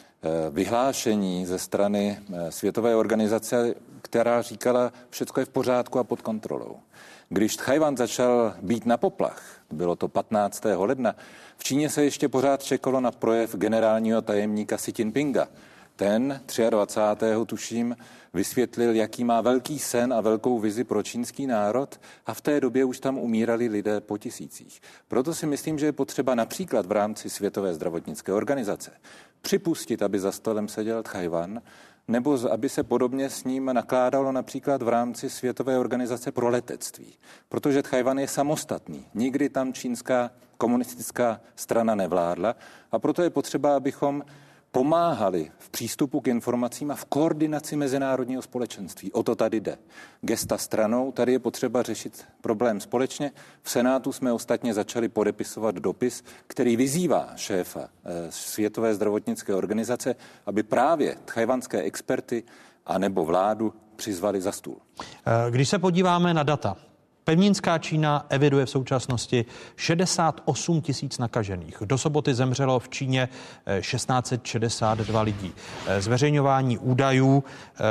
vyhlášení ze strany Světové organizace, která říkala, všechno je v pořádku a pod kontrolou. Když Tchaj-wan začal být na poplach, bylo to patnáctého ledna, v Číně se ještě pořád čekalo na projev generálního tajemníka Xi Jinpinga. Ten dvacátého třetího tuším vysvětlil, jaký má velký sen a velkou vizi pro čínský národ a v té době už tam umírali lidé po tisících. Proto si myslím, že je potřeba například v rámci Světové zdravotnické organizace připustit, aby za stolem seděl Tchaj-wan, nebo aby se podobně s ním nakládalo například v rámci Světové organizace pro letectví. Protože Tchaj-wan je samostatný. Nikdy tam čínská komunistická strana nevládla a proto je potřeba, abychom pomáhali v přístupu k informacím a v koordinaci mezinárodního společenství. O to tady jde. Gesta stranou, tady je potřeba řešit problém společně. V Senátu jsme ostatně začali podepisovat dopis, který vyzývá šéfa Světové zdravotnické organizace, aby právě tchajwanské experty anebo vládu přizvali za stůl. Když se podíváme na data, pevninská Čína eviduje v současnosti šedesát osm tisíc nakažených. Do soboty zemřelo v Číně tisíc šest set šedesát dva lidí. Zveřejňování údajů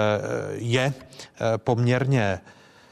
je poměrně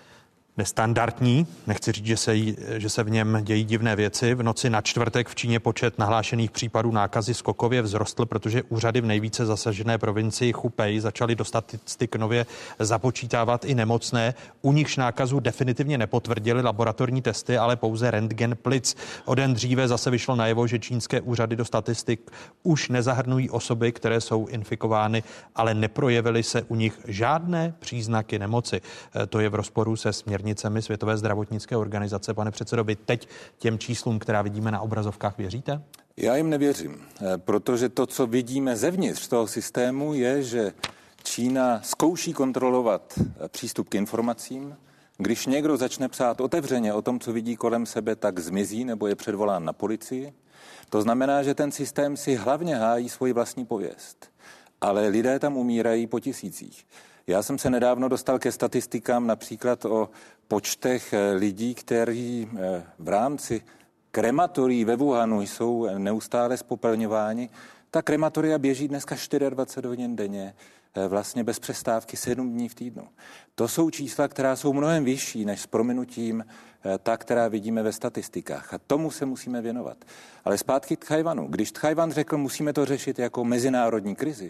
nestandardní. Nechci říct, že se, že se v něm dějí divné věci. V noci na čtvrtek v Číně počet nahlášených případů nákazy skokově vzrostl, protože úřady v nejvíce zasažené provincii Hubei začaly do statistik nově započítávat i nemocné. U nichž nákazu definitivně nepotvrdili laboratorní testy, ale pouze rentgen plic. O den dříve zase vyšlo najevo, že čínské úřady do statistik už nezahrnují osoby, které jsou infikovány, ale neprojevily se u nich žádné příznaky nemoci. To je v rozporu se směrnicemi Světové zdravotnické organizace. Pane předsedo, vy teď těm číslům, která vidíme na obrazovkách, věříte? Já jim nevěřím, protože to, co vidíme zevnitř toho systému, je, že Čína zkouší kontrolovat přístup k informacím. Když někdo začne psát otevřeně o tom, co vidí kolem sebe, tak zmizí nebo je předvolán na policii. To znamená, že ten systém si hlavně hájí svoji vlastní pověst. Ale lidé tam umírají po tisících. Já jsem se nedávno dostal ke statistikám například o počtech lidí, kteří v rámci krematorií ve Wuhanu jsou neustále spopelňováni. Ta krematoria běží dneska dvacet čtyři hodin denně, vlastně bez přestávky sedm dní v týdnu. To jsou čísla, která jsou mnohem vyšší než s prominutím ta, která vidíme ve statistikách. A tomu se musíme věnovat. Ale zpátky k Tchajwanu. Když Tchajwan řekl, musíme to řešit jako mezinárodní krizi,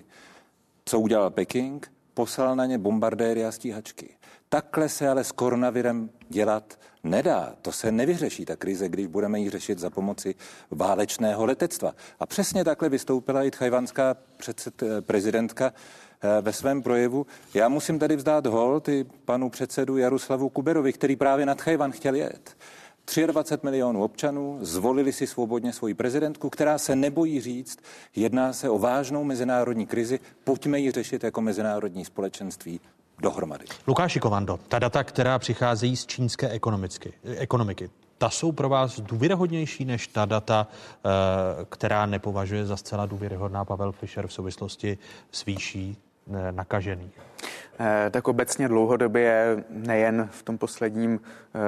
co udělal Peking? Poslal na ně bombardéry a stíhačky. Takhle se ale s koronavirem dělat nedá. To se nevyřeší, ta krize, když budeme ji řešit za pomoci válečného letectva. A přesně takhle vystoupila i tchajwanská předsed, prezidentka ve svém projevu. Já musím tady vzdát hold i panu předsedu Jaroslavu Kuberovi, který právě na Tchajwan chtěl jet. dvacet tři milionů občanů zvolili si svobodně svoji prezidentku, která se nebojí říct, jedná se o vážnou mezinárodní krizi, pojďme ji řešit jako mezinárodní společenství dohromady. Lukáši Kovando, ta data, která přicházejí z čínské ekonomiky, ekonomiky, ta jsou pro vás důvěryhodnější než ta data, která nepovažuje za zcela důvěryhodná Pavel Fischer v souvislosti s výší nakažených? Tak obecně dlouhodobě, nejen v tom posledním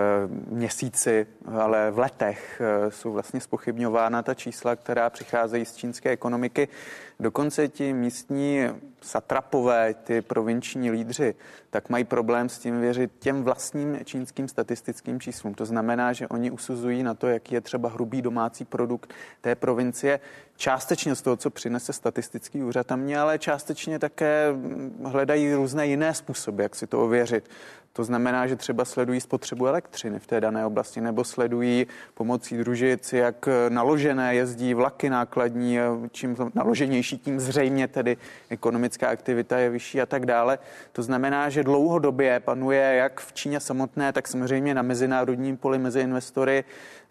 měsíci, ale v letech jsou vlastně zpochybňována ta čísla, která přicházejí z čínské ekonomiky. Dokonce ti místní satrapové, ty provinční lídři, tak mají problém s tím věřit těm vlastním čínským statistickým číslům. To znamená, že oni usuzují na to, jaký je třeba hrubý domácí produkt té provincie, částečně z toho, co přinese statistický úřad tamní, ale částečně také hledají různé jiné způsoby, jak si to ověřit. To znamená, že třeba sledují spotřebu elektřiny v té dané oblasti nebo sledují pomocí družic, jak naložené jezdí vlaky nákladní, čím naloženější, tím zřejmě tedy ekonomická aktivita je vyšší a tak dále. To znamená, že dlouhodobě panuje jak v Číně samotné, tak samozřejmě na mezinárodním poli mezi investory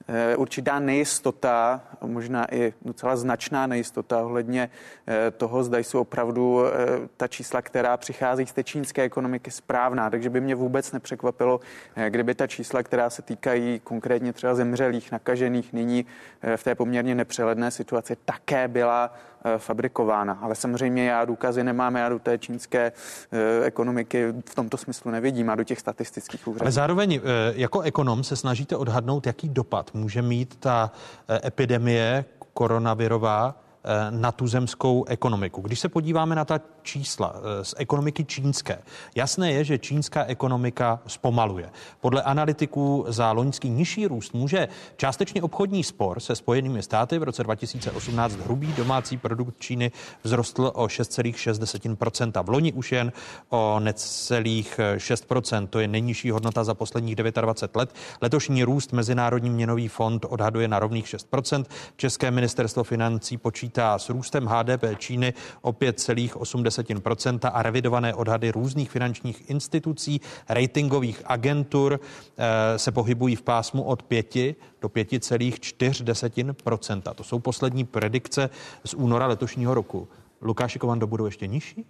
určitá nejistota, možná i docela značná nejistota ohledně toho, zda jsou opravdu ta čísla, která přichází z té čínské ekonomiky, správná. Takže by mě vůbec nepřekvapilo, kdyby ta čísla, která se týkají konkrétně třeba zemřelých, nakažených nyní v té poměrně nepřehledné situaci, také byla fabrikována. Ale samozřejmě já důkazy nemám, já do té čínské ekonomiky v tomto smyslu nevidím a do těch statistických úřadů. Ale zároveň jako ekonom se snažíte odhadnout, jaký dopad může mít ta epidemie koronavirová na tuzemskou ekonomiku. Když se podíváme na ta čísla z ekonomiky čínské, jasné je, že čínská ekonomika zpomaluje. Podle analytiků za loňský nižší růst může částečně obchodní spor se Spojenými státy. V roce dva tisíce osmnáct hrubý domácí produkt Číny vzrostl o šest celá šest procenta. V loni už jen o necelých šest procent. To je nejnižší hodnota za posledních dvacet devět let. Letošní růst Mezinárodní měnový fond odhaduje na rovných šest procent. České ministerstvo financí počítá s růstem H D P Číny o pět celá osm procenta a revidované odhady různých finančních institucí, ratingových agentur se pohybují v pásmu od pěti do pět celá čtyři procenta. To jsou poslední predikce z února letošního roku. Lukáši Kovando, budou ještě nižší?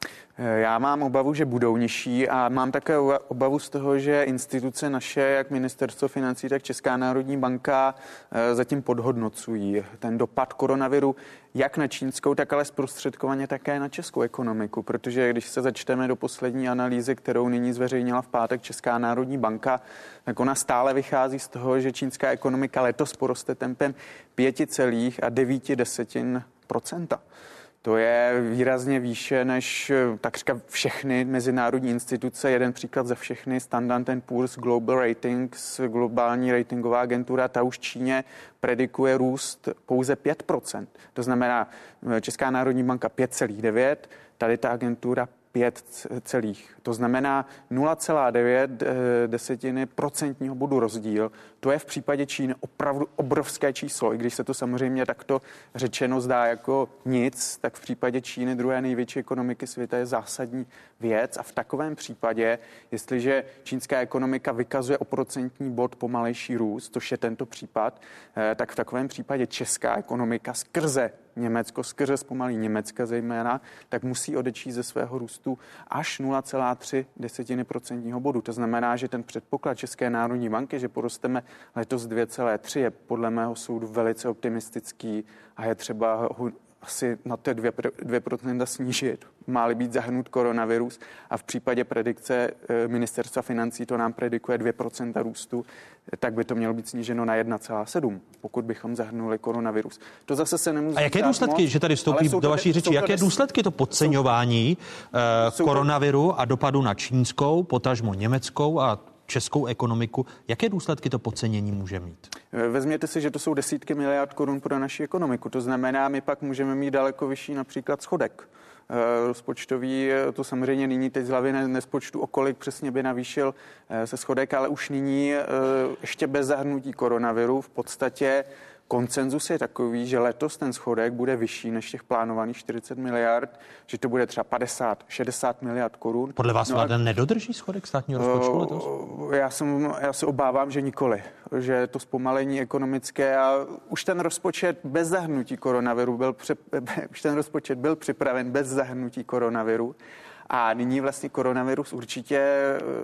Já mám obavu, že budou nižší a mám také obavu z toho, že instituce naše, jak Ministerstvo financí, tak Česká národní banka zatím podhodnocují ten dopad koronaviru jak na čínskou, tak ale zprostředkovaně také na českou ekonomiku, protože když se začteme do poslední analýzy, kterou nyní zveřejnila v pátek Česká národní banka, tak ona stále vychází z toho, že čínská ekonomika letos poroste tempem pět celá devět procenta. To je výrazně výše než takřka všechny mezinárodní instituce. Jeden příklad za všechny, Standard and Poor's Global Ratings, globální ratingová agentura, ta už Číně predikuje růst pouze pět procent. To znamená Česká národní banka pět celá devět, tady ta agentura pět celých. To znamená nula celá devět desetiny procentního bodu rozdíl. To je v případě Číny opravdu obrovské číslo. I když se to samozřejmě takto řečeno zdá jako nic, tak v případě Číny, druhé největší ekonomiky světa, je zásadní věc. A v takovém případě, jestliže čínská ekonomika vykazuje o procentní bod pomalejší růst, což je tento případ, tak v takovém případě česká ekonomika skrze Německo, skrze zpomalí Německa zejména, tak musí odečíst ze svého růstu až nula celá tři procentního bodu. To znamená, že ten předpoklad České národní banky, že porosteme letos dvě celá tři, je podle mého soudu velice optimistický a je třeba ho asi na ty dvě procenta snížit. Má-li být zahrnut koronavirus a v případě predikce Ministerstva financí to nám predikuje dvě procenta růstu, tak by to mělo být sníženo na jedna celá sedm, pokud bychom zahrnuli koronavirus. To zase se nemusí. A jaké důsledky, moc, že tady vstoupí do vaší řeči, jaké des... důsledky to podceňování jsou, uh, koronaviru a dopadu na čínskou, potažmo německou a českou ekonomiku, jaké důsledky to podcenění může mít? Vezměte si, že to jsou desítky miliard korun pro naši ekonomiku. To znamená, my pak můžeme mít daleko vyšší například schodek rozpočtový. To samozřejmě nyní teď z hlavy nespočtu, o kolik přesně by navýšil se schodek, ale už nyní ještě bez zahrnutí koronaviru v podstatě konsenzus je takový, že letos ten schodek bude vyšší než těch plánovaných čtyřicet miliard, že to bude třeba padesát šedesát miliard korun. Podle vás no vláda a... nedodrží schodek státního rozpočtu letos? Já, jsem, já se obávám, že nikoli. Že to zpomalení ekonomické a už ten rozpočet bez zahrnutí koronaviru byl, při... už ten rozpočet byl připraven bez zahrnutí koronaviru. A nyní vlastně koronavirus určitě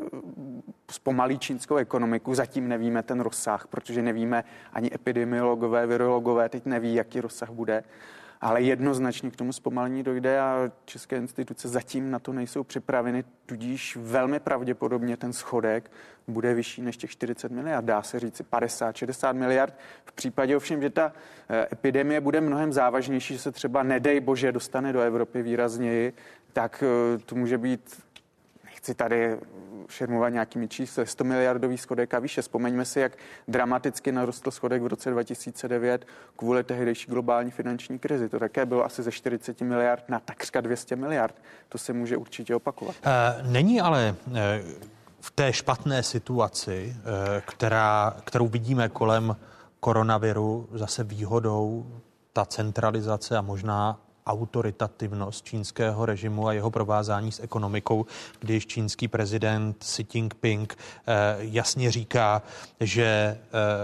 zpomalí čínskou ekonomiku. Zatím nevíme ten rozsah, protože nevíme ani epidemiologové, virologové, teď neví, jaký rozsah bude. Ale jednoznačně k tomu zpomalení dojde a české instituce zatím na to nejsou připraveny, tudíž velmi pravděpodobně ten schodek bude vyšší než těch čtyřicet miliard. Dá se říct padesát šedesát miliard. V případě ovšem, že ta epidemie bude mnohem závažnější, že se třeba nedej bože dostane do Evropy výrazněji, tak to může být, nechci tady šermovat nějakými čísly, sto miliardový schodek a výše. Vzpomeňme si, jak dramaticky narostl schodek v roce dva tisíce devět kvůli tehdejší globální finanční krizi. To také bylo asi ze čtyřicet miliard na takřka dvě stě miliard. To se může určitě opakovat. Není ale v té špatné situaci, která, kterou vidíme kolem koronaviru, zase výhodou ta centralizace a možná autoritativnost čínského režimu a jeho provázání s ekonomikou, když čínský prezident Xi Jinping eh, jasně říká, že eh,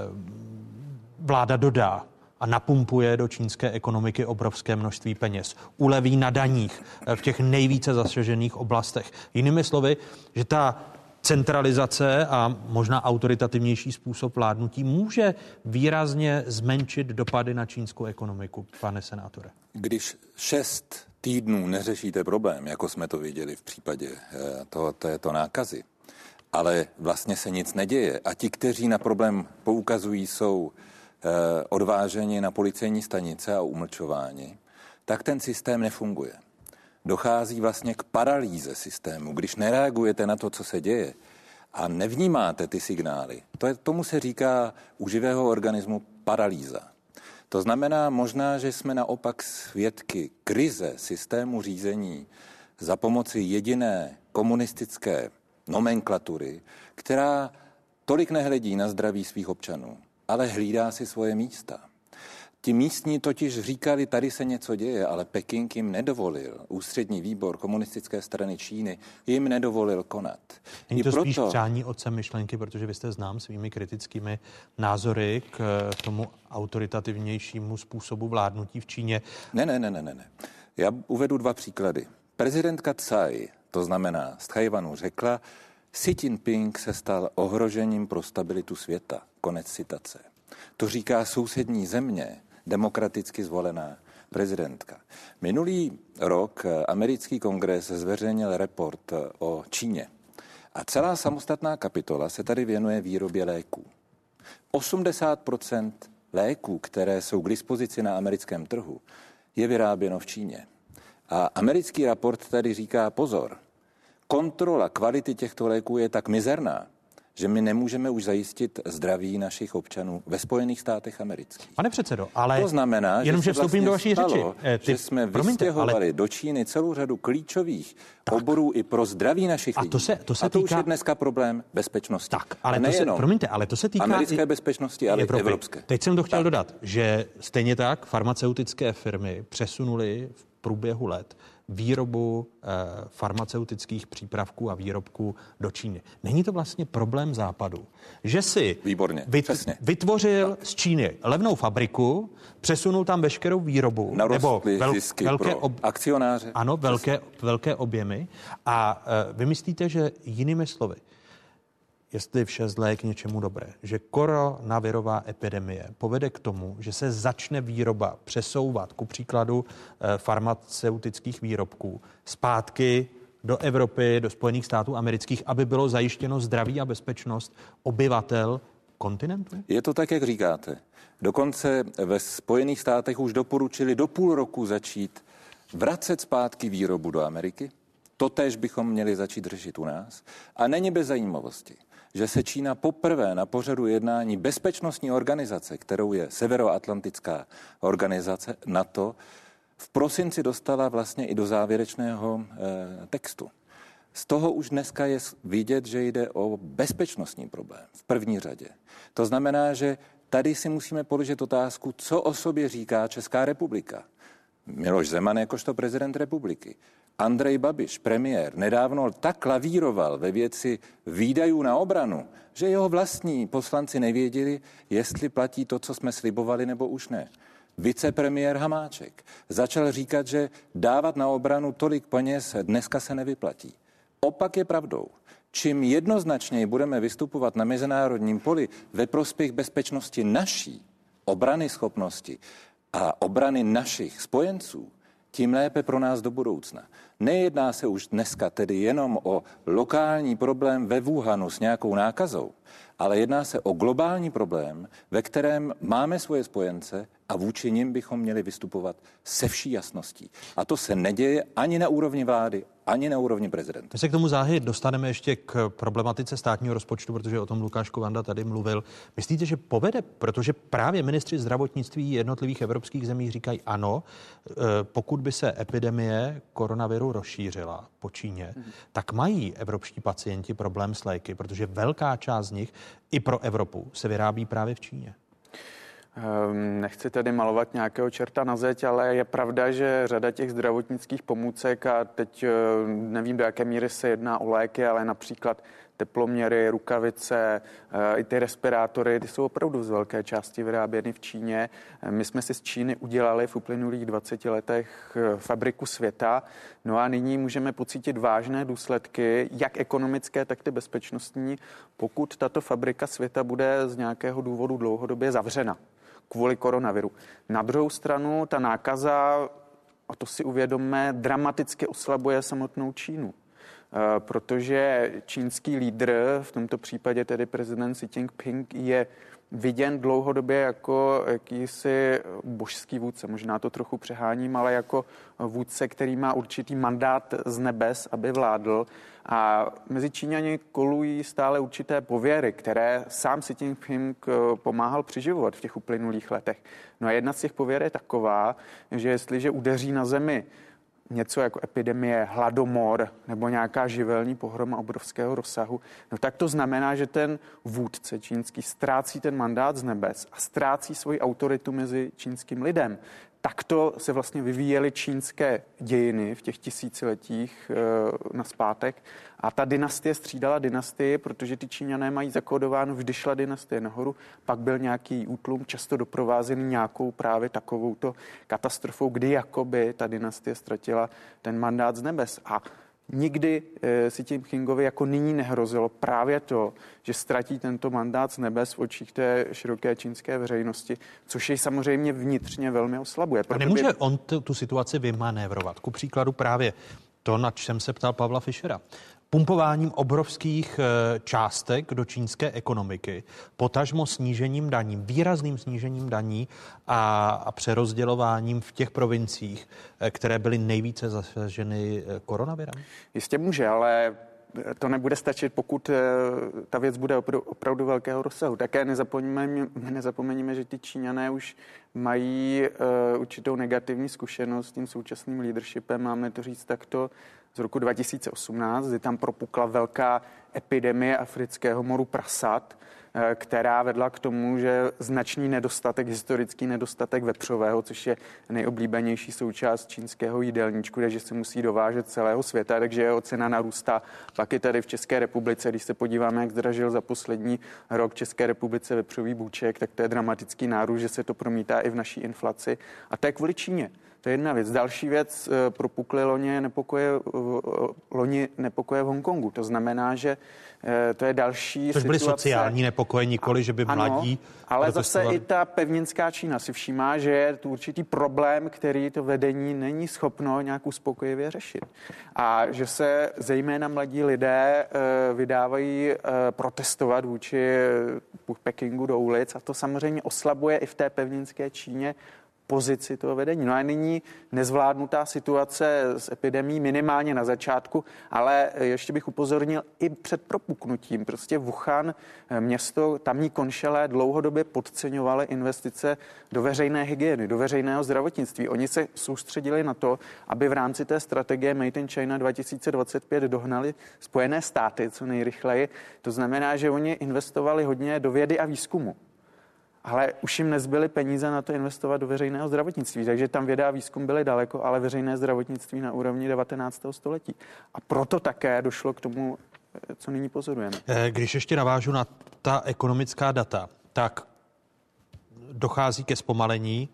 vláda dodá a napumpuje do čínské ekonomiky obrovské množství peněz. Uleví na daních v těch nejvíce zasažených oblastech. Jinými slovy, že ta centralizace a možná autoritativnější způsob vládnutí může výrazně zmenšit dopady na čínskou ekonomiku, pane senátore. Když šest týdnů neřešíte problém, jako jsme to viděli v případě toho, této nákazy, ale vlastně se nic neděje a ti, kteří na problém poukazují, jsou odváženi na policejní stanice a umlčováni, tak ten systém nefunguje. Dochází vlastně k paralýze systému. Když nereagujete na to, co se děje a nevnímáte ty signály, to je, tomu se říká u živého organismu paralýza. To znamená možná, že jsme naopak svědky krize systému řízení za pomoci jediné komunistické nomenklatury, která tolik nehledí na zdraví svých občanů, ale hlídá si svoje místa. Ti místní totiž říkali, tady se něco děje, ale Peking jim nedovolil. Ústřední výbor komunistické strany Číny jim nedovolil konat. Není to proto... spíš přání otcem myšlenky, protože vy jste znám svými kritickými názory k tomu autoritativnějšímu způsobu vládnutí v Číně. Ne, ne, ne, ne, ne. Já uvedu dva příklady. Prezidentka Tsai, to znamená z Tchaj-wanu, řekla, Xi Jinping se stal ohrožením pro stabilitu světa. Konec citace. To říká sousední země, demokraticky zvolená prezidentka. Minulý rok americký kongres zveřejnil report o Číně. A celá samostatná kapitola se tady věnuje výrobě léků. osmdesát procent léků, které jsou k dispozici na americkém trhu, je vyráběno v Číně. A americký raport tady říká pozor, kontrola kvality těchto léků je tak mizerná, že my nemůžeme už zajistit zdraví našich občanů ve Spojených státech amerických. Pane předsedo, ale to znamená, jenom, že, že vstoupím vlastně do vaší stalo, řeči. Eh, ty, že jsme promiňte, vystěhovali ale... do Číny celou řadu klíčových tak. oborů i pro zdraví našich A lidí. to se, to se A to týká... už je dneska problém bezpečnosti. Tak, ale a to se, promiňte, ale to se týká americké i bezpečnosti, ale Evropy. i evropské. Teď jsem to chtěl tak. dodat, že stejně tak farmaceutické firmy přesunuly v průběhu let výrobu eh, farmaceutických přípravků a výrobků do Číny. Není to vlastně problém Západu, že si Výborně, vyt, vytvořil tak. z Číny levnou fabriku, přesunul tam veškerou výrobu, nebo vel, velké ob, akcionáře. Ano, velké, velké objemy. A eh, vy myslíte, že jinými slovy, jestli vše zlé je k něčemu dobré, že koronavirová epidemie povede k tomu, že se začne výroba přesouvat, ku příkladu eh, farmaceutických výrobků, zpátky do Evropy, do Spojených států amerických, aby bylo zajištěno zdraví a bezpečnost obyvatel kontinentu? Je to tak, jak říkáte. Dokonce ve Spojených státech už doporučili do půl roku začít vracet zpátky výrobu do Ameriky. Totéž bychom měli začít řešit u nás. A není bez zajímavosti, že se Čína poprvé na pořadu jednání bezpečnostní organizace, kterou je Severoatlantická organizace NATO, v prosinci dostala vlastně i do závěrečného e, textu. Z toho už dneska je vidět, že jde o bezpečnostní problém v první řadě. To znamená, že tady si musíme položit otázku, co o sobě říká Česká republika. Miloš Zeman jakožto prezident republiky. Andrej Babiš, premiér, nedávno tak lavíroval ve věci výdajů na obranu, že jeho vlastní poslanci nevěděli, jestli platí to, co jsme slibovali, nebo už ne. Vicepremiér Hamáček začal říkat, že dávat na obranu tolik peněz dneska se nevyplatí. Opak je pravdou. Čím jednoznačněji budeme vystupovat na mezinárodním poli ve prospěch bezpečnosti naší, obrany schopnosti a obrany našich spojenců, tím lépe pro nás do budoucna. Nejedná se už dneska tedy jenom o lokální problém ve Wuhanu s nějakou nákazou, ale jedná se o globální problém, ve kterém máme svoje spojence a vůči nim bychom měli vystupovat se vší jasností. A to se neděje ani na úrovni vlády, ani na úrovni prezidenta. My se k tomu záhy dostaneme ještě k problematice státního rozpočtu, protože o tom Lukáš Kovanda tady mluvil. Myslíte, že povede, protože právě ministři zdravotnictví jednotlivých evropských zemí říkají ano, pokud by se epidemie koronaviru rozšířila po Číně, hmm. tak mají evropští pacienti problém s léky, protože velká část z nich i pro Evropu se vyrábí právě v Číně. Nechci tedy malovat nějakého čerta na zeď, ale je pravda, že řada těch zdravotnických pomůcek, a teď nevím, do jaké míry se jedná o léky, ale například teploměry, rukavice, i ty respirátory, ty jsou opravdu z velké části vyráběny v Číně. My jsme si z Číny udělali v uplynulých dvaceti letech fabriku světa, no a nyní můžeme pocítit vážné důsledky, jak ekonomické, tak ty bezpečnostní, pokud tato fabrika světa bude z nějakého důvodu dlouhodobě zavřena kvůli koronaviru. Na druhou stranu ta nákaza, a to si uvědomme, dramaticky oslabuje samotnou Čínu. Protože čínský lídr, v tomto případě tedy prezident Xi Jinping, je viděn dlouhodobě jako jakýsi božský vůdce. Možná to trochu přeháním, ale jako vůdce, který má určitý mandát z nebes, aby vládl. A mezi Číňani kolují stále určité pověry, které sám Xi Jinping pomáhal přiživovat v těch uplynulých letech. No a jedna z těch pověr je taková, že jestliže udeří na zemi něco jako epidemie, hladomor nebo nějaká živelní pohroma obrovského rozsahu, no tak to znamená, že ten vůdce čínský ztrácí ten mandát z nebes a ztrácí svoji autoritu mezi čínským lidem. takto se vlastně vyvíjely čínské dějiny v těch tisíciletích e, nazpátek a ta dynastie střídala dynastii, protože ty Číňané mají zakódováno, vždy šla dynastie nahoru, pak byl nějaký útlum, často doprovázený nějakou právě takovouto katastrofou, kdy jakoby ta dynastie ztratila ten mandát z nebes. A nikdy e, si tím Kingovi jako nyní nehrozilo právě to, že ztratí tento mandát z nebes v očích té široké čínské veřejnosti, což jej samozřejmě vnitřně velmi oslabuje. A nemůže by... on tu, tu situaci vymanévrovat? Ku příkladu právě to, na čem se ptal Pavla Fischera. Pumpováním obrovských částek do čínské ekonomiky, potažmo snížením daní, výrazným snížením daní a, a přerozdělováním v těch provinciích, které byly nejvíce zasaženy koronavirem? Jistě může, ale to nebude stačit, pokud ta věc bude opravdu velkého rozsahu. Také nezapomeňme, nezapomeňme, že ty Číňané už mají uh, určitou negativní zkušenost s tím současným leadershipem, máme to říct takto, z roku dva tisíce osmnáct, kdy tam propukla velká epidemie afrického moru prasat, která vedla k tomu, že značný nedostatek, historický nedostatek vepřového, což je nejoblíbenější součást čínského jídelníčku, takže se musí dovážet celého světa, takže jeho cena narůstá. Pak i tady v České republice, když se podíváme, jak zdražil za poslední rok v České republice vepřový bůček, tak to je dramatický nárůst, že se to promítá i v naší inflaci. A to je kvůli Číně. To je jedna věc. Další věc, propukly loni nepokoje, loni nepokoje v Hongkongu. To znamená, že to je další Což byly situace. sociální nepokoje, nikoli, že by mladí ano, ale protestovali. Zase i ta pevninská Čína si všímá, že je tu určitý problém, který to vedení není schopno nějak uspokojivě řešit. A že se zejména mladí lidé vydávají protestovat vůči Pekingu do ulic a to samozřejmě oslabuje i v té pevninské Číně pozici toho vedení. No a nyní nezvládnutá situace s epidemií minimálně na začátku, ale ještě bych upozornil i před propuknutím. Prostě Wuhan, město, tamní konšelé dlouhodobě podceňovaly investice do veřejné hygieny, do veřejného zdravotnictví. Oni se soustředili na to, aby v rámci té strategie Made in China dva tisíce dvacet pět dohnali Spojené státy co nejrychleji. To znamená, že oni investovali hodně do vědy a výzkumu. Ale už jim nezbyly peníze na to investovat do veřejného zdravotnictví, takže tam věda a výzkum byly daleko, ale veřejné zdravotnictví na úrovni devatenáctého století. A proto také došlo k tomu, co nyní pozorujeme. Když ještě navážu na ta ekonomická data, tak dochází ke zpomalení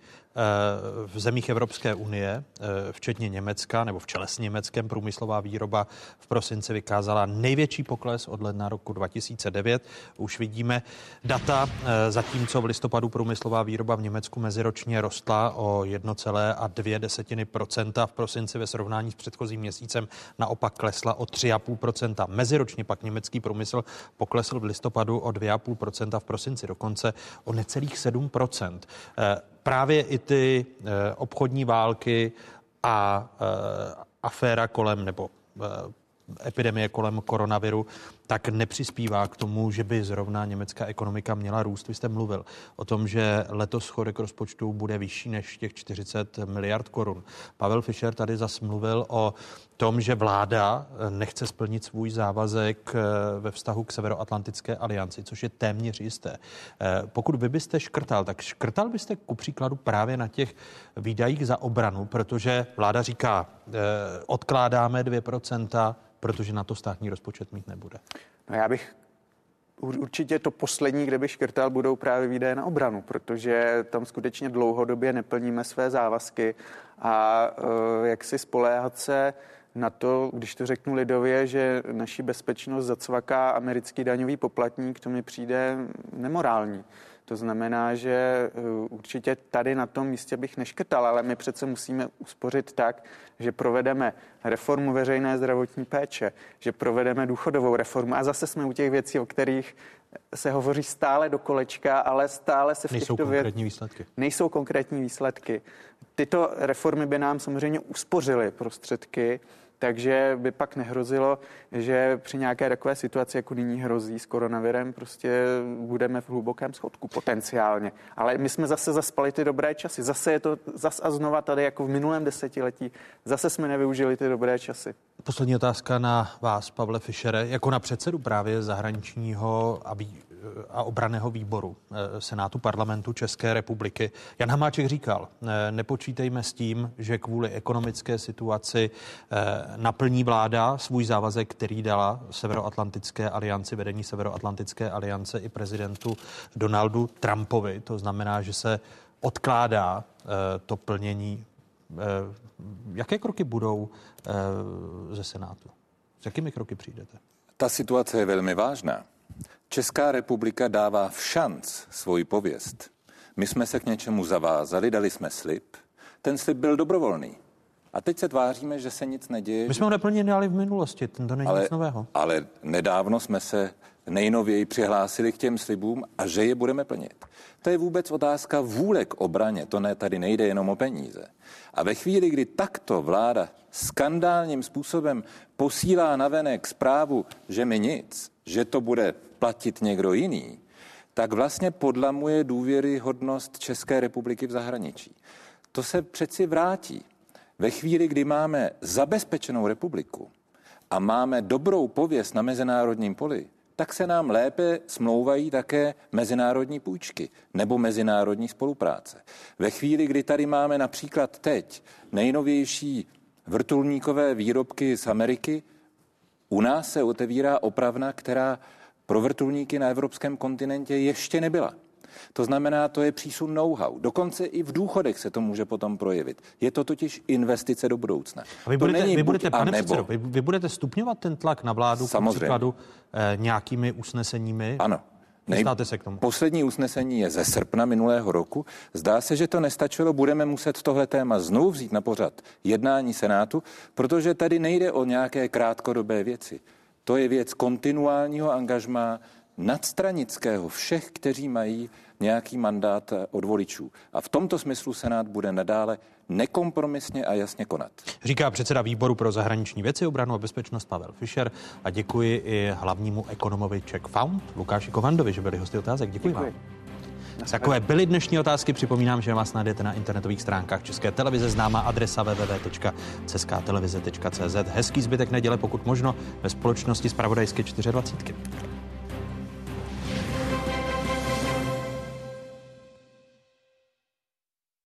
v zemích Evropské unie, včetně Německa, nebo v čele s Německem. Průmyslová výroba v prosinci vykázala největší pokles od ledna roku dva tisíce devět. Už vidíme data, zatímco v listopadu průmyslová výroba v Německu meziročně rostla o jedna celá dvě desetiny procenta. V prosinci ve srovnání s předchozím měsícem naopak klesla o tři celá pět procenta. Meziročně pak německý průmysl poklesl v listopadu o dvě celá pět procenta, v prosinci dokonce o necelých sedm procent. Právě i ty e, obchodní války a e, aféra kolem nebo e, epidemie kolem koronaviru tak nepřispívá k tomu, že by zrovna německá ekonomika měla růst. Vy jste mluvil o tom, že letos schodek rozpočtu bude vyšší než těch čtyřicet miliard korun. Pavel Fischer tady zas mluvil o tom, že vláda nechce splnit svůj závazek ve vztahu k Severoatlantické alianci, což je téměř jisté. Pokud vy byste škrtal, tak škrtal byste ku příkladu právě na těch výdajích za obranu, protože vláda říká, odkládáme dvě procenta, protože na to státní rozpočet mít nebude. No já bych určitě to poslední, kde bych škrtal, budou právě výdaje na obranu, protože tam skutečně dlouhodobě neplníme své závazky a jak si spoléhat se na to, když to řeknu lidově, že naši bezpečnost zacvaká americký daňový poplatník, to mi přijde nemorální. To znamená, že určitě tady na tom místě bych neškrtal, ale my přece musíme uspořit tak, že provedeme reformu veřejné zdravotní péče, že provedeme důchodovou reformu a zase jsme u těch věcí, o kterých se hovoří stále do kolečka, ale stále se v nejsou těchto konkrétní věc... výsledky. Nejsou konkrétní výsledky. Tyto reformy by nám samozřejmě uspořily prostředky, takže by pak nehrozilo, že při nějaké takové situaci, jako nyní hrozí s koronavirem, prostě budeme v hlubokém schodku potenciálně. Ale my jsme zase zaspali ty dobré časy. Zase je to zas a znova tady jako v minulém desetiletí. Zase jsme nevyužili ty dobré časy. Poslední otázka na vás, Pavle Fischere, jako na předsedu právě zahraničního a a obranného výboru Senátu Parlamentu České republiky. Jan Hamáček říkal, nepočítejme s tím, že kvůli ekonomické situaci naplní vláda svůj závazek, který dala Severoatlantické alianci, vedení Severoatlantické aliance i prezidentu Donaldu Trumpovi. To znamená, že se odkládá to plnění. Jaké kroky budou ze Senátu? S jakými kroky přijdete? Ta situace je velmi vážná. Česká republika dává v šanc svoji pověst. My jsme se k něčemu zavázali, dali jsme slib. Ten slib byl dobrovolný. A teď se tváříme, že se nic neděje. My jsme ho neplnili ale v minulosti, to není ale, nic nového. Ale nedávno jsme se nejnověji přihlásili k těm slibům a že je budeme plnit. To je vůbec otázka vůle k obraně, to ne, tady nejde jenom o peníze. A ve chvíli, kdy takto vláda skandálním způsobem posílá navenek zprávu, že mi nic, že to bude platit někdo jiný, tak vlastně podlamuje důvěryhodnost České republiky v zahraničí. To se přeci vrátí. Ve chvíli, kdy máme zabezpečenou republiku a máme dobrou pověst na mezinárodním poli, tak se nám lépe smlouvají také mezinárodní půjčky nebo mezinárodní spolupráce. Ve chvíli, kdy tady máme například teď nejnovější vrtulníkové výrobky z Ameriky, u nás se otevírá opravna, která pro vrtulníky na evropském kontinentě ještě nebyla. To znamená, to je přísun know-how. Dokonce i v důchodech se to může potom projevit. Je to totiž investice do budoucna. A vy to budete, není vy budete, pane nebo. předsedo, vy, vy budete stupňovat ten tlak na vládu k příkladu eh, nějakými usneseními? Ano. Chystáte se k tomu? Poslední usnesení je ze srpna minulého roku. Zdá se, že to nestačilo, budeme muset tohle téma znovu vzít na pořad jednání Senátu, protože tady nejde o nějaké krátkodobé věci. To je věc kontinuálního angažmá nadstranického všech, kteří mají nějaký mandát od voličů. A v tomto smyslu Senát bude nadále nekompromisně a jasně konat. Říká předseda výboru pro zahraniční věci, obranu a bezpečnost Pavel Fischer a děkuji i hlavnímu ekonomovi Czech Fund Lukáši Kovandovi, že byli hosty otázek. Děkuji, děkuji. vám. Takové byly dnešní otázky. Připomínám, že vás najdete na internetových stránkách České televize, známá adresa w w w tečka česká televize tečka c z. Hezký zbytek neděle, pokud možno ve společnosti Zpravodajské dvacet čtyři.